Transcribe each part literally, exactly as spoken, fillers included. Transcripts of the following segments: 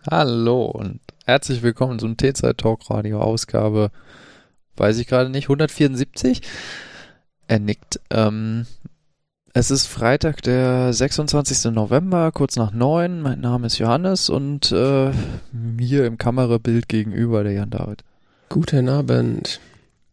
Hallo und herzlich willkommen zum T-Zeit-Talk-Radio-Ausgabe, weiß ich gerade nicht, hundertvierundsiebzig? Er nickt. Ähm, es ist Freitag, der sechsundzwanzigster November, kurz nach neun. Mein Name ist Johannes und äh, mir im Kamerabild gegenüber der Jan David. Guten Abend.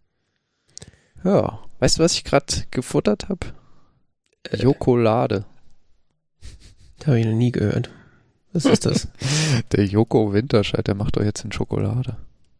Ja, weißt du, was ich gerade gefuttert habe? Äh, Jokolade. Habe ich noch nie gehört. Was ist das? Der Joko Winterscheid, der macht doch jetzt in Schokolade.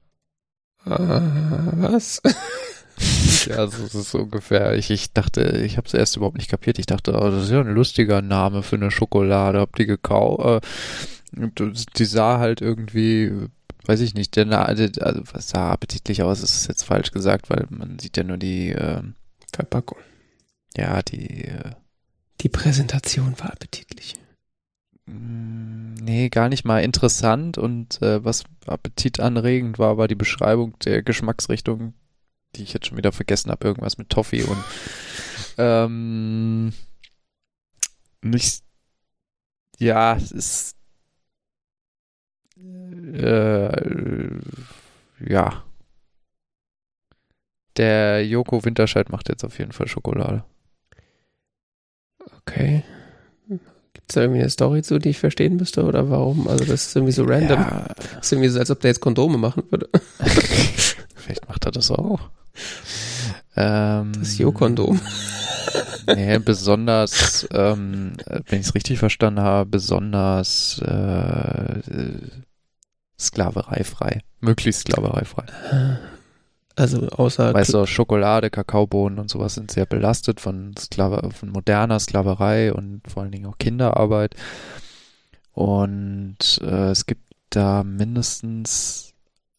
Ah, was? Ja, so ist es so ungefähr. Ich, ich dachte, ich habe es erst überhaupt nicht kapiert. Ich dachte, oh, das ist ja ein lustiger Name für eine Schokolade. Hab die gekauft. Äh, die sah halt irgendwie, weiß ich nicht, der Na- also was sah appetitlich aus, ist jetzt falsch gesagt, weil man sieht ja nur die, äh, Verpackung. ja, die, äh, Die Präsentation war appetitlich. nee, gar nicht mal interessant und äh, was appetitanregend war, war die Beschreibung der Geschmacksrichtung, die ich jetzt schon wieder vergessen habe, irgendwas mit Toffee und ähm, nicht, ja, es ist äh, ja, der Joko Winterscheid macht jetzt auf jeden Fall Schokolade. Okay. Gibt es da irgendwie eine Story zu, die ich verstehen müsste oder warum? Also das ist irgendwie so random. Ja, Das ist irgendwie so, als ob der jetzt Kondome machen würde. vielleicht macht er das auch. Ähm, Das Jo-Kondom. Nee, besonders, ähm, wenn ich es richtig verstanden habe, besonders äh, sklavereifrei. Möglichst sklavereifrei. Also außer... Weißt du, Schokolade, Kakaobohnen und sowas sind sehr belastet von, Sklave, von moderner Sklaverei und vor allen Dingen auch Kinderarbeit. Und äh, es gibt da mindestens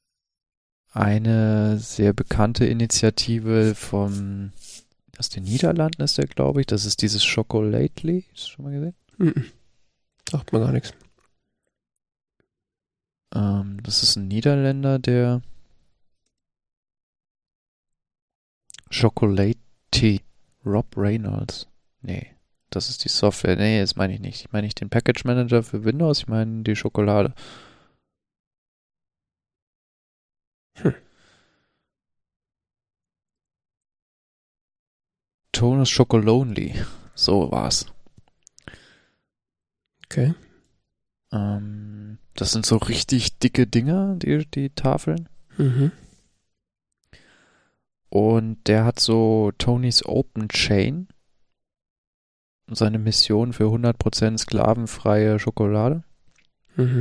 eine sehr bekannte Initiative vom, aus den Niederlanden ist der, glaube ich. Das ist dieses Chocolately. Hast du schon mal gesehen? Mhm. Sagt mir gar nichts. Ähm, das ist ein Niederländer, der Chocolatey. Rob Reynolds. Nee, das ist die Software. Nee, das meine ich nicht. Ich meine nicht den Package Manager für Windows, ich meine die Schokolade. Hm. Tonus Chocolonely. So war's. Okay. Ähm, das sind so richtig dicke Dinger, die, die Tafeln. Mhm. Und der hat so Tony's Open Chain. Seine Mission für hundert Prozent sklavenfreie Schokolade. Mhm.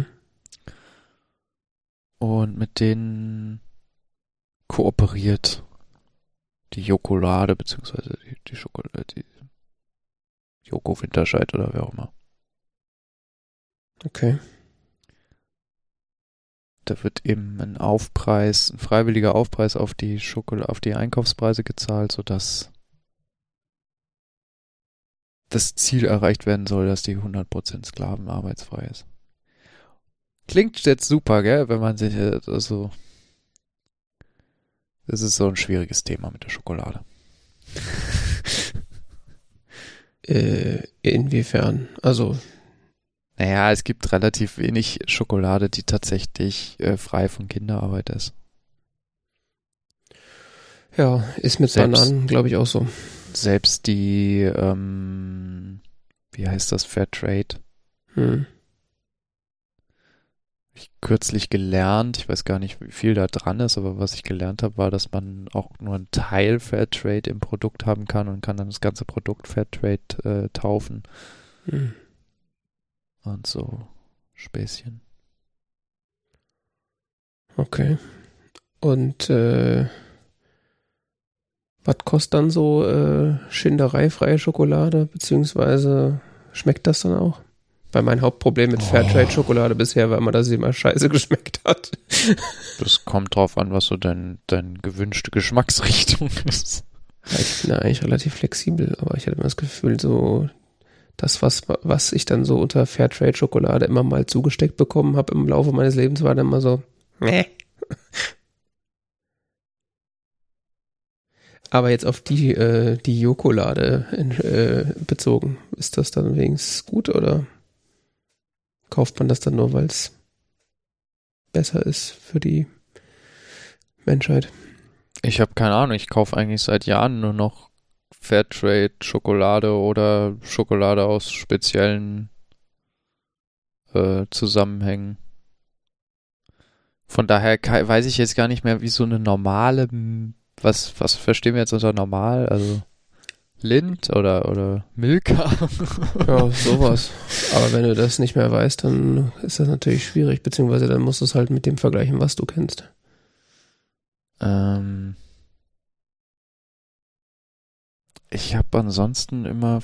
Und mit denen kooperiert die Jokolade, beziehungsweise die, die Schokolade, die Joko Winterscheid oder wer auch immer. Okay. Da wird eben ein Aufpreis, ein freiwilliger Aufpreis auf die Schokolade, auf die Einkaufspreise gezahlt, sodass das Ziel erreicht werden soll, dass die hundert Prozent sklavenarbeitsfrei ist. Klingt jetzt super, gell, wenn man sich, also, das ist so ein schwieriges Thema mit der Schokolade. Äh, inwiefern? Also, Naja, es gibt relativ wenig Schokolade, die tatsächlich äh, frei von Kinderarbeit ist. ja, ist mit Selbst- Bananen, glaube ich, auch so. Selbst die, ähm, wie heißt das, Fairtrade? Hm. Ich kürzlich gelernt, ich weiß gar nicht, wie viel da dran ist, aber was ich gelernt habe, war, dass man auch nur einen Teil Fairtrade im Produkt haben kann und kann dann das ganze Produkt Fairtrade äh, taufen Hm. und so Späßchen. Okay. Und äh, was kostet dann so äh, schindereifreie Schokolade, beziehungsweise schmeckt das dann auch? Weil mein Hauptproblem mit Oh. Fairtrade-Schokolade bisher war immer, dass sie immer scheiße geschmeckt hat. Das kommt drauf an, was so dein, dein gewünschte Geschmacksrichtung ist. Ich bin da eigentlich relativ flexibel, aber ich hatte immer das Gefühl, so das, was, was ich dann so unter Fairtrade-Schokolade immer mal zugesteckt bekommen habe im Laufe meines Lebens, war dann immer so, meh. Aber jetzt auf die, äh, die Jokolade in, äh, bezogen, ist das dann wenigstens gut oder kauft man das dann nur, weil es besser ist für die Menschheit. Ich habe keine Ahnung, ich kaufe eigentlich seit Jahren nur noch Fairtrade-Schokolade oder Schokolade aus speziellen äh, Zusammenhängen. Von daher ke- weiß ich jetzt gar nicht mehr, wie so eine normale, was, was verstehen wir jetzt unter normal? Also Lind oder, oder Milka? Ja, sowas. Aber wenn du das nicht mehr weißt, dann ist das natürlich schwierig, beziehungsweise dann musst du es halt mit dem vergleichen, was du kennst. Ähm, ich habe ansonsten immer,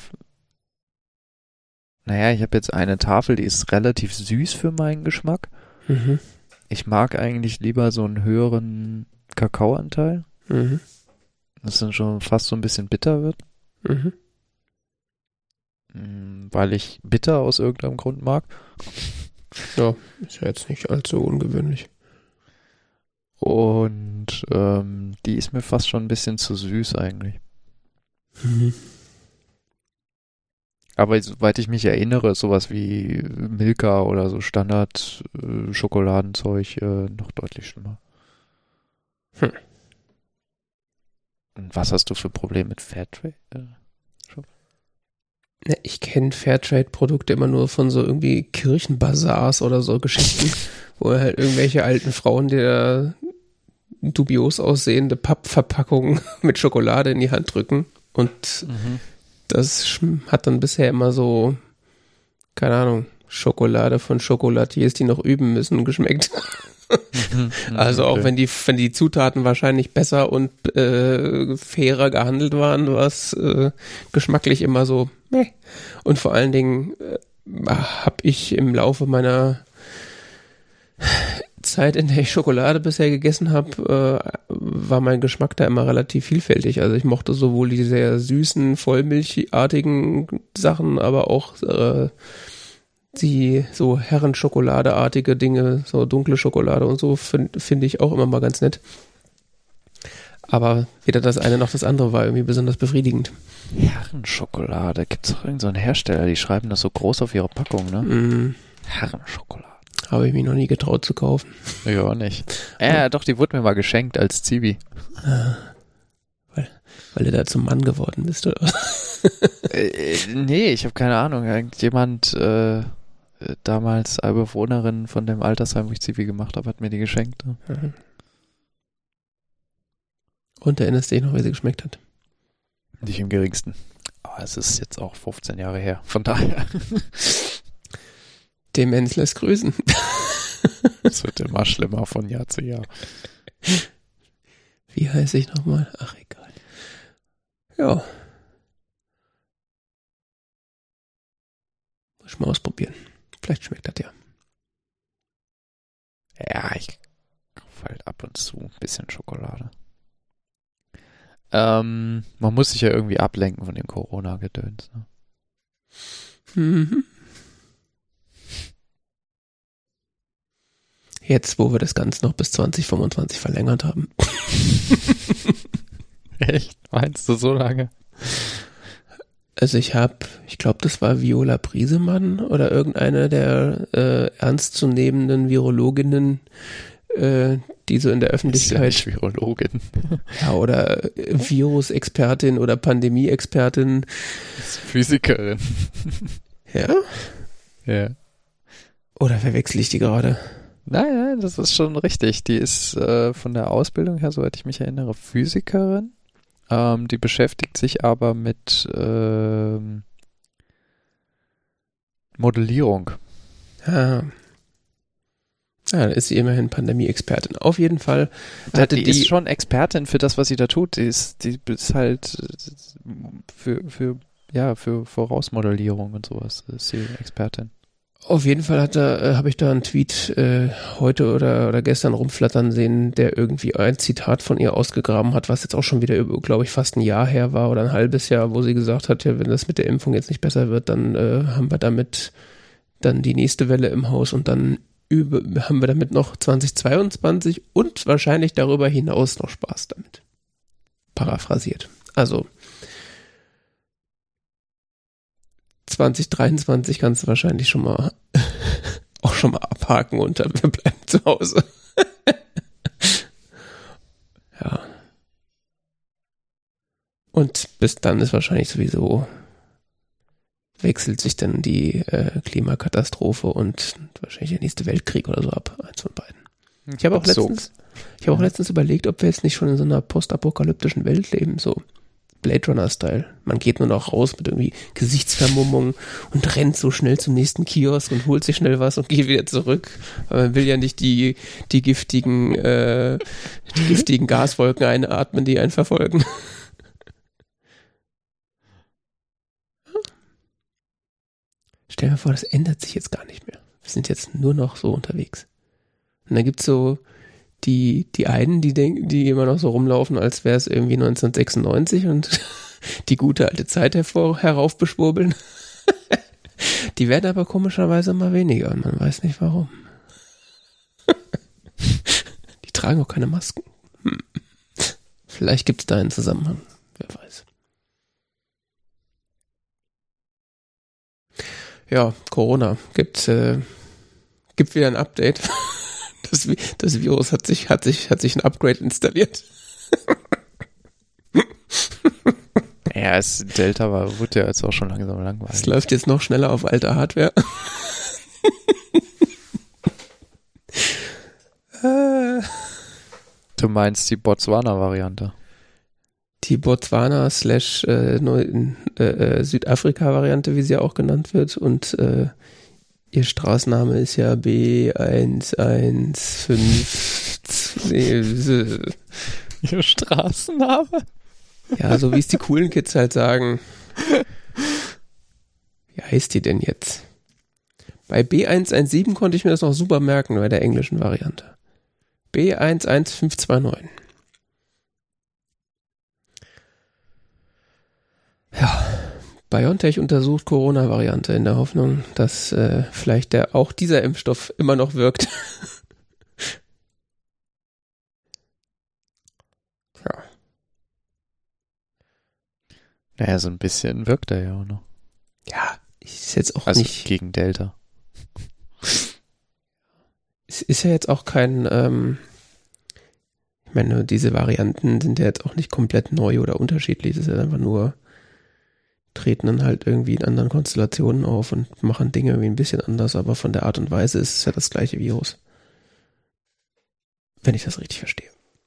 naja, ich habe jetzt eine Tafel, die ist relativ süß für meinen Geschmack. Mhm. Ich mag eigentlich lieber so einen höheren Kakaoanteil, Mhm. das dann schon fast so ein bisschen bitter wird, Mhm. Mm, weil ich bitter aus irgendeinem Grund mag. Ja, ist ja jetzt nicht allzu ungewöhnlich. Und ähm, die ist mir fast schon ein bisschen zu süß eigentlich. Mhm. Aber soweit ich mich erinnere, sowas wie Milka oder so Standard-Schokoladenzeug äh, noch deutlich schlimmer. Hm. Und was hast du für Probleme mit Fairtrade? Ne, ich kenne Fairtrade-Produkte immer nur von so irgendwie Kirchenbazars oder so Geschichten, wo halt irgendwelche alten Frauen, die da dubios aussehende Pappverpackungen mit Schokolade in die Hand drücken. Und Mhm. das schm- hat dann bisher immer so, keine Ahnung, Schokolade von Schokolatiers, die noch üben müssen, geschmeckt. Also auch Okay. wenn die, wenn die Zutaten wahrscheinlich besser und äh, fairer gehandelt waren, war es äh, geschmacklich immer so meh. Und vor allen Dingen äh, habe ich im Laufe meiner Zeit, in der ich Schokolade bisher gegessen habe, äh, war mein Geschmack da immer relativ vielfältig. Also ich mochte sowohl die sehr süßen, vollmilchartigen Sachen, aber auch äh, die so Herrenschokoladeartige Dinge, so dunkle Schokolade und so, finde find ich auch immer mal ganz nett. Aber weder das eine noch das andere war irgendwie besonders befriedigend. Herrenschokolade. Gibt es doch irgendeinen so einen Hersteller, die schreiben das so groß auf ihre Packung, ne? Mm, Herrenschokolade. habe ich mich noch nie getraut zu kaufen. Ja, auch nicht. Äh, doch, die wurde mir mal geschenkt als Zivi. Weil, weil du da zum Mann geworden bist, oder? äh, nee, ich habe keine Ahnung. Irgendjemand, äh, damals eine Bewohnerin von dem Altersheim, wo ich Zivi gemacht habe, hat mir die geschenkt. Ne? Mhm. Und erinnerst du dich noch, wie sie geschmeckt hat? Nicht im geringsten. Aber es ist jetzt auch fünfzehn Jahre her. Von daher. Demenz lässt grüßen. Es wird immer schlimmer von Jahr zu Jahr. Wie heiße ich nochmal? Ach, egal. Ja. Muss ich mal ausprobieren. Vielleicht schmeckt das ja. Ja, ich kaufe halt ab und zu ein bisschen Schokolade. Ähm, man muss sich ja irgendwie ablenken von dem Corona-Gedöns. Ne? Mhm. Jetzt, wo wir das Ganze noch bis zwanzig fünfundzwanzig verlängert haben. Echt? Meinst du so lange? Also ich habe, ich glaube, das war Viola Briesemann oder irgendeine der äh, ernstzunehmenden Virologinnen, äh, die so in der Öffentlichkeit, Ist ja nicht Virologin. ja, oder Virusexpertin oder Pandemie-Expertin. Ist Physikerin. Ja? Ja. Oder verwechsel ich die gerade? Nein, nein, das ist schon richtig. Die ist äh, von der Ausbildung her, soweit ich mich erinnere, Physikerin. Ähm, die beschäftigt sich aber mit ähm, Modellierung. Ah. Ja, da ist sie immerhin Pandemie-Expertin. Auf jeden Fall Da, hatte die, die, ist schon Expertin für das, was sie da tut. Die ist, die ist halt für, für, ja, für Vorausmodellierung und sowas ist sie Expertin. auf jeden Fall hat da, äh, habe ich da einen Tweet äh, heute oder, oder gestern rumflattern sehen, der irgendwie ein Zitat von ihr ausgegraben hat, was jetzt auch schon wieder, glaube ich, fast ein Jahr her war oder ein halbes Jahr, wo sie gesagt hat, ja, wenn das mit der Impfung jetzt nicht besser wird, dann äh, haben wir damit dann die nächste Welle im Haus und dann über, haben wir damit noch zwanzig zweiundzwanzig und wahrscheinlich darüber hinaus noch Spaß damit. Paraphrasiert. Also zwanzig dreiundzwanzig kannst du wahrscheinlich schon mal auch schon mal abhaken und wir bleiben zu Hause. Ja. Und bis dann ist wahrscheinlich sowieso, wechselt sich dann die äh, Klimakatastrophe und wahrscheinlich der nächste Weltkrieg oder so ab. Eins von beiden. Ich habe auch So. letztens, ich habe auch letztens überlegt, ob wir jetzt nicht schon in so einer postapokalyptischen Welt leben, so Blade Runner-Style. Man geht nur noch raus mit irgendwie Gesichtsvermummung und rennt so schnell zum nächsten Kiosk und holt sich schnell was und geht wieder zurück. Aber man will ja nicht die, die giftigen, äh, die giftigen Gaswolken einatmen, die einen verfolgen. Stell dir mal vor, das ändert sich jetzt gar nicht mehr. Wir sind jetzt nur noch so unterwegs. Und dann gibt's so die, die einen, die denken, die immer noch so rumlaufen, als wäre es irgendwie neunzehnhundertsechsundneunzig und die gute alte Zeit hervor, heraufbeschwurbeln. Die werden aber komischerweise immer weniger und man weiß nicht warum. Die tragen auch keine Masken. Hm. Vielleicht gibt's da einen Zusammenhang. Wer weiß. Ja, Corona. Gibt, äh, gibt wieder ein Update. Das, das Virus hat sich, hat sich, hat sich ein Upgrade installiert. Ja, es, Delta war, wurde ja jetzt auch schon langsam langweilig. Es läuft jetzt noch schneller auf alter Hardware. Du meinst die Botswana-Variante? Die Botswana slash äh, Neu- äh, Südafrika-Variante, wie sie auch genannt wird. Und äh, ihr Straßenname ist ja B eins eins fünf. Nee, Ihr Straßenname? ja, so wie es die coolen Kids halt sagen. Wie heißt die denn jetzt? Bei B eins eins sieben konnte ich mir das noch super merken, bei der englischen Variante. B eins eins fünf zwei neun. Ja, BioNTech untersucht Corona-Variante in der Hoffnung, dass äh, vielleicht der, auch dieser Impfstoff immer noch wirkt. Ja. Naja, so ein bisschen wirkt er ja auch noch. Ja, ist jetzt auch Also nicht. gegen Delta. Es ist ja jetzt auch kein, ähm, ich meine, diese Varianten sind ja jetzt auch nicht komplett neu oder unterschiedlich. Es ist ja einfach nur, treten dann halt irgendwie in anderen Konstellationen auf und machen Dinge irgendwie ein bisschen anders, aber von der Art und Weise ist es ja das gleiche Virus. Wenn ich das richtig verstehe.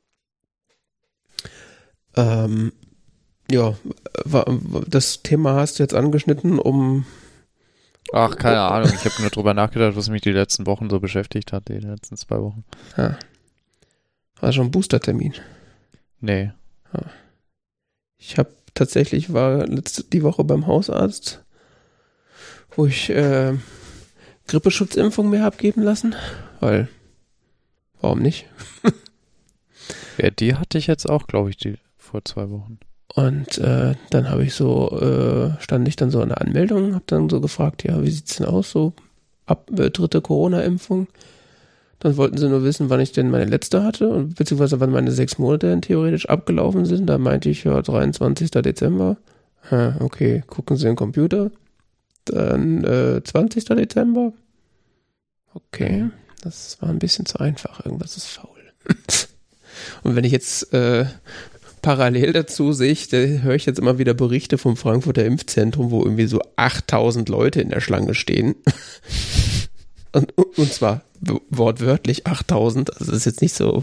Ähm, ja, das Thema hast du jetzt angeschnitten, um Ach, keine Ahnung. Ich habe nur drüber nachgedacht, was mich die letzten Wochen so beschäftigt hat, die letzten zwei Wochen. Ja. War schon ein Booster-Termin? Nee. Ja. Ich habe tatsächlich, war letzte, die Woche beim Hausarzt, wo ich äh, Grippeschutzimpfung mir habe geben lassen, weil, warum nicht? Ja, die hatte ich jetzt auch, glaube ich, die vor zwei Wochen. Und äh, dann habe ich so, äh, stand ich dann so an der Anmeldung, habe dann so gefragt, ja, wie sieht's denn aus, so ab äh, dritte Corona-Impfung. Dann wollten sie nur wissen, wann ich denn meine letzte hatte, und beziehungsweise wann meine sechs Monate denn theoretisch abgelaufen sind. Da meinte ich, ja, dreiundzwanzigster Dezember. Ha, okay, gucken Sie in den Computer. Dann äh, zwanzigster Dezember. Okay, das war ein bisschen zu einfach, irgendwas ist faul. Und wenn ich jetzt äh, parallel dazu sehe ich, da höre ich jetzt immer wieder Berichte vom Frankfurter Impfzentrum, wo irgendwie so achttausend Leute in der Schlange stehen. Und, und zwar wortwörtlich achttausend, also das ist jetzt nicht so,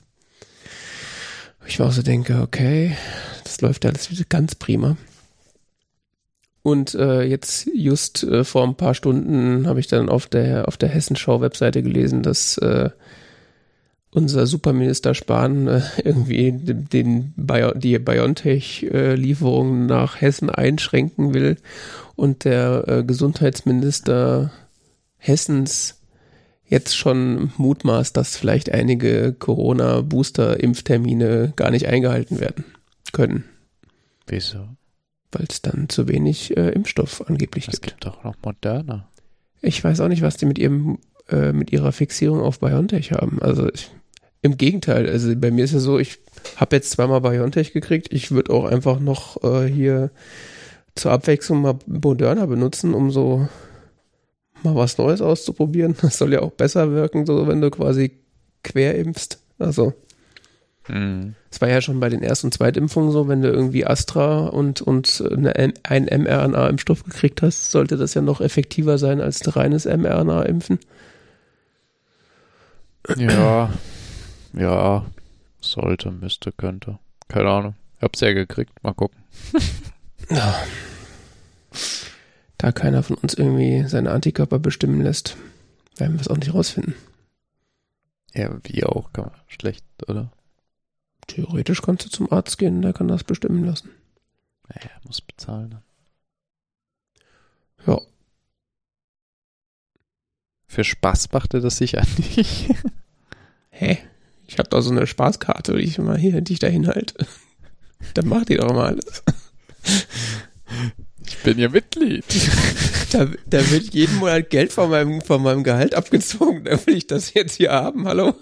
ich war auch so denke, okay, das läuft ja alles wieder ganz prima. Und äh, jetzt just äh, vor ein paar Stunden habe ich dann auf der auf der Hessenschau-Webseite gelesen, dass äh, unser Superminister Spahn äh, irgendwie den, den Bio, die BioNTech-Lieferungen äh, nach Hessen einschränken will und der äh, Gesundheitsminister Hessens jetzt schon mutmaßt, dass vielleicht einige Corona-Booster-Impftermine gar nicht eingehalten werden können. Wieso? Weil es dann zu wenig äh, Impfstoff angeblich Es gibt. gibt doch noch Moderna. Ich weiß auch nicht, was die mit ihrem äh, mit ihrer Fixierung auf BioNTech haben. Also ich, im Gegenteil, also bei mir ist ja so, ich habe jetzt zweimal BioNTech gekriegt. Ich würde auch einfach noch äh, hier zur Abwechslung mal Moderna benutzen, um so mal was Neues auszuprobieren. Das soll ja auch besser wirken, so wenn du quasi quer impfst. Also Mhm. es war ja schon bei den Erst- und Zweitimpfungen so, wenn du irgendwie Astra und, und eine, ein mRNA-Impfstoff gekriegt hast, sollte das ja noch effektiver sein als ein reines mRNA-Impfen. Ja, ja, sollte, müsste, könnte. Keine Ahnung. Ich hab's ja gekriegt. Mal gucken. Ja. Da keiner von uns irgendwie seine Antikörper bestimmen lässt, werden wir es auch nicht rausfinden. Ja, wie auch, kann man schlecht, oder? Theoretisch kannst du zum Arzt gehen, der kann das bestimmen lassen. Naja, muss bezahlen dann. Ja. Für Spaß macht er das sicher nicht. Hä? Ich hab doch so eine Spaßkarte, die ich mal hier, die ich da hinhalte. Dann macht die doch mal alles. Ich bin ja Mitglied. Da, da wird jeden Monat Geld von meinem, von meinem Gehalt abgezogen. Da will ich das jetzt hier haben, hallo?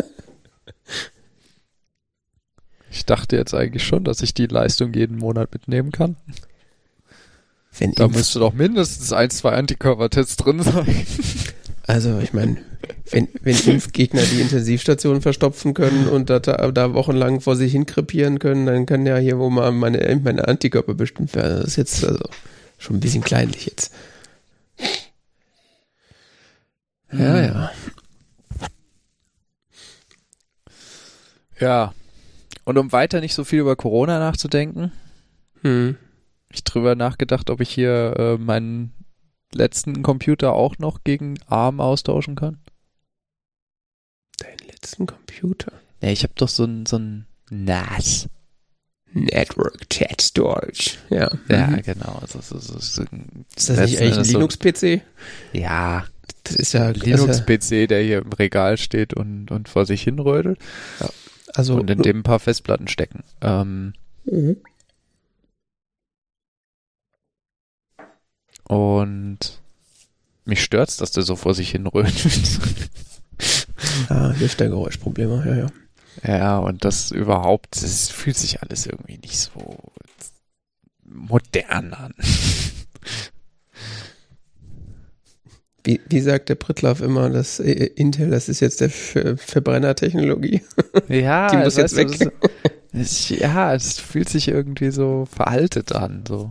Ich dachte jetzt eigentlich schon, dass ich die Leistung jeden Monat mitnehmen kann. Wenn Da Impf- müsste doch mindestens ein, zwei Antikörpertests drin sein. Also ich meine, wenn, wenn Impfgegner die Intensivstation verstopfen können und da, da wochenlang vor sich hin krepieren können, dann kann ja hier wo mal meine, meine Antikörper bestimmt werden. Das ist jetzt also schon ein bisschen kleinlich jetzt. Ja, ja. Ja. Und um weiter nicht so viel über Corona nachzudenken, Hm. ich drüber nachgedacht, ob ich hier äh, meinen letzten Computer auch noch gegen ARM austauschen kann. Deinen letzten Computer. Ja, ich habe doch so ein so ein N A S. Network Chat Storage. Ja. Ja, Mhm. genau. Also, so, so, so, Ist das nicht eigentlich ein so, Linux-P C? Ja, Das ist ja Linux-P C, der hier im Regal steht und, und vor sich hinrödelt. Also, Und in dem ein paar Festplatten stecken. Ähm, Mhm. und mich stört's, dass der so vor sich hinrödelt. Ah, Lüftergeräuschprobleme, ja, ja. Ja, und das überhaupt, das fühlt sich alles irgendwie nicht so modern an. Wie, wie sagt der Prittlaff immer, das äh, Intel, das ist jetzt der Ver- Verbrennertechnologie. Ja, Die muss jetzt weißt weg. du, das, es, ja, es fühlt sich irgendwie so veraltet an, so.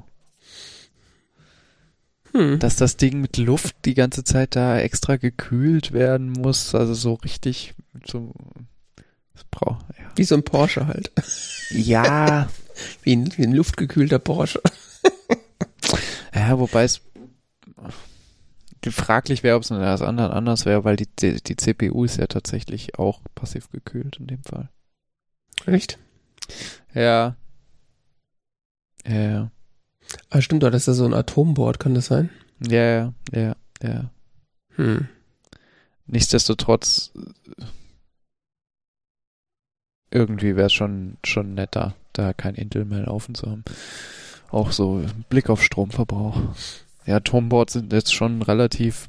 Hm. Dass das Ding mit Luft die ganze Zeit da extra gekühlt werden muss, also so richtig so, das braucht, ja. Wie so ein Porsche halt. Ja, Wie ein, wie ein luftgekühlter Porsche. ja, wobei es fraglich wäre, ob es das anderen anders wäre, weil die, die, die C P U ist ja tatsächlich auch passiv gekühlt in dem Fall. Echt? Ja. Ja, ja. Ah, stimmt doch, das ist ja so ein Atomboard, kann das sein? Ja, ja, ja, ja. Hm. Nichtsdestotrotz, irgendwie wäre es schon, schon netter, da kein Intel mehr laufen zu haben. Auch so Blick auf Stromverbrauch. Ja, Atomboards sind jetzt schon relativ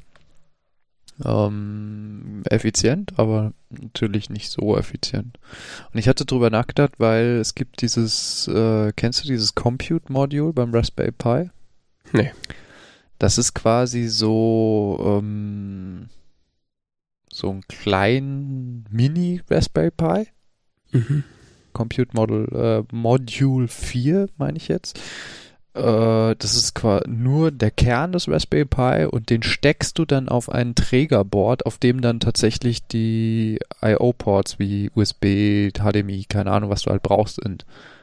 ähm, effizient, aber natürlich nicht so effizient. Und ich hatte drüber nachgedacht, weil es gibt dieses, äh, kennst du dieses Compute-Module beim Raspberry Pi? Nee. Das ist quasi so ähm, so ein kleinen Mini-Raspberry Pi. Mhm. Compute Model, äh, Module vier, meine ich jetzt. Äh, das ist quasi nur der Kern des Raspberry Pi und den steckst du dann auf ein Trägerboard, auf dem dann tatsächlich die I O-Ports wie U S B, H D M I, keine Ahnung, was du halt brauchst, sind.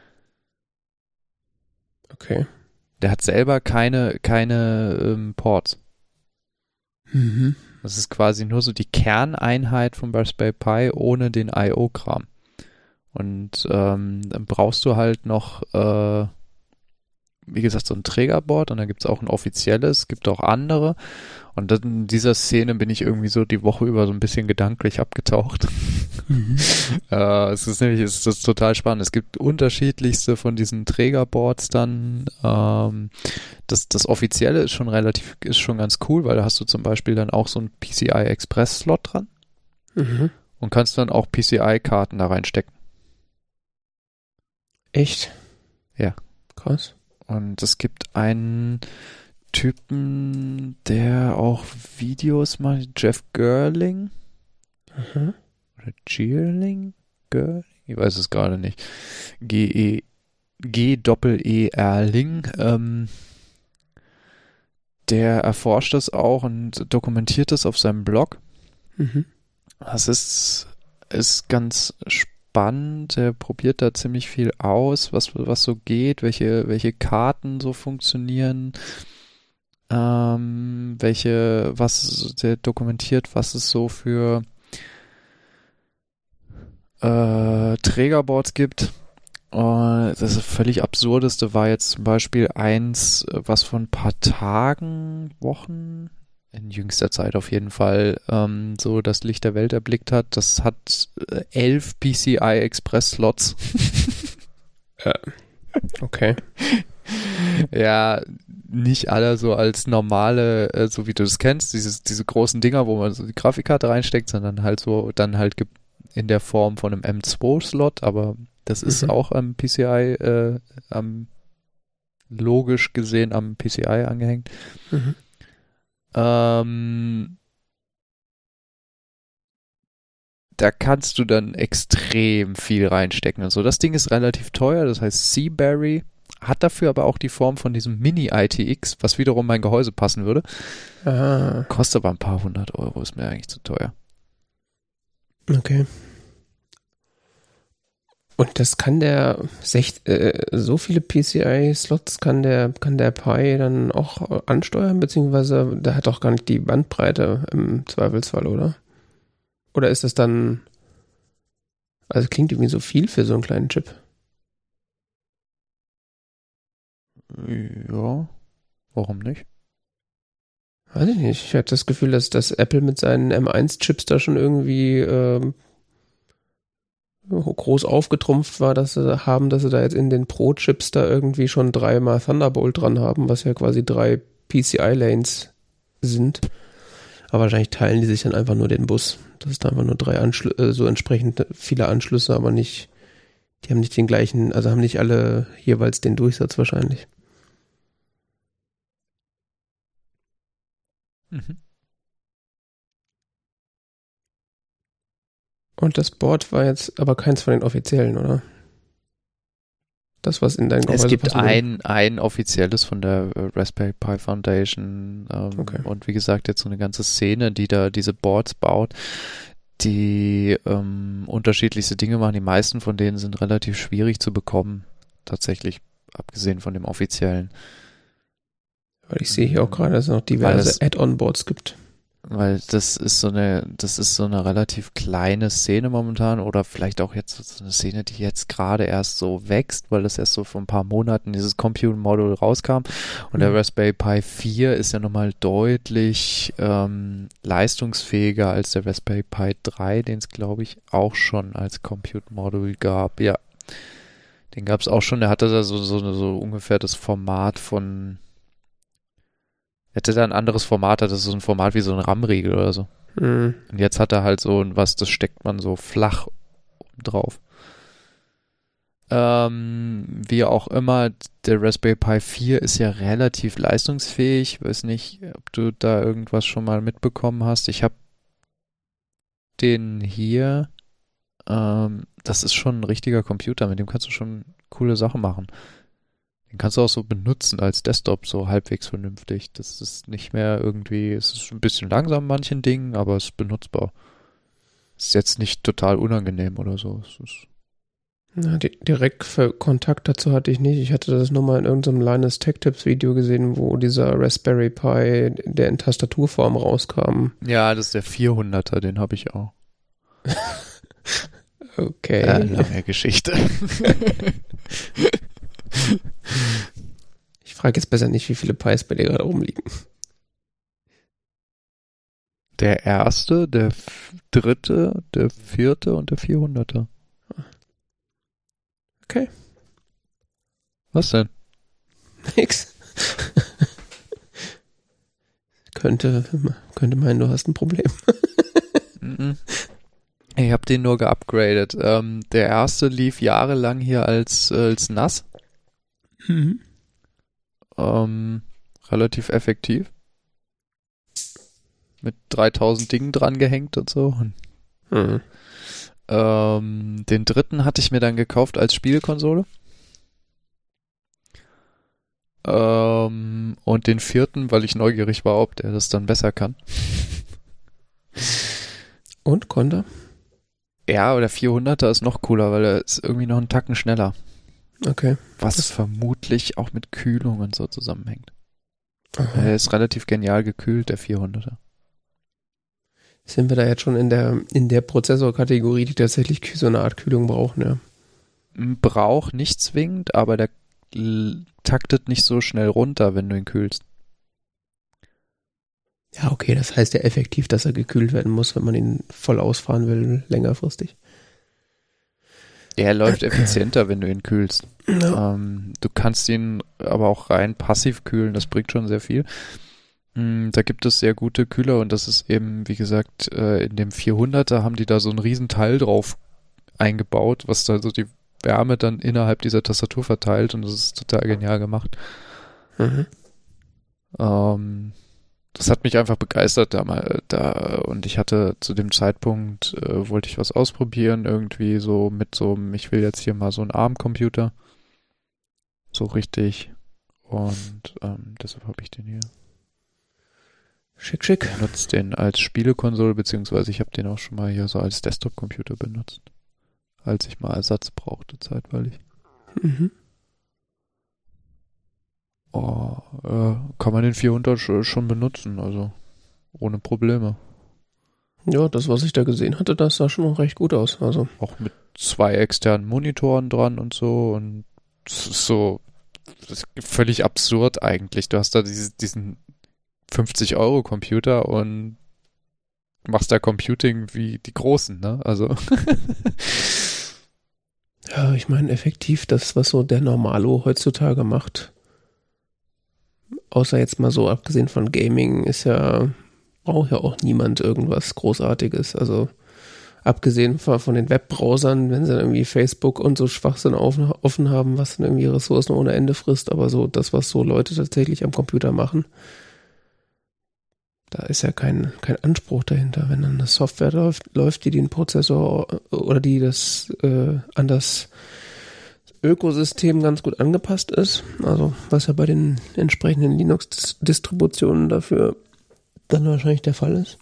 Okay. Der hat selber keine, keine ähm, Ports. Mhm. Das ist quasi nur so die Kerneinheit vom Raspberry Pi ohne den I O-Kram. Und ähm, dann brauchst du halt noch, äh, wie gesagt, so ein Trägerboard und dann gibt es auch ein offizielles, es gibt auch andere. Und dann in dieser Szene bin ich irgendwie so die Woche über so ein bisschen gedanklich abgetaucht. Mhm. äh, es ist nämlich, es ist total spannend. Es gibt unterschiedlichste von diesen Trägerboards dann. Ähm, das, das offizielle ist schon relativ, ist schon ganz cool, weil da hast du zum Beispiel dann auch so einen P C I Express Slot dran Mhm. und kannst dann auch P C I-Karten da reinstecken. Echt? Ja. Krass. Und es gibt einen Typen, der auch Videos macht, Jeff Gerling. Mhm. Oder Gerling? Gerling? Ich weiß es gerade nicht. G-E G-Doppel-E-R-Ling. Ähm, der erforscht das auch und dokumentiert das auf seinem Blog. Mhm. Das ist, ist ganz spannend. Er probiert da ziemlich viel aus, was, was so geht, welche, welche Karten so funktionieren, ähm, welche, was der dokumentiert, was es so für äh, Trägerboards gibt. Und das völlig Absurdeste war jetzt zum Beispiel eins, was vor ein paar Tagen, Wochen, in jüngster Zeit auf jeden Fall, ähm, so das Licht der Welt erblickt hat. Das hat äh, elf P C I Express Slots. Ja. Okay. Ja, nicht alle so als normale, äh, so wie du das kennst, dieses, diese großen Dinger, wo man so die Grafikkarte reinsteckt, sondern halt so, dann halt ge- in der Form von einem M zwei Slot, aber das ist Mhm. auch am P C I, äh, am, logisch gesehen am P C I angehängt. Mhm. Ähm, da kannst du dann extrem viel reinstecken und so. Das Ding ist relativ teuer, das heißt Seaberry, hat dafür aber auch die Form von diesem Mini-I T X, was wiederum mein Gehäuse passen würde. Ah, Kostet aber ein paar hundert Euro, ist mir eigentlich zu teuer. okay. Und das kann der sech, äh, so viele P C I-Slots kann der, kann der Pi dann auch äh, ansteuern, beziehungsweise der hat doch gar nicht die Bandbreite im Zweifelsfall, oder? Oder ist das dann, also klingt irgendwie so viel für so einen kleinen Chip. Ja, warum nicht? Weiß ich nicht. Ich hatte das Gefühl, dass, dass Apple mit seinen M eins Chips da schon irgendwie ähm, groß aufgetrumpft war, dass sie haben, dass sie da jetzt in den Pro-Chips da irgendwie schon dreimal Thunderbolt dran haben, was ja quasi drei P C I-Lanes sind. Aber wahrscheinlich teilen die sich dann einfach nur den Bus. Das ist einfach nur drei Anschlüsse, äh, so entsprechend viele Anschlüsse, aber nicht, die haben nicht den gleichen, also haben nicht alle jeweils den Durchsatz wahrscheinlich. Mhm. Und das Board war jetzt aber keins von den offiziellen, oder? Das, was in dein Gehäuse Es gibt passen würde. ein, ein offizielles von der äh, Raspberry Pi Foundation ähm, Okay. und wie gesagt jetzt so eine ganze Szene, die da diese Boards baut, die ähm, unterschiedlichste Dinge machen. Die meisten von denen sind relativ schwierig zu bekommen, tatsächlich, abgesehen von dem offiziellen. Weil ich sehe hier auch gerade, dass es noch Weil diverse das- Add-on-Boards gibt. Weil das ist so eine, das ist so eine relativ kleine Szene momentan oder vielleicht auch jetzt so eine Szene, die jetzt gerade erst so wächst, weil das erst so vor ein paar Monaten dieses Compute-Modul rauskam und der Mhm. Raspberry Pi vier ist ja nochmal deutlich ähm, leistungsfähiger als der Raspberry Pi drei, den es glaube ich auch schon als Compute-Modul gab. Ja, den gab es auch schon, der hatte da so, so, so ungefähr das Format von hätte da ein anderes Format, das ist so ein Format wie so ein RAM-Riegel oder so. Mhm. Und jetzt hat er halt so was, das steckt man so flach drauf. Ähm, wie auch immer, der Raspberry Pi vier ist ja relativ leistungsfähig. Weiß nicht, ob du da irgendwas schon mal mitbekommen hast. Ich habe den hier. Ähm, das ist schon ein richtiger Computer, mit dem kannst du schon coole Sachen machen. Den kannst du auch so benutzen als Desktop, so halbwegs vernünftig. Das ist nicht mehr irgendwie, es ist ein bisschen langsam in manchen Dingen, aber es ist benutzbar. Ist jetzt nicht total unangenehm oder so. Es ist Na, di- direkt für Kontakt dazu hatte ich nicht. Ich hatte das nur mal in irgendeinem Linus Tech Tips Video gesehen, wo dieser Raspberry Pi, der in Tastaturform rauskam. ja, das ist der vierhunderter, den habe ich auch. Okay. Äh, lange Geschichte. Ich frage jetzt besser nicht, wie viele Pis bei dir gerade rumliegen. Der erste, der f- dritte, der vierte und der vierhunderter. Okay. Was denn? Nix. könnte, könnte meinen, du hast ein Problem. Mhm. Ich habe den nur geupgradet. Ähm, der erste lief jahrelang hier als, als N A S. Mhm. Ähm, relativ effektiv. Mit dreitausend Dingen dran gehängt und so. Und, Mhm. ähm, den dritten hatte ich mir dann gekauft als Spielekonsole. Ähm, und den vierten, weil ich neugierig war, ob der das dann besser kann. Und, konnte? Ja, aber der vierhunderter ist noch cooler, weil er ist irgendwie noch einen Tacken schneller. Okay. Was Das- vermutlich auch mit Kühlung und so zusammenhängt. Aha. Er ist relativ genial gekühlt, der vierhunderter. Sind wir da jetzt schon in der, in der Prozessorkategorie, die tatsächlich kü- so eine Art Kühlung brauchen, ja? Braucht nicht zwingend, aber der l- taktet nicht so schnell runter, wenn du ihn kühlst. Ja, okay, das heißt ja effektiv, dass er gekühlt werden muss, wenn man ihn voll ausfahren will, längerfristig. Er läuft effizienter, wenn du ihn kühlst. Ja. Ähm, du kannst ihn aber auch rein passiv kühlen, das bringt schon sehr viel. Mm, Da gibt es sehr gute Kühler und das ist eben, wie gesagt, äh, in dem vierhunderter haben die da so ein Riesenteil drauf eingebaut, was da so die Wärme dann innerhalb dieser Tastatur verteilt und das ist total genial gemacht. Mhm. Ähm, das hat mich einfach begeistert da mal da und ich hatte zu dem Zeitpunkt äh, wollte ich was ausprobieren irgendwie so mit so einem, ich will jetzt hier mal so einen ARM-Computer so richtig und ähm, deshalb habe ich den hier. Schick, schick. Ich nutze den als Spielekonsole beziehungsweise ich habe den auch schon mal hier so als Desktop-Computer benutzt, als ich mal Ersatz brauchte zeitweilig. Mhm. Oh, äh, kann man den vierhundert sch- schon benutzen, also ohne Probleme. Ja, das, was ich da gesehen hatte, das sah schon recht gut aus. Also, Auch mit zwei externen Monitoren dran und so und es ist so das ist völlig absurd eigentlich. Du hast da dieses, diesen fünfzig-Euro-Computer und machst da Computing wie die Großen, ne? Also ja, ich meine, effektiv, das, was so der Normalo heutzutage macht, außer jetzt mal so abgesehen von Gaming, ist ja, braucht ja auch niemand irgendwas Großartiges. Also, abgesehen von, von den Webbrowsern, wenn sie dann irgendwie Facebook und so Schwachsinn offen, offen haben, was dann irgendwie Ressourcen ohne Ende frisst, aber so das, was so Leute tatsächlich am Computer machen, da ist ja kein, kein Anspruch dahinter. Wenn dann eine Software läuft, läuft die den Prozessor oder die das äh, an das Ökosystem ganz gut angepasst ist, also was ja bei den entsprechenden Linux-Distributionen dafür dann wahrscheinlich der Fall ist.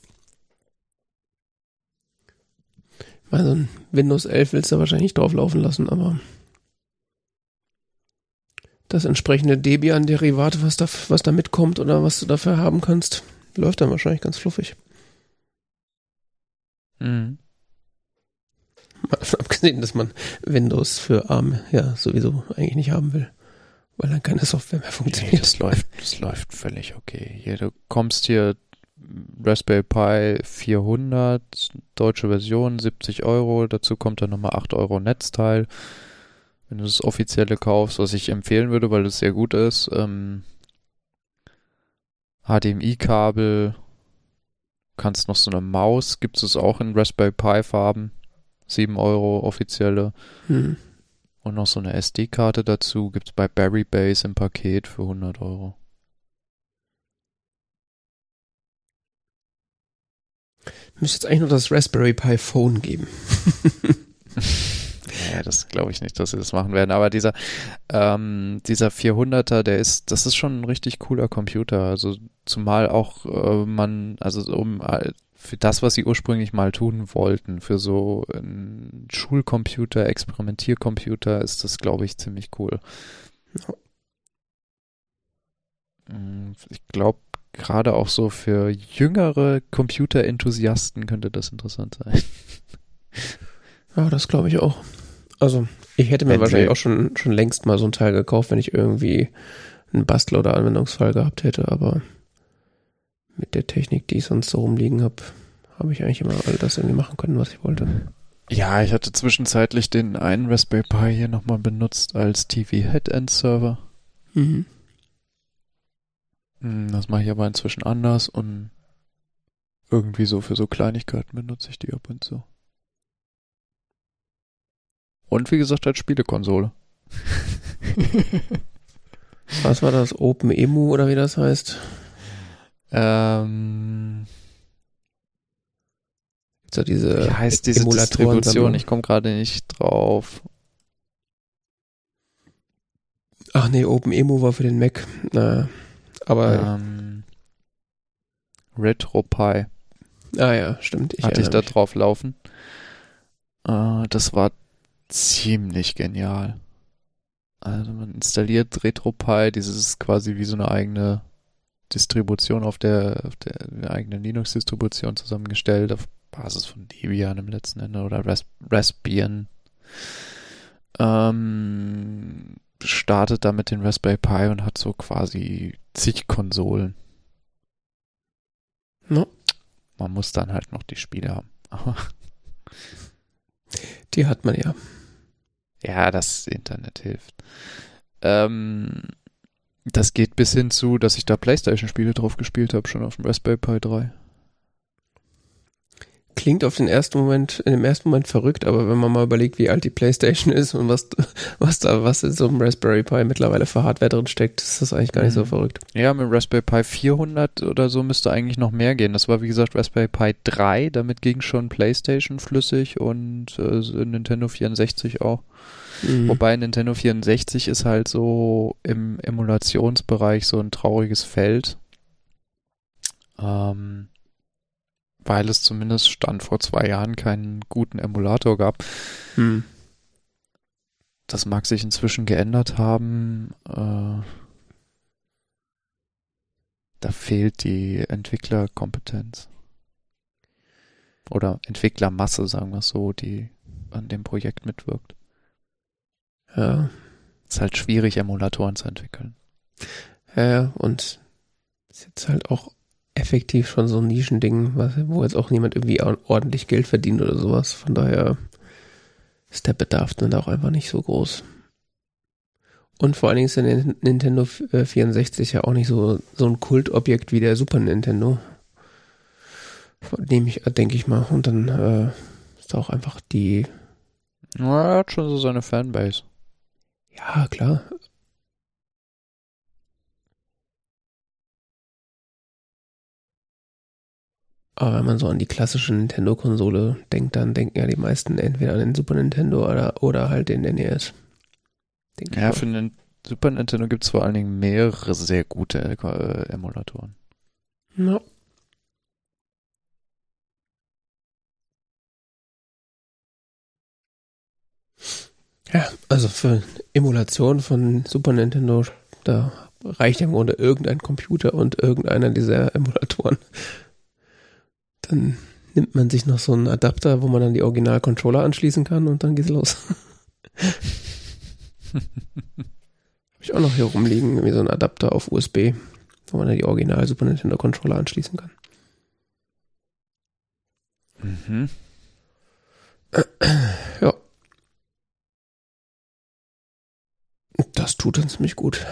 Also ein Windows elf willst du wahrscheinlich nicht drauflaufen lassen, aber das entsprechende Debian-Derivat, was da, was da mitkommt oder was du dafür haben kannst, läuft dann wahrscheinlich ganz fluffig. mhm. Mal davon abgesehen, dass man Windows für ARM ja sowieso eigentlich nicht haben will, weil dann keine Software mehr Nee, funktioniert. das läuft, das läuft völlig okay. Hier, du kommst hier Raspberry Pi vierhundert, deutsche Version, siebzig Euro, dazu kommt dann nochmal acht Euro Netzteil. Wenn du das offizielle kaufst, was ich empfehlen würde, weil es sehr gut ist, ähm, H D M I-Kabel, kannst noch so eine Maus, gibt es auch in Raspberry Pi Farben, sieben Euro offizielle Hm. und noch so eine S D-Karte dazu, gibt es bei Berry Base im Paket für hundert Euro. Müsste jetzt eigentlich noch das Raspberry Pi Phone geben. Ja, das glaube ich nicht, dass sie das machen werden. Aber dieser, ähm, dieser vierhunderter, der ist, das ist schon ein richtig cooler Computer. Also zumal auch äh, man, also um äh, für das, was sie ursprünglich mal tun wollten, für so einen Schulcomputer, Experimentiercomputer, ist das, glaube ich, ziemlich cool. Mm, Ich glaube, gerade auch so für jüngere Computerenthusiasten könnte das interessant sein. Ja, das glaube ich auch. Also, ich hätte mir Wenn wahrscheinlich sie- auch schon, schon längst mal so ein Teil gekauft, wenn ich irgendwie einen Bastel- oder Anwendungsfall gehabt hätte, aber mit der Technik, die ich sonst so rumliegen habe, habe ich eigentlich immer all das irgendwie machen können, was ich wollte. Ja, ich hatte zwischenzeitlich den einen Raspberry Pi hier nochmal benutzt als T V-Headend-Server. Mhm. Hm, Das mache ich aber inzwischen anders und irgendwie so für so Kleinigkeiten benutze ich die ab und zu. Und wie gesagt, als Spielekonsole. Was war das? OpenEMU oder wie das heißt? Ähm, So diese wie heißt diese Distribution? Ich komme gerade nicht drauf. Ach nee, OpenEMU war für den Mac. Na, aber Ähm, RetroPie. Ah ja, stimmt. Ich hatte ich da mich. drauf laufen. Äh, das war ziemlich genial. Also man installiert RetroPie, dieses ist quasi wie so eine eigene Distribution auf der, auf der eine eigene Linux-Distribution zusammengestellt, auf Basis von Debian im letzten Ende oder Ras- Raspbian. Ähm, startet da mit den Raspberry Pi und hat so quasi zig Konsolen. No. Man muss dann halt noch die Spiele haben. Aber die hat man ja. ja, das Internet hilft. Ähm, das geht bis hin zu, dass ich da PlayStation-Spiele drauf gespielt habe, schon auf dem Raspberry Pi drei. Klingt auf den ersten Moment, in dem ersten Moment verrückt, aber wenn man mal überlegt, wie alt die PlayStation ist und was, was da, was in so einem Raspberry Pi mittlerweile für Hardware drin steckt, ist das eigentlich gar nicht so verrückt. Ja, mit dem Raspberry Pi vierhundert oder so müsste eigentlich noch mehr gehen. Das war, wie gesagt, Raspberry Pi drei, damit ging schon PlayStation flüssig und äh, Nintendo vierundsechzig auch. Mhm. Wobei Nintendo vierundsechzig ist halt so im Emulationsbereich so ein trauriges Feld. Ähm, weil es zumindest Stand vor zwei Jahren keinen guten Emulator gab. Hm. Das mag sich inzwischen geändert haben. Äh, da fehlt die Entwicklerkompetenz. Oder Entwicklermasse, sagen wir es so, die an dem Projekt mitwirkt. Ja. Ist halt schwierig, Emulatoren zu entwickeln. Ja, und ist jetzt halt auch effektiv schon so ein Nischending, was, wo jetzt auch niemand irgendwie ordentlich Geld verdient oder sowas. Von daher ist der Bedarf dann auch einfach nicht so groß. Und vor allen Dingen ist der Nintendo vierundsechzig ja auch nicht so, so ein Kultobjekt wie der Super Nintendo. Nehme ich, denke ich mal. Und dann äh, ist auch einfach die... Ja, er hat schon so seine Fanbase. Ja, klar. Aber wenn man so an die klassische Nintendo-Konsole denkt, dann denken ja die meisten entweder an den Super Nintendo oder, oder halt den N E S. Denk ja, für den Super Nintendo gibt es vor allen Dingen mehrere sehr gute äh, Emulatoren. Ja. Ja, also für Emulation von Super Nintendo, da reicht ja im Grunde irgendein Computer und irgendeiner dieser Emulatoren. Dann nimmt man sich noch so einen Adapter, wo man dann die Original-Controller anschließen kann und dann geht's los. Habe ich auch noch hier rumliegen, wie so ein Adapter auf U S B, wo man dann die Original Super Nintendo Controller anschließen kann. Mhm. Ja. Das tut dann ziemlich gut.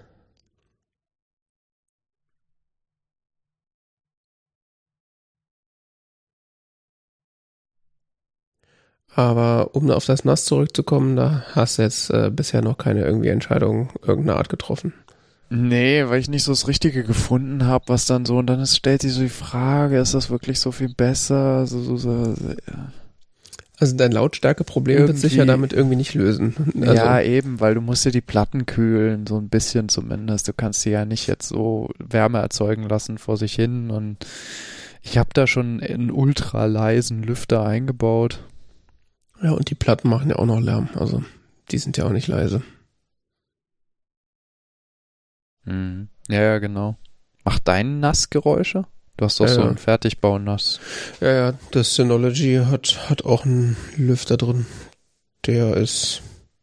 Aber um auf das N A S zurückzukommen, da hast du jetzt äh, bisher noch keine irgendwie Entscheidung irgendeiner Art getroffen. Nee, weil ich nicht so das Richtige gefunden habe, was dann so, und dann ist, stellt sich so die Frage, ist das wirklich so viel besser? So, so, so, ja. Also dein Lautstärkeproblem Irgendwie, wird sich ja damit irgendwie nicht lösen. Also, ja, eben, weil du musst dir die Platten kühlen, so ein bisschen zumindest. Du kannst sie ja nicht jetzt so Wärme erzeugen lassen vor sich hin, und ich habe da schon einen ultra leisen Lüfter eingebaut. Ja, und die Platten machen ja auch noch Lärm, also die sind ja auch nicht leise. Mhm. Ja, ja, genau. Macht dein N A S Geräusche? Du hast doch ja, so ja. ein Fertigbau-N A S. Ja, ja, das Synology hat, hat auch einen Lüfter drin. Der ist,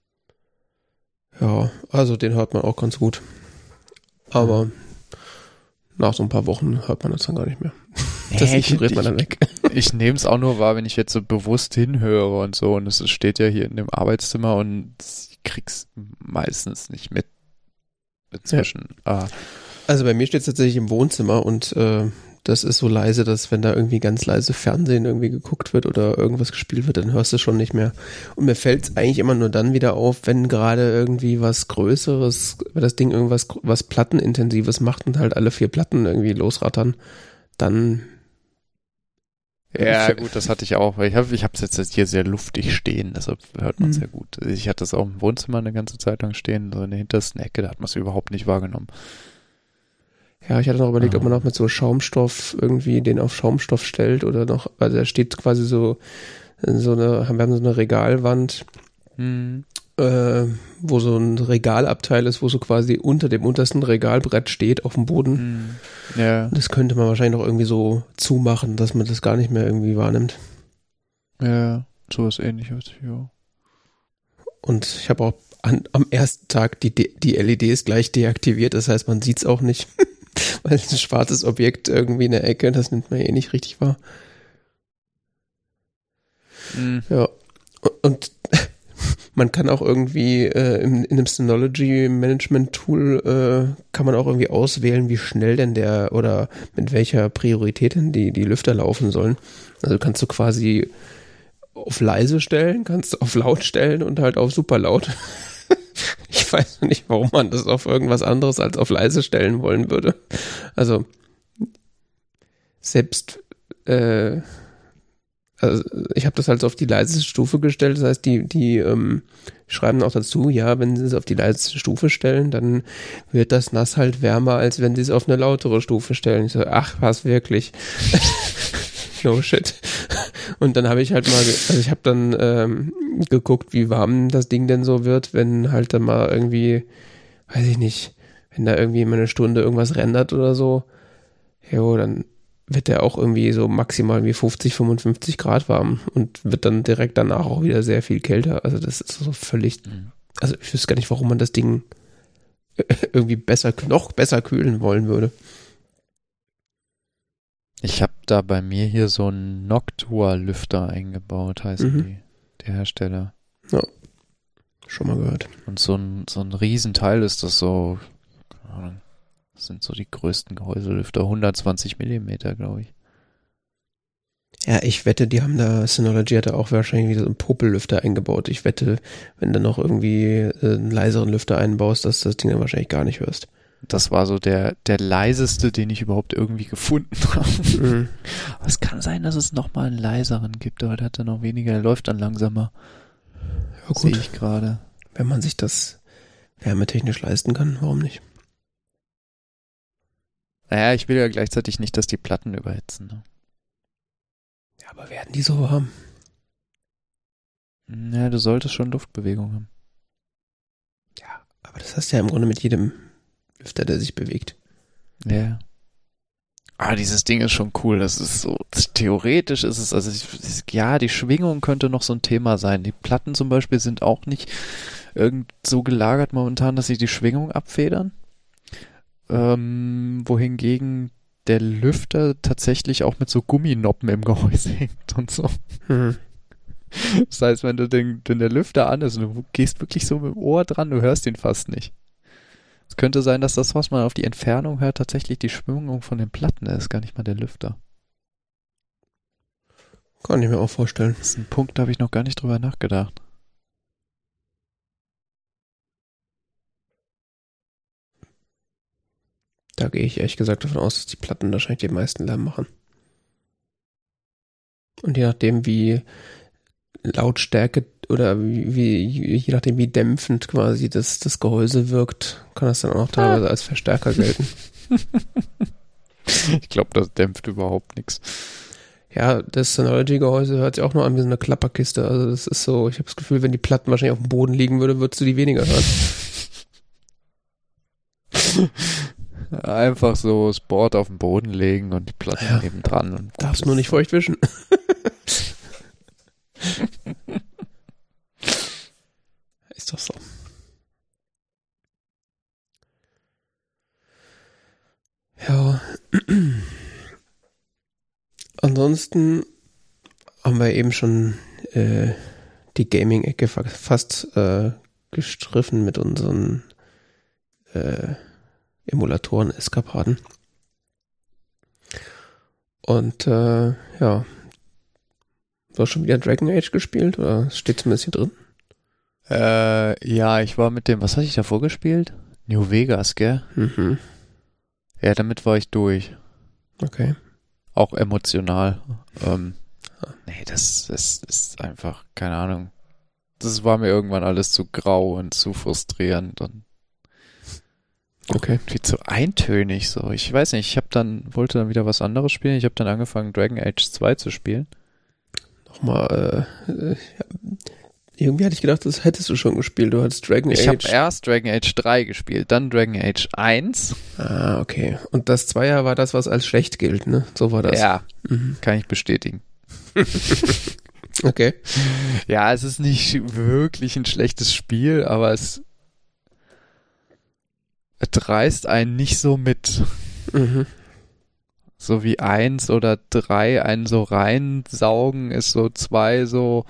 ja, also den hört man auch ganz gut. Aber nach so ein paar Wochen hört man das dann gar nicht mehr. Das Nee, ignoriert ich, man dann weg. Ich nehme es auch nur wahr, wenn ich jetzt so bewusst hinhöre und so, und es steht ja hier in dem Arbeitszimmer und ich krieg's meistens nicht mit. Inzwischen. Ja. Ah. Also bei mir steht es tatsächlich im Wohnzimmer und äh, das ist so leise, dass wenn da irgendwie ganz leise Fernsehen irgendwie geguckt wird oder irgendwas gespielt wird, dann hörst du schon nicht mehr. Und mir fällt es eigentlich immer nur dann wieder auf, wenn gerade irgendwie was Größeres, wenn das Ding irgendwas was Plattenintensives macht und halt alle vier Platten irgendwie losrattern, dann ja, gut, das hatte ich auch, weil ich habe ich habe es jetzt hier sehr luftig stehen, deshalb hört man es Mhm. sehr gut. Ich hatte es auch im Wohnzimmer eine ganze Zeit lang stehen, so in der hintersten Ecke, da hat man es überhaupt nicht wahrgenommen. Ja, ich hatte noch überlegt, Ah. ob man auch mit so Schaumstoff irgendwie den auf Schaumstoff stellt oder noch, also da steht quasi so, so eine, wir haben so eine Regalwand, Hm. äh, wo so ein Regalabteil ist, wo so quasi unter dem untersten Regalbrett steht auf dem Boden. Hm. Ja, Das könnte man wahrscheinlich noch irgendwie so zumachen, dass man das gar nicht mehr irgendwie wahrnimmt. ja, sowas ähnliches, ja. Und ich habe auch an, am ersten Tag die, die L E Ds gleich deaktiviert, das heißt, man sieht es auch nicht. Weil es ein schwarzes Objekt irgendwie in der Ecke, das nimmt man eh nicht richtig wahr. Hm. Ja, und man kann auch irgendwie äh, in, in einem Synology Management Tool äh, kann man auch irgendwie auswählen, wie schnell denn der oder mit welcher Priorität denn die, die Lüfter laufen sollen. Also kannst du quasi auf leise stellen, kannst auf laut stellen und halt auf super laut. Ich weiß nicht, warum man das auf irgendwas anderes als auf leise stellen wollen würde. Also selbst äh, also ich habe das halt auf die leiseste Stufe gestellt, das heißt, die, die ähm, schreiben auch dazu, ja, wenn sie es auf die leiseste Stufe stellen, dann wird das Nass halt wärmer, als wenn sie es auf eine lautere Stufe stellen. Ich so, ach, was wirklich? No shit. Und dann habe ich halt mal, also ich habe dann ähm, geguckt, wie warm das Ding denn so wird, wenn halt dann mal irgendwie, weiß ich nicht, wenn da irgendwie mal eine Stunde irgendwas rendert oder so, jo, dann wird der auch irgendwie so maximal wie fünfzig, fünfundfünfzig Grad warm und wird dann direkt danach auch wieder sehr viel kälter. Also das ist so völlig, Mhm. also ich wüsste gar nicht, warum man das Ding irgendwie besser, noch besser kühlen wollen würde. Ich habe da bei mir hier so einen Noctua-Lüfter eingebaut, heißen Mhm. die, der Hersteller. Schon mal gehört. Und so ein, so ein Riesenteil ist das so, keine Ahnung, das sind so die größten Gehäuselüfter, hundertzwanzig Millimeter, glaube ich. Ja, ich wette, die haben da, Synology hat da auch wahrscheinlich wieder so einen Popellüfter eingebaut. Ich wette, wenn du noch irgendwie äh, einen leiseren Lüfter einbaust, dass du das Ding dann wahrscheinlich gar nicht hörst. Das war so der, der leiseste, den ich überhaupt irgendwie gefunden habe. Mhm. Aber es kann sein, dass es nochmal einen leiseren gibt, aber der hat dann noch weniger, der läuft dann langsamer. Ja, Sehe gut. ich gerade. Wenn man sich das wärmetechnisch leisten kann, warum nicht? Naja, ich will ja gleichzeitig nicht, dass die Platten überhitzen. Ne? Ja, aber werden die so warm? Ja, du solltest schon Luftbewegung haben. Ja, aber das hast du ja im Grunde mit jedem Lüfter, der sich bewegt. Ja. Ah, dieses Ding ist schon cool. Das ist so, das, theoretisch ist es, also ich, ja, die Schwingung könnte noch so ein Thema sein. Die Platten zum Beispiel sind auch nicht irgend so gelagert momentan, dass sie die Schwingung abfedern. Ähm, wohingegen der Lüfter tatsächlich auch mit so Gumminoppen im Gehäuse hängt und so. Mhm. Das heißt, wenn du den, wenn der Lüfter an ist und du gehst wirklich so mit dem Ohr dran, du hörst ihn fast nicht. Es könnte sein, dass das, was man auf die Entfernung hört, tatsächlich die Schwingung von den Platten ist, gar nicht mal der Lüfter. Kann ich mir auch vorstellen. Das ist ein Punkt, da habe ich noch gar nicht drüber nachgedacht. Da gehe ich ehrlich gesagt davon aus, dass die Platten wahrscheinlich den meisten Lärm machen. Und je nachdem, wie Lautstärke oder wie, wie je nachdem, wie dämpfend quasi das, das Gehäuse wirkt, kann das dann auch teilweise als Verstärker gelten. Ich glaube, das dämpft überhaupt nichts. Ja, das Synology-Gehäuse hört sich auch nur an wie so eine Klapperkiste. Also das ist so, ich habe das Gefühl, wenn die Platten wahrscheinlich auf dem Boden liegen würde, würdest du die weniger hören. Einfach so das Board auf den Boden legen und die Platten Ja. neben dran. Und Darfst nur nicht feucht wischen. Ist doch so. Ja. Ansonsten haben wir eben schon äh, die Gaming-Ecke fa- fast äh, gestriffen mit unseren äh, Emulatoren-Eskapaden. Und äh, ja, du hast schon wieder Dragon Age gespielt oder steht zumindest hier drin? Äh, ja, ich war mit dem, was hatte ich davor gespielt? New Vegas, gell? Mhm. Ja, damit war ich durch. Okay. Auch emotional. Ähm, nee, das, das ist einfach, keine Ahnung. Das war mir irgendwann alles zu grau und zu frustrierend und okay. Viel zu eintönig so. Ich weiß nicht, ich habe dann, wollte dann wieder was anderes spielen. Ich habe dann angefangen, Dragon Age zwei zu spielen. Nochmal, äh, ja, irgendwie hatte ich gedacht, das hättest du schon gespielt. Du hattest Dragon ich Age. Ich habe erst Dragon Age drei gespielt, dann Dragon Age eins. Ah, okay. Und das Zweier war das, was als schlecht gilt, ne? So war das. Ja, mhm. Kann ich bestätigen. Okay. Ja, es ist nicht wirklich ein schlechtes Spiel, aber es reißt einen nicht so mit. Mhm. So wie eins oder drei einen so reinsaugen, ist so zwei so,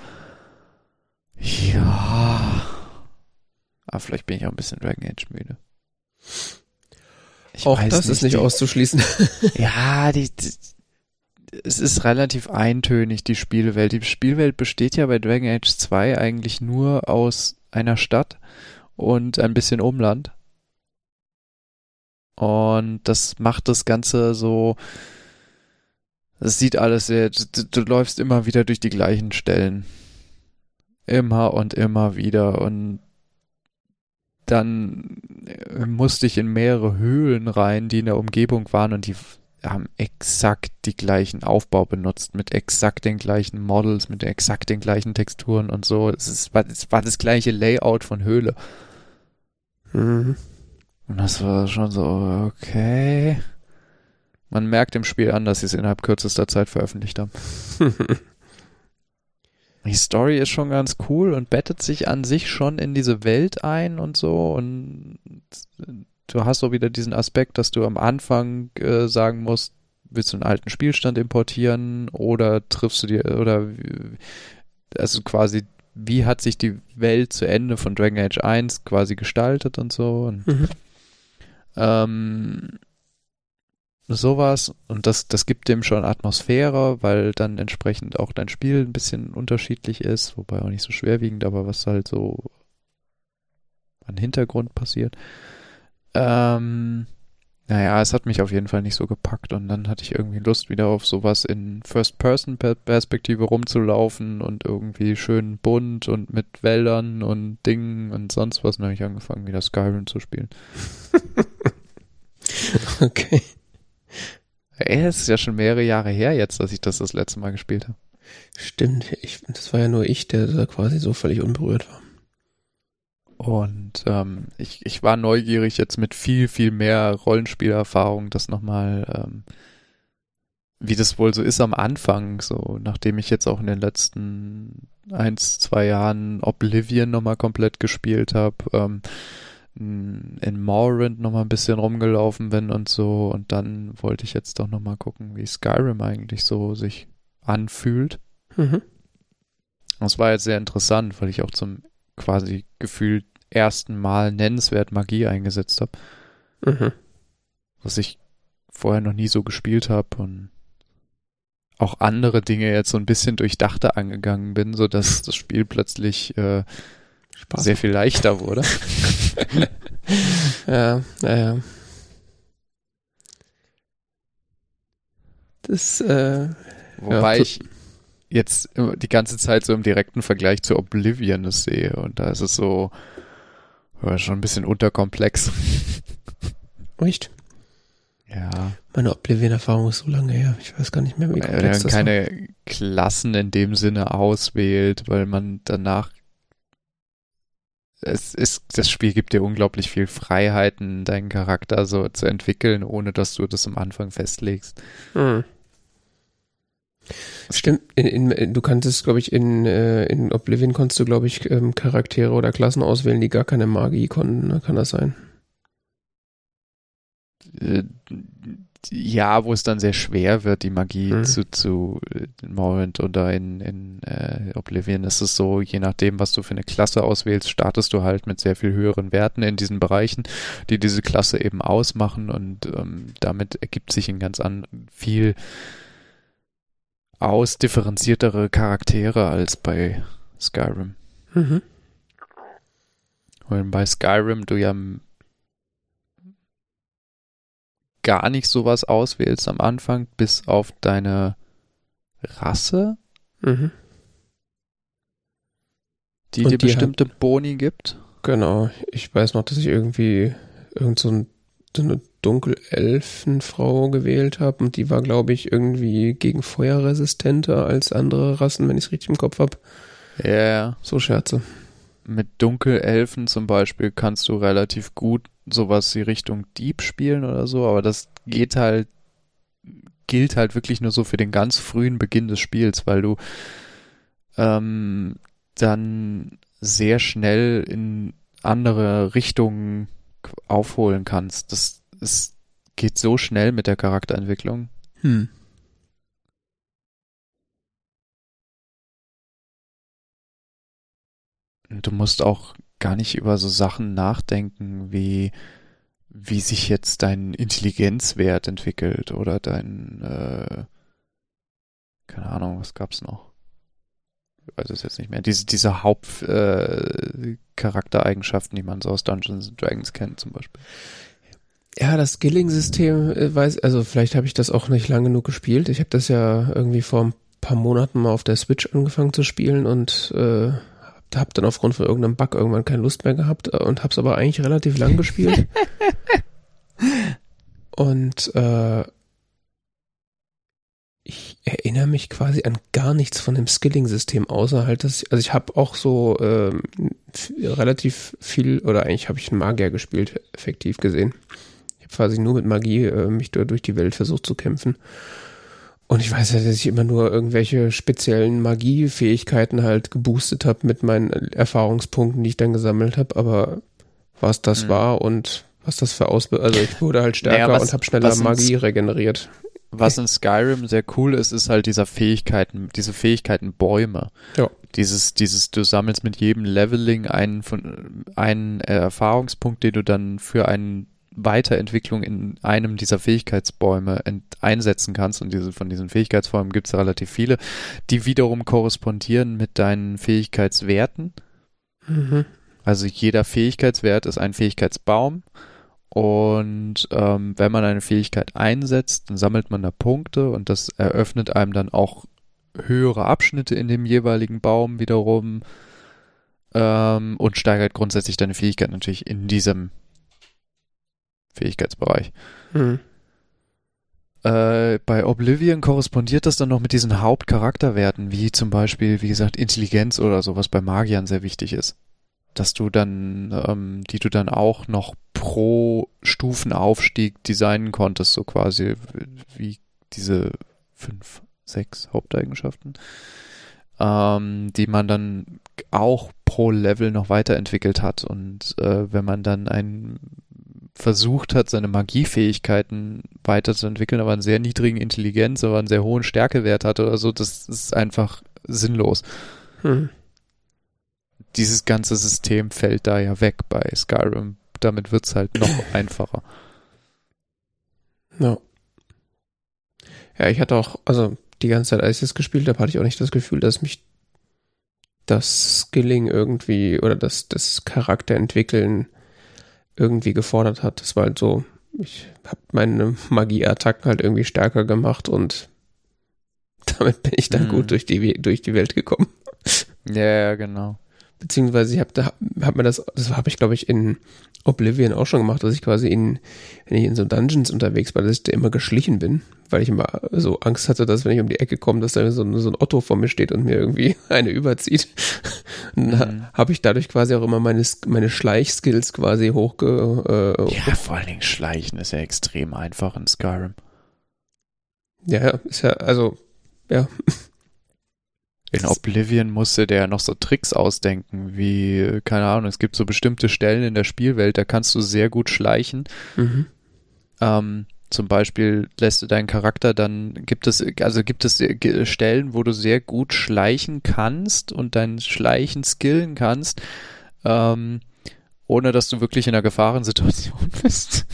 ja. Aber vielleicht bin ich auch ein bisschen Dragon Age müde. Ich auch das nicht, ist nicht die, auszuschließen. Ja, die, die, es ist relativ eintönig, die Spielwelt. Die Spielwelt besteht ja bei Dragon Age zwei eigentlich nur aus einer Stadt und ein bisschen Umland. Und das macht das Ganze so, es sieht alles sehr, du, du läufst immer wieder durch die gleichen Stellen. Immer und immer wieder. Und dann musste ich in mehrere Höhlen rein, die in der Umgebung waren und die haben exakt die gleichen Aufbau benutzt, mit exakt den gleichen Models, mit exakt den gleichen Texturen und so. Es, ist, es war das gleiche Layout von Höhle. Mhm. Und das war schon so, okay. Man merkt im Spiel an, dass sie es innerhalb kürzester Zeit veröffentlicht haben. Die Story ist schon ganz cool und bettet sich an sich schon in diese Welt ein und so. Und du hast so wieder diesen Aspekt, dass du am Anfang äh, sagen musst, willst du einen alten Spielstand importieren oder triffst du dir, oder also quasi, wie hat sich die Welt zu Ende von Dragon Age eins quasi gestaltet und so. Und mhm. ähm, sowas, und das, das gibt dem schon Atmosphäre, weil dann entsprechend auch dein Spiel ein bisschen unterschiedlich ist, wobei auch nicht so schwerwiegend, aber was halt so an Hintergrund passiert. Ähm, naja, es hat mich auf jeden Fall nicht so gepackt und dann hatte ich irgendwie Lust, wieder auf sowas in First-Person-Perspektive rumzulaufen und irgendwie schön bunt und mit Wäldern und Dingen und sonst was, und dann habe ich angefangen, wieder Skyrim zu spielen. Okay. Ey, es ist ja schon mehrere Jahre her jetzt, dass ich das das letzte Mal gespielt habe. Stimmt, ich, das war ja nur ich, der da quasi so völlig unberührt war. Und ähm, ich, ich war neugierig jetzt mit viel, viel mehr Rollenspielerfahrung, das nochmal, ähm, wie das wohl so ist am Anfang, so nachdem ich jetzt auch in den letzten eins, zwei Jahren Oblivion nochmal komplett gespielt habe, ähm, in Morrowind noch mal ein bisschen rumgelaufen bin und so, und dann wollte ich jetzt doch noch mal gucken, wie Skyrim eigentlich so sich anfühlt. Mhm. Das war jetzt sehr interessant, weil ich auch zum quasi gefühlt ersten Mal nennenswert Magie eingesetzt habe. Mhm. Was ich vorher noch nie so gespielt habe und auch andere Dinge jetzt so ein bisschen durchdachter angegangen bin, sodass das Spiel plötzlich äh, Spaß. Sehr viel leichter wurde. Ja, ja, ja. Das, äh, Wobei ja, ich jetzt die ganze Zeit so im direkten Vergleich zu Oblivion das sehe und da ist es so ja, schon ein bisschen unterkomplex. Echt? Ja. Meine Oblivion-Erfahrung ist so lange her. Ich weiß gar nicht mehr, wie komplex weil man das keine war. Klassen in dem Sinne auswählt, weil man danach Es ist, das Spiel gibt dir unglaublich viel Freiheiten, deinen Charakter so zu entwickeln, ohne dass du das am Anfang festlegst. Hm. Stimmt, in, in, du kanntest, glaube ich, in, äh, in Oblivion konntest du, glaube ich, ähm, Charaktere oder Klassen auswählen, die gar keine Magie konnten, ne? Kann das sein? Äh, ja, wo es dann sehr schwer wird, die Magie hm. zu, zu in Morrowind oder in, in äh, Oblivion ist es so, je nachdem, was du für eine Klasse auswählst, startest du halt mit sehr viel höheren Werten in diesen Bereichen, die diese Klasse eben ausmachen, und ähm, damit ergibt sich ein ganz an viel durchaus differenziertere Charaktere als bei Skyrim. Mhm. Weil bei Skyrim du ja m- gar nicht sowas auswählst am Anfang, bis auf deine Rasse, Mhm. die Und dir die bestimmte Boni gibt. Genau. Ich weiß noch, dass ich irgendwie irgend so, ein, so eine Dunkelelfenfrau gewählt habe und die war, glaube ich, irgendwie gegen Feuer resistenter als andere Rassen, wenn ich es richtig im Kopf habe. Ja, yeah. So Scherze. Mit Dunkelelfen zum Beispiel kannst du relativ gut sowas wie Richtung Dieb spielen oder so, aber das geht halt, gilt halt wirklich nur so für den ganz frühen Beginn des Spiels, weil du ähm, dann sehr schnell in andere Richtungen k- aufholen kannst. Das es geht so schnell mit der Charakterentwicklung. Hm. Und du musst auch gar nicht über so Sachen nachdenken, wie wie sich jetzt dein Intelligenzwert entwickelt oder dein, äh, keine Ahnung, was gab's noch? Ich weiß es jetzt nicht mehr. Diese, diese Hauptcharaktereigenschaften, äh, Charaktereigenschaften, die man so aus Dungeons and Dragons kennt zum Beispiel. Ja, das Skilling-System, äh, weiß, also vielleicht habe ich das auch nicht lange genug gespielt. Ich habe das ja irgendwie vor ein paar Monaten mal auf der Switch angefangen zu spielen und äh, habe dann aufgrund von irgendeinem Bug irgendwann keine Lust mehr gehabt äh, und habe es aber eigentlich relativ lang gespielt. Und äh, ich erinnere mich quasi an gar nichts von dem Skilling-System, außer halt, dass ich, also ich habe auch so ähm, f- relativ viel, oder eigentlich habe ich einen Magier gespielt, effektiv gesehen. Ich habe quasi nur mit Magie äh, mich da durch die Welt versucht zu kämpfen. Und ich weiß ja, dass ich immer nur irgendwelche speziellen Magiefähigkeiten halt geboostet habe mit meinen Erfahrungspunkten, die ich dann gesammelt habe, aber was das Mhm. war und was das für Ausbe... Also ich wurde halt stärker Naja, was- und habe schneller was in Magie regeneriert. Was in Skyrim sehr cool ist, ist halt dieser Fähigkeiten, diese Fähigkeitenbäume. Ja. Dieses, dieses, du sammelst mit jedem Leveling einen von einen äh, Erfahrungspunkt, den du dann für eine Weiterentwicklung in einem dieser Fähigkeitsbäume ent- einsetzen kannst. Und diese, von diesen Fähigkeitsbäumen gibt es relativ viele, die wiederum korrespondieren mit deinen Fähigkeitswerten. Mhm. Also jeder Fähigkeitswert ist ein Fähigkeitsbaum. Und ähm, wenn man eine Fähigkeit einsetzt, dann sammelt man da Punkte und das eröffnet einem dann auch höhere Abschnitte in dem jeweiligen Baum wiederum ähm, und steigert grundsätzlich deine Fähigkeit natürlich in diesem Fähigkeitsbereich. Mhm. Äh, bei Oblivion korrespondiert das dann noch mit diesen Hauptcharakterwerten, wie zum Beispiel, wie gesagt, Intelligenz oder so, was bei Magiern sehr wichtig ist. Dass du dann, ähm, die du dann auch noch pro Stufenaufstieg designen konntest, so quasi wie diese fünf, sechs Haupteigenschaften, ähm, die man dann auch pro Level noch weiterentwickelt hat. Und äh, wenn man dann ein versucht hat, seine Magiefähigkeiten weiterzuentwickeln, aber einen sehr niedrigen Intelligenz, aber einen sehr hohen Stärkewert hatte oder so, das ist einfach sinnlos. Mhm. Dieses ganze System fällt da ja weg bei Skyrim. Damit wird es halt noch einfacher. Ja. Ja, ich hatte auch, also die ganze Zeit, als ich das gespielt habe, hatte ich auch nicht das Gefühl, dass mich das Skilling irgendwie oder das, das Charakterentwickeln irgendwie gefordert hat. Das war halt so, ich habe meine Magieattacken halt irgendwie stärker gemacht und damit bin ich dann Mhm. gut durch die, durch die Welt gekommen. Ja, ja, genau. Beziehungsweise ich habe da hab mir das, das habe ich glaube ich in Oblivion auch schon gemacht, dass ich quasi in, wenn ich in so Dungeons unterwegs war, dass ich da immer geschlichen bin, weil ich immer so Angst hatte, dass wenn ich um die Ecke komme, dass da so, ein- so ein Otto vor mir steht und mir irgendwie eine überzieht. Und Mhm. dann habe ich dadurch quasi auch immer meine, meine Schleichskills quasi hochge... Äh, Ja, vor allen Dingen Schleichen ist ja extrem einfach in Skyrim. ja, ja, ist ja, also, ja. In Oblivion musste der ja noch so Tricks ausdenken, wie, keine Ahnung, es gibt so bestimmte Stellen in der Spielwelt, da kannst du sehr gut schleichen. Mhm. Ähm, zum Beispiel lässt du deinen Charakter dann, gibt es, also gibt es äh, Stellen, wo du sehr gut schleichen kannst und dein Schleichen skillen kannst, ähm, ohne dass du wirklich in einer Gefahrensituation bist.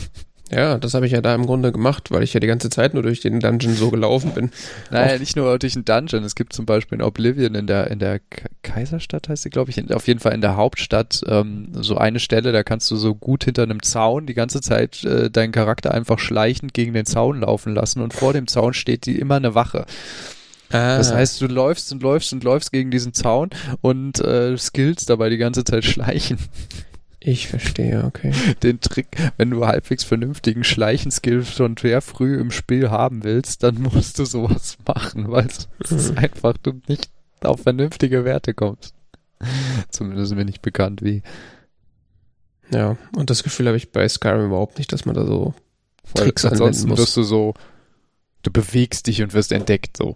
Ja, das habe ich ja da im Grunde gemacht, weil ich ja die ganze Zeit nur durch den Dungeon so gelaufen bin. Naja, nicht nur durch den Dungeon. Es gibt zum Beispiel in Oblivion in der, in der K- Kaiserstadt, heißt sie, glaube ich, in, auf jeden Fall in der Hauptstadt, ähm, so eine Stelle, da kannst du so gut hinter einem Zaun die ganze Zeit äh, deinen Charakter einfach schleichend gegen den Zaun laufen lassen und vor dem Zaun steht die immer eine Wache. Ah. Das heißt, du läufst und läufst und läufst gegen diesen Zaun und äh, skillst dabei die ganze Zeit schleichen. Ich verstehe, okay. Den Trick, wenn du halbwegs vernünftigen Schleichen-Skill schon sehr früh im Spiel haben willst, dann musst du sowas machen, weil es Mhm. ist einfach, du nicht auf vernünftige Werte kommst. Zumindest mir nicht bekannt wie. Ja, und das Gefühl habe ich bei Skyrim überhaupt nicht, dass man da so Weil Tricks anwenden ansonsten muss. wirst du so, du bewegst dich und wirst entdeckt, so.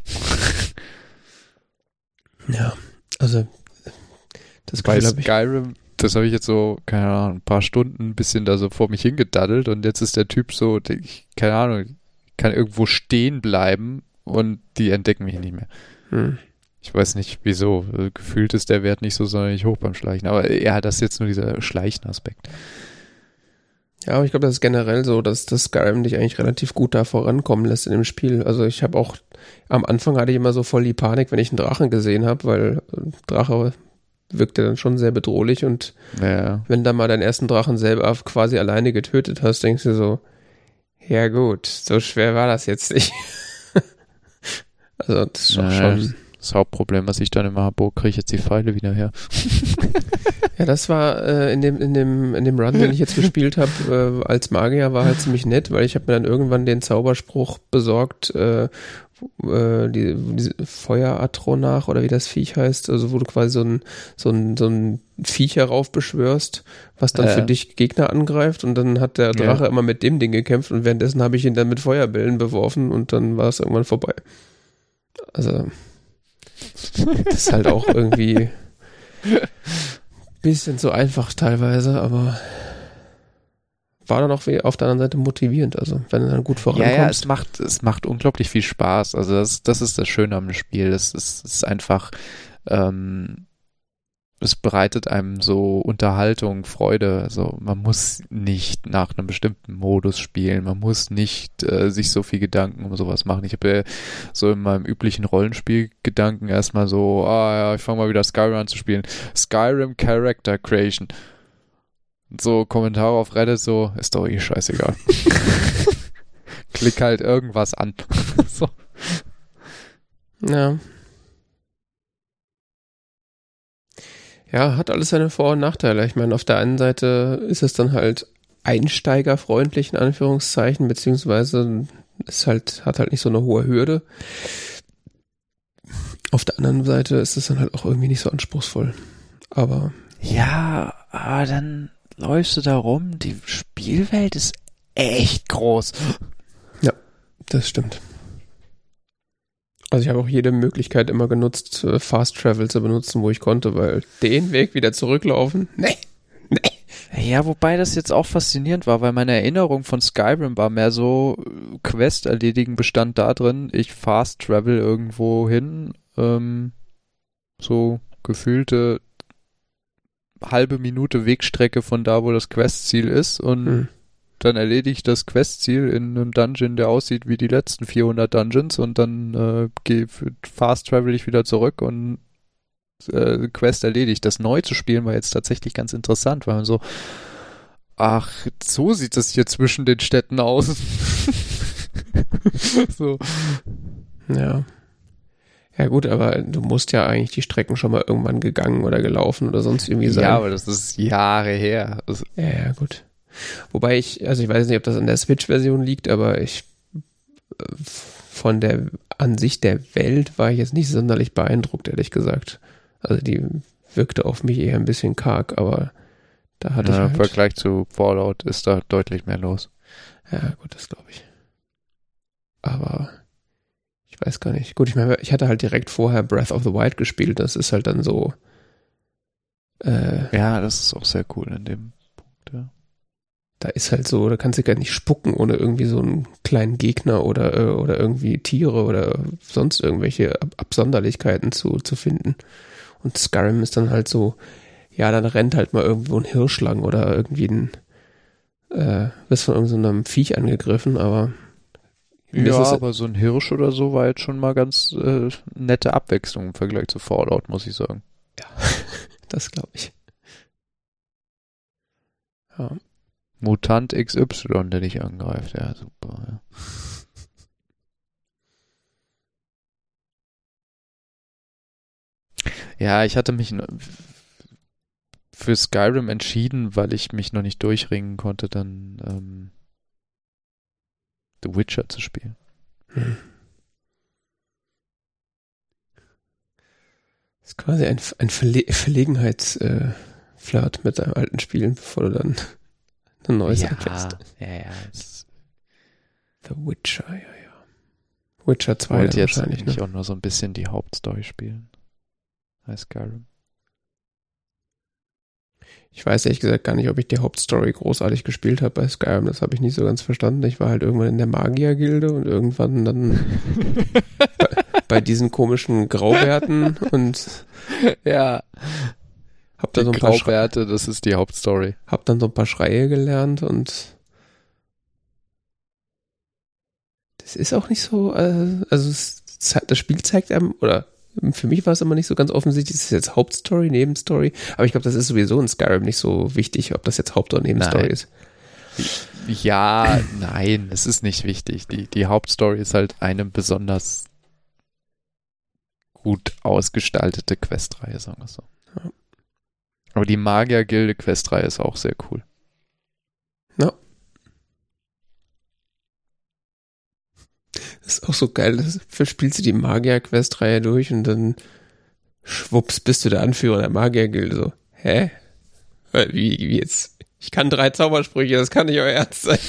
Ja, also das Bei Gefühl habe ich. Skyrim, das habe ich jetzt so, keine Ahnung, ein paar Stunden ein bisschen da so vor mich hingedaddelt und jetzt ist der Typ so, der, ich, keine Ahnung, kann irgendwo stehen bleiben und die entdecken mich nicht mehr. Hm. Ich weiß nicht, wieso. Gefühlt ist der Wert nicht so sonderlich hoch beim Schleichen. Aber ja, das ist jetzt nur dieser Schleichen-Aspekt. Ja, aber ich glaube, das ist generell so, dass das Skyrim dich eigentlich relativ gut da vorankommen lässt in dem Spiel. Also ich habe auch, am Anfang hatte ich immer so voll die Panik, wenn ich einen Drachen gesehen habe, weil äh, Drache wirkte dann schon sehr bedrohlich und Ja. wenn du dann mal deinen ersten Drachen selber quasi alleine getötet hast, denkst du so, ja gut, so schwer war das jetzt nicht. Also das ist doch Naja, schon... Das Hauptproblem, was ich dann immer habe, wo kriege ich jetzt die Pfeile wieder her? Ja, das war äh, in dem in dem in dem Run, den ich jetzt gespielt habe, äh, als Magier, war halt ziemlich nett, weil ich habe mir dann irgendwann den Zauberspruch besorgt, äh, äh, die, diese Feueratronach oder wie das Viech heißt, also wo du quasi so ein so ein so ein Viech heraufbeschwörst, was dann Ja. für dich Gegner angreift und dann hat der Drache Ja. immer mit dem Ding gekämpft und währenddessen habe ich ihn dann mit Feuerbällen beworfen und dann war es irgendwann vorbei. Also das ist halt auch irgendwie bisschen zu einfach teilweise, aber war dann auch wie auf der anderen Seite motivierend, also wenn du dann gut Ja, vorankommst. ja, es macht, es macht unglaublich viel Spaß. Also das, das ist das Schöne am Spiel. Es ist, es ist einfach, ähm, es bereitet einem so Unterhaltung, Freude. Also man muss nicht nach einem bestimmten Modus spielen. Man muss nicht äh, sich so viel Gedanken um sowas machen. Ich habe ja so in meinem üblichen Rollenspielgedanken erstmal so, ah ja, ich fange mal wieder Skyrim an zu spielen. Skyrim Character Creation. Und so Kommentare auf Reddit so, ist doch eh scheißegal. Klick halt irgendwas an. So. Ja. Ja, hat alles seine Vor- und Nachteile. Ich meine, auf der einen Seite ist es dann halt einsteigerfreundlich, in Anführungszeichen, beziehungsweise ist halt, hat halt nicht so eine hohe Hürde. Auf der anderen Seite ist es dann halt auch irgendwie nicht so anspruchsvoll. Aber Ja, aber dann läufst du da rum, die Spielwelt ist echt groß. das stimmt. Also ich habe auch jede Möglichkeit immer genutzt, äh, Fast Travel zu benutzen, wo ich konnte, weil den Weg wieder zurücklaufen, nee, nee. Ja, wobei das jetzt auch faszinierend war, weil meine Erinnerung von Skyrim war mehr so, äh, Quest erledigen bestand da drin, ich Fast Travel irgendwo hin, ähm, so gefühlte halbe Minute Wegstrecke von da, wo das Questziel ist und Hm. dann erledige ich das Questziel in einem Dungeon, der aussieht wie die letzten vierhundert Dungeons und dann äh, geh, fast travel ich wieder zurück und äh, Quest erledigt. Das neu zu spielen war jetzt tatsächlich ganz interessant, weil man so, ach, so sieht das hier zwischen den Städten aus. So. Ja. Ja gut, aber du musst ja eigentlich die Strecken schon mal irgendwann gegangen oder gelaufen oder sonst irgendwie sein. Ja, aber das ist Jahre her. Das, Ja, ja, gut. Wobei ich, also ich weiß nicht, ob das an der Switch-Version liegt, aber ich äh, von der Ansicht der Welt war ich jetzt nicht sonderlich beeindruckt, ehrlich gesagt. Also die wirkte auf mich eher ein bisschen karg, aber da hatte ja, ich im halt, Vergleich zu Fallout ist da deutlich mehr los. ja gut, das glaube ich. Aber ich weiß gar nicht. Gut, ich meine, ich hatte halt direkt vorher Breath of the Wild gespielt, das ist halt dann so äh, Ja, das ist auch sehr cool in dem Punkt, ja. da ist halt so, da kannst du gar nicht spucken, ohne irgendwie so einen kleinen Gegner oder, äh, oder irgendwie Tiere oder sonst irgendwelche Ab- Absonderlichkeiten zu, zu finden. Und Skyrim ist dann halt so, ja, dann rennt halt mal irgendwo ein Hirsch lang oder irgendwie ein, äh, wirst von irgendeinem Viech angegriffen, aber ja, aber so ein Hirsch oder so war jetzt schon mal ganz äh, nette Abwechslung im Vergleich zu Fallout, muss ich sagen. Ja, das glaube ich. Ja. Mutant X Y, der dich angreift, ja, super, ja. Ja, ich hatte mich für Skyrim entschieden, weil ich mich noch nicht durchringen konnte, dann ähm, The Witcher zu spielen. Hm. Das ist quasi ein, ein Verle- Verlegenheitsflirt äh, mit deinem alten Spielen, bevor du dann ein neues ja, anfängst. Ja, ja. The Witcher, ja, ja. Witcher zwei wollte jetzt wahrscheinlich, eigentlich ne? auch nur so ein bisschen die Hauptstory spielen. Bei Skyrim. Ich weiß ehrlich gesagt gar nicht, ob ich die Hauptstory großartig gespielt habe bei Skyrim. Das habe ich nicht so ganz verstanden. Ich war halt irgendwann in der Magiergilde und irgendwann dann bei, bei diesen komischen Graubärten und ja. Hab da die so ein paar Graubärte, Schre- das ist die Hauptstory. Hab dann so ein paar Schreie gelernt und das ist auch nicht so, äh, also es, das Spiel zeigt einem, oder für mich war es immer nicht so ganz offensichtlich, ist das jetzt Hauptstory, Nebenstory, aber ich glaube, das ist sowieso in Skyrim nicht so wichtig, ob das jetzt Haupt- oder Nebenstory Nein. ist. Ja, nein, es ist nicht wichtig. Die, die Hauptstory ist halt eine besonders gut ausgestaltete Questreihe, sagen wir so. Ja. Aber die Magiergilde-Questreihe ist auch sehr cool. Ja. Das ist auch so geil, das verspielst du die Magier-Questreihe durch und dann schwupps bist du der Anführer der Magiergilde. So, hä? Wie, wie jetzt? Ich kann drei Zaubersprüche, das kann nicht euer Ernst sein.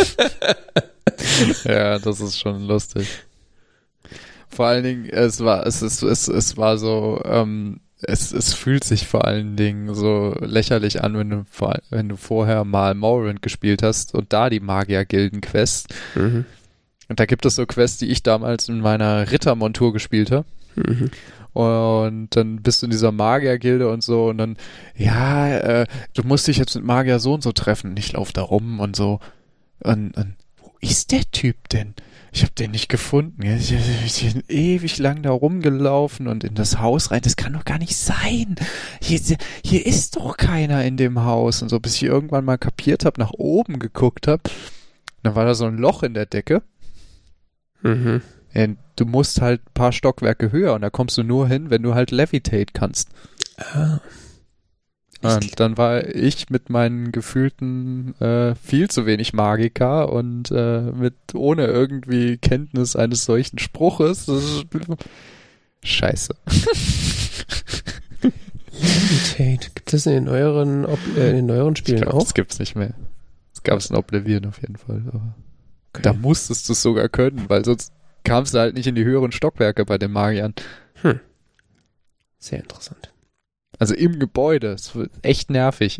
Ja, das ist schon lustig. Vor allen Dingen, es war, es ist, es, es war so, ähm, es, es fühlt sich vor allen Dingen so lächerlich an, wenn du, wenn du vorher mal Morrowind gespielt hast und da die Magiergilden-Quest. Mhm. Und da gibt es so Quests, die ich damals in meiner Rittermontur gespielt habe. Mhm. Und dann bist du in dieser Magiergilde und so und dann, ja, äh, du musst dich jetzt mit Magier so und so treffen. Und ich laufe da rum und so. Und, und wo ist der Typ denn? Ich habe den nicht gefunden. Ich, ich, ich bin ewig lang da rumgelaufen und in das Haus rein. Das kann doch gar nicht sein. Hier, hier ist doch keiner in dem Haus. Und so, bis ich irgendwann mal kapiert habe, nach oben geguckt habe. Dann war da so ein Loch in der Decke. Mhm. Ja, du musst halt ein paar Stockwerke höher und da kommst du nur hin, wenn du halt Levitate kannst. Ah. Und dann war ich mit meinen gefühlten äh, viel zu wenig Magiker und äh, mit ohne irgendwie Kenntnis eines solchen Spruches. Das ist, scheiße. Levitate. Gibt es in den neueren, äh, in den neueren Spielen ich glaub, auch? Das gibt's nicht mehr. Das gab es in Oblivion auf jeden Fall. Aber Okay. da musstest du es sogar können, weil sonst kamst du halt nicht in die höheren Stockwerke bei den Magiern. Hm. Sehr interessant. Also im Gebäude. Es wird echt nervig.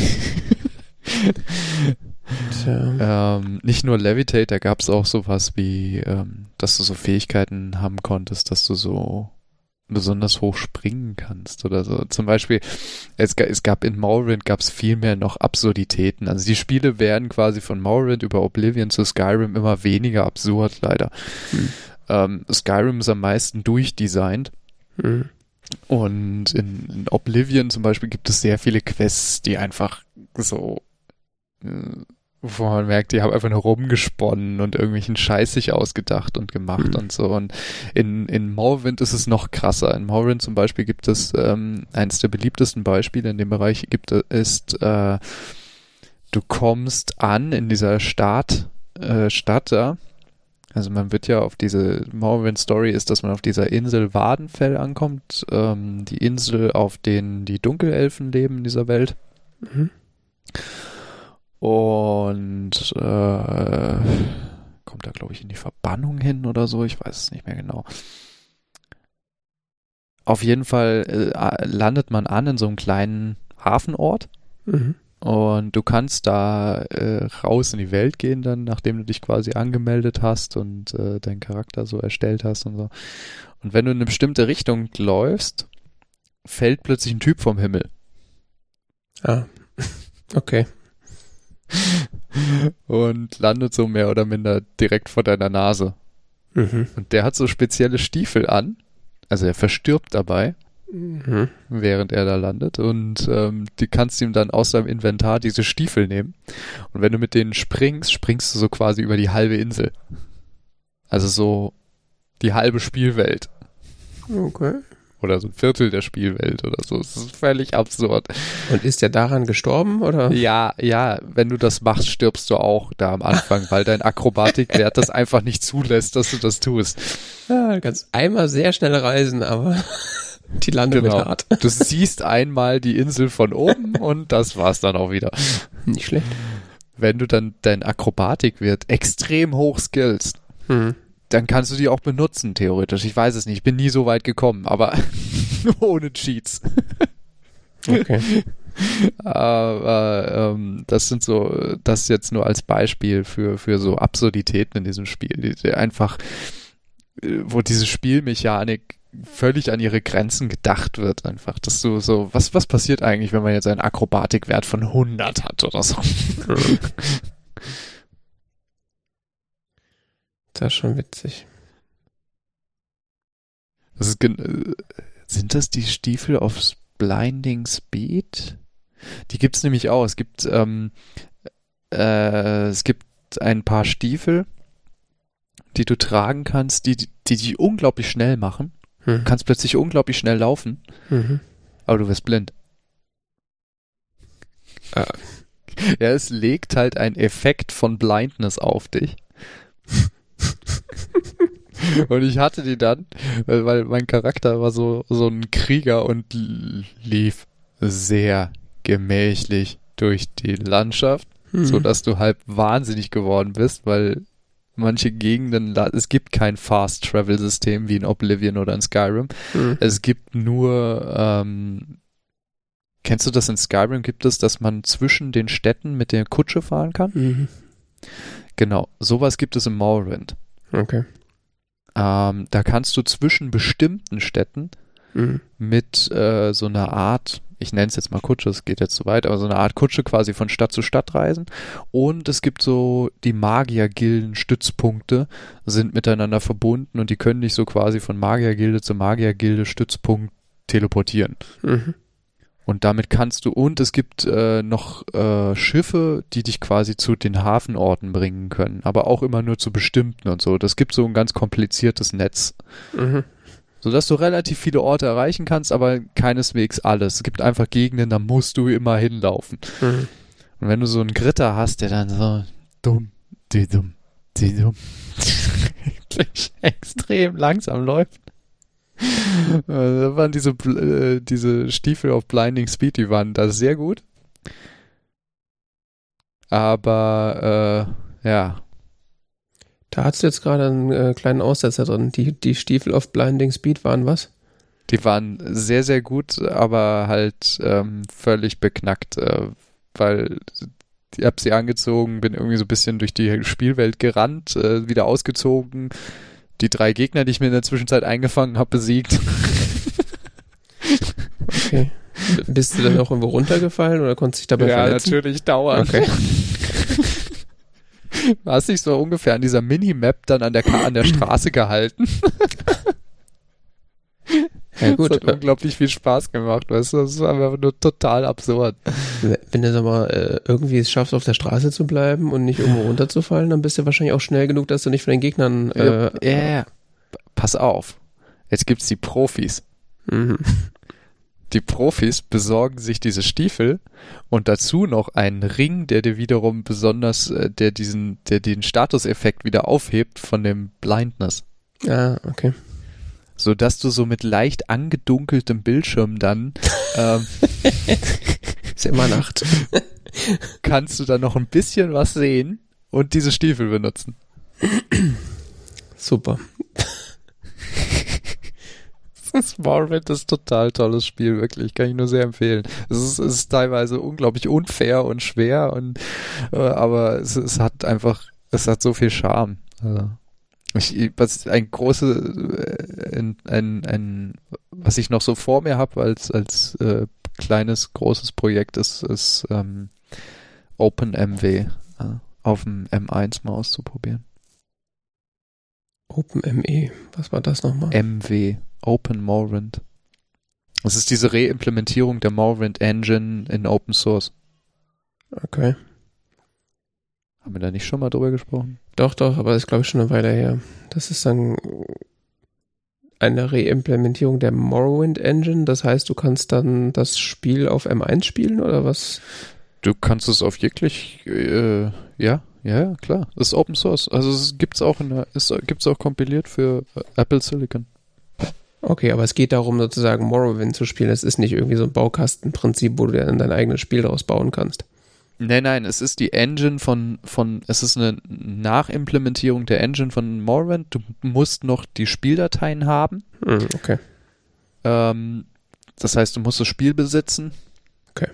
Tja. ähm, nicht nur Levitate, da gab es auch sowas wie, ähm, dass du so Fähigkeiten haben konntest, dass du so besonders hoch springen kannst oder so. Zum Beispiel, es, es gab in Morrowind gab es viel mehr noch Absurditäten. Also die Spiele werden quasi von Morrowind über Oblivion zu Skyrim immer weniger absurd, leider. Hm. Ähm, Skyrim ist am meisten durchdesignt. Hm. Und in, in Oblivion zum Beispiel gibt es sehr viele Quests, die einfach so, äh, wo man merkt, die haben einfach nur rumgesponnen und irgendwelchen Scheiß sich ausgedacht und gemacht Mhm. und so. Und in, in Morrowind ist es noch krasser. In Morrowind zum Beispiel gibt es ähm, eines der beliebtesten Beispiele in dem Bereich gibt ist, äh, du kommst an in dieser Stadt, äh, Stadt da. Also man wird ja auf diese Morrowind-Story ist, dass man auf dieser Insel Wadenfell ankommt. Ähm, die Insel, auf denen die Dunkelelfen leben in dieser Welt. Mhm. Und äh, kommt da, glaube ich, in die Verbannung hin oder so. Ich weiß es nicht mehr genau. Auf jeden Fall äh, landet man an in so einem kleinen Hafenort. Mhm. Und du kannst da äh, raus in die Welt gehen dann, nachdem du dich quasi angemeldet hast und äh, deinen Charakter so erstellt hast und so. Und wenn du in eine bestimmte Richtung läufst, fällt plötzlich ein Typ vom Himmel. Ah, okay. und landet so mehr oder minder direkt vor deiner Nase. Mhm. Und der hat so spezielle Stiefel an, also er verstirbt dabei, Mhm. während er da landet und ähm, du kannst ihm dann aus seinem Inventar diese Stiefel nehmen und wenn du mit denen springst, springst du so quasi über die halbe Insel. Also so die halbe Spielwelt. Okay. Oder so ein Viertel der Spielwelt oder so. Das ist völlig absurd. Und ist der daran gestorben, oder? Ja, ja, wenn du das machst, stirbst du auch da am Anfang, weil dein Akrobatikwert das einfach nicht zulässt, dass du das tust. Ja, du kannst einmal sehr schnell reisen, aber die Lande Genau. wird hart. Du siehst einmal die Insel von oben und das war's dann auch wieder. Nicht schlecht. Wenn du dann dein Akrobatikwert extrem hoch skillst, Mhm. dann kannst du die auch benutzen, theoretisch. Ich weiß es nicht, ich bin nie so weit gekommen, aber ohne Cheats. Okay. Aber ähm, das sind so, das jetzt nur als Beispiel für, für so Absurditäten in diesem Spiel, die, die einfach, äh, wo diese Spielmechanik völlig an ihre Grenzen gedacht wird, einfach, dass du so, was, was passiert eigentlich, wenn man jetzt einen Akrobatikwert von hundert hat oder so? Das ist schon witzig. Das ist gen- äh, sind das die Stiefel auf Blinding Speed? Die gibt's nämlich auch. Es gibt ähm, äh, es gibt ein paar Stiefel, die du tragen kannst, die die dich unglaublich schnell machen. Mhm. Du kannst plötzlich unglaublich schnell laufen, Mhm. aber du wirst blind. Ah. Ja, es legt halt einen Effekt von Blindness auf dich. Und ich hatte die dann, weil, weil mein Charakter war so, so ein Krieger und l- lief sehr gemächlich durch die Landschaft, Mhm. so dass du halb wahnsinnig geworden bist, weil manche Gegenden, la- es gibt kein Fast-Travel-System wie in Oblivion oder in Skyrim. Mhm. Es gibt nur, ähm, kennst du das in Skyrim? Gibt es, dass man zwischen den Städten mit der Kutsche fahren kann? Mhm. Genau, sowas gibt es in Morrowind. Okay. Ähm, da kannst du zwischen bestimmten Städten Mhm. mit äh, so einer Art, ich nenne es jetzt mal Kutsche, es geht jetzt zu weit, aber so eine Art Kutsche quasi von Stadt zu Stadt reisen. Und es gibt so die Magiergilden-Stützpunkte, sind miteinander verbunden und die können dich so quasi von Magiergilde zu Magiergilde-Stützpunkt teleportieren. Mhm. Und damit kannst du, und es gibt äh, noch äh, Schiffe, die dich quasi zu den Hafenorten bringen können, aber auch immer nur zu bestimmten und so. Das gibt so ein ganz kompliziertes Netz, Mhm. sodass du relativ viele Orte erreichen kannst, aber keineswegs alles. Es gibt einfach Gegenden, da musst du immer hinlaufen. Mhm. Und wenn du so einen Gritter hast, der dann so dumm, die dumm, die dumm, wirklich extrem langsam läuft, äh, da waren diese, Bl- äh, diese Stiefel auf Blinding Speed, die waren da sehr gut. Aber, äh, ja, Da hast du jetzt gerade einen äh, kleinen Aussetzer drin. Die, die Stiefel auf Blinding Speed waren was? die waren sehr, sehr gut, aber halt ähm, völlig beknackt, äh, weil ich hab sie angezogen, bin irgendwie so ein bisschen durch die Spielwelt gerannt, äh, wieder ausgezogen, die drei Gegner, die ich mir in der Zwischenzeit eingefangen habe, besiegt. Okay. Bist du dann auch irgendwo runtergefallen oder konntest dich dabei Ja, verletzen? natürlich dauernd. Okay. Du hast dich so ungefähr an dieser Minimap dann an der, Ka- an der Straße gehalten. Ja Das gut, hat unglaublich viel Spaß gemacht, weißt du, das war einfach nur total absurd. wenn du sag mal, äh, irgendwie es schaffst, auf der Straße zu bleiben und nicht irgendwo runterzufallen, dann bist du wahrscheinlich auch schnell genug, dass du nicht von den Gegnern äh, Ja, ja, ja. Pass auf, jetzt gibt's die Profis. mhm. Die Profis besorgen sich diese Stiefel und dazu noch einen Ring, der dir wiederum besonders, äh, der diesen, der den Statuseffekt wieder aufhebt von dem Blindness. Ah, okay. So dass du so mit leicht angedunkeltem Bildschirm dann ähm, Ist ja immer Nacht. kannst du dann noch ein bisschen was sehen und diese Stiefel benutzen. Super. Das Morrowind ist ein total tolles Spiel, wirklich, kann ich nur sehr empfehlen. Es ist, es ist teilweise unglaublich unfair und schwer und äh, aber es, es hat einfach, es hat so viel Charme. Also, ich, was ein große, äh, ein, ein, ein, was ich noch so vor mir habe als als äh, kleines großes Projekt ist, ist ähm, OpenMW äh, auf dem M eins mal auszuprobieren. OpenME, was war das nochmal? M W, Open Morrowind. Das ist diese Reimplementierung der Morrowind Engine in Open Source. Okay. Haben wir da nicht schon mal drüber gesprochen? Doch, doch, aber das ist, glaube ich, schon eine Weile her. Das ist dann eine Reimplementierung der Morrowind Engine. Das heißt, du kannst dann das Spiel auf M eins spielen, oder was? Du kannst es auf jeglich, äh, ja, ja, klar. Das ist Open Source. Also es gibt's auch in der, es gibt's auch kompiliert für äh, Apple Silicon. Okay, aber es geht darum, sozusagen Morrowind zu spielen. Es ist nicht irgendwie so ein Baukastenprinzip, wo du dann dein eigenes Spiel daraus bauen kannst. Nein, nein, es ist die Engine von, von, es ist eine Nachimplementierung der Engine von Morrowind. Du musst noch die Spieldateien haben. Hm, okay. Ähm, das heißt, du musst das Spiel besitzen. Okay.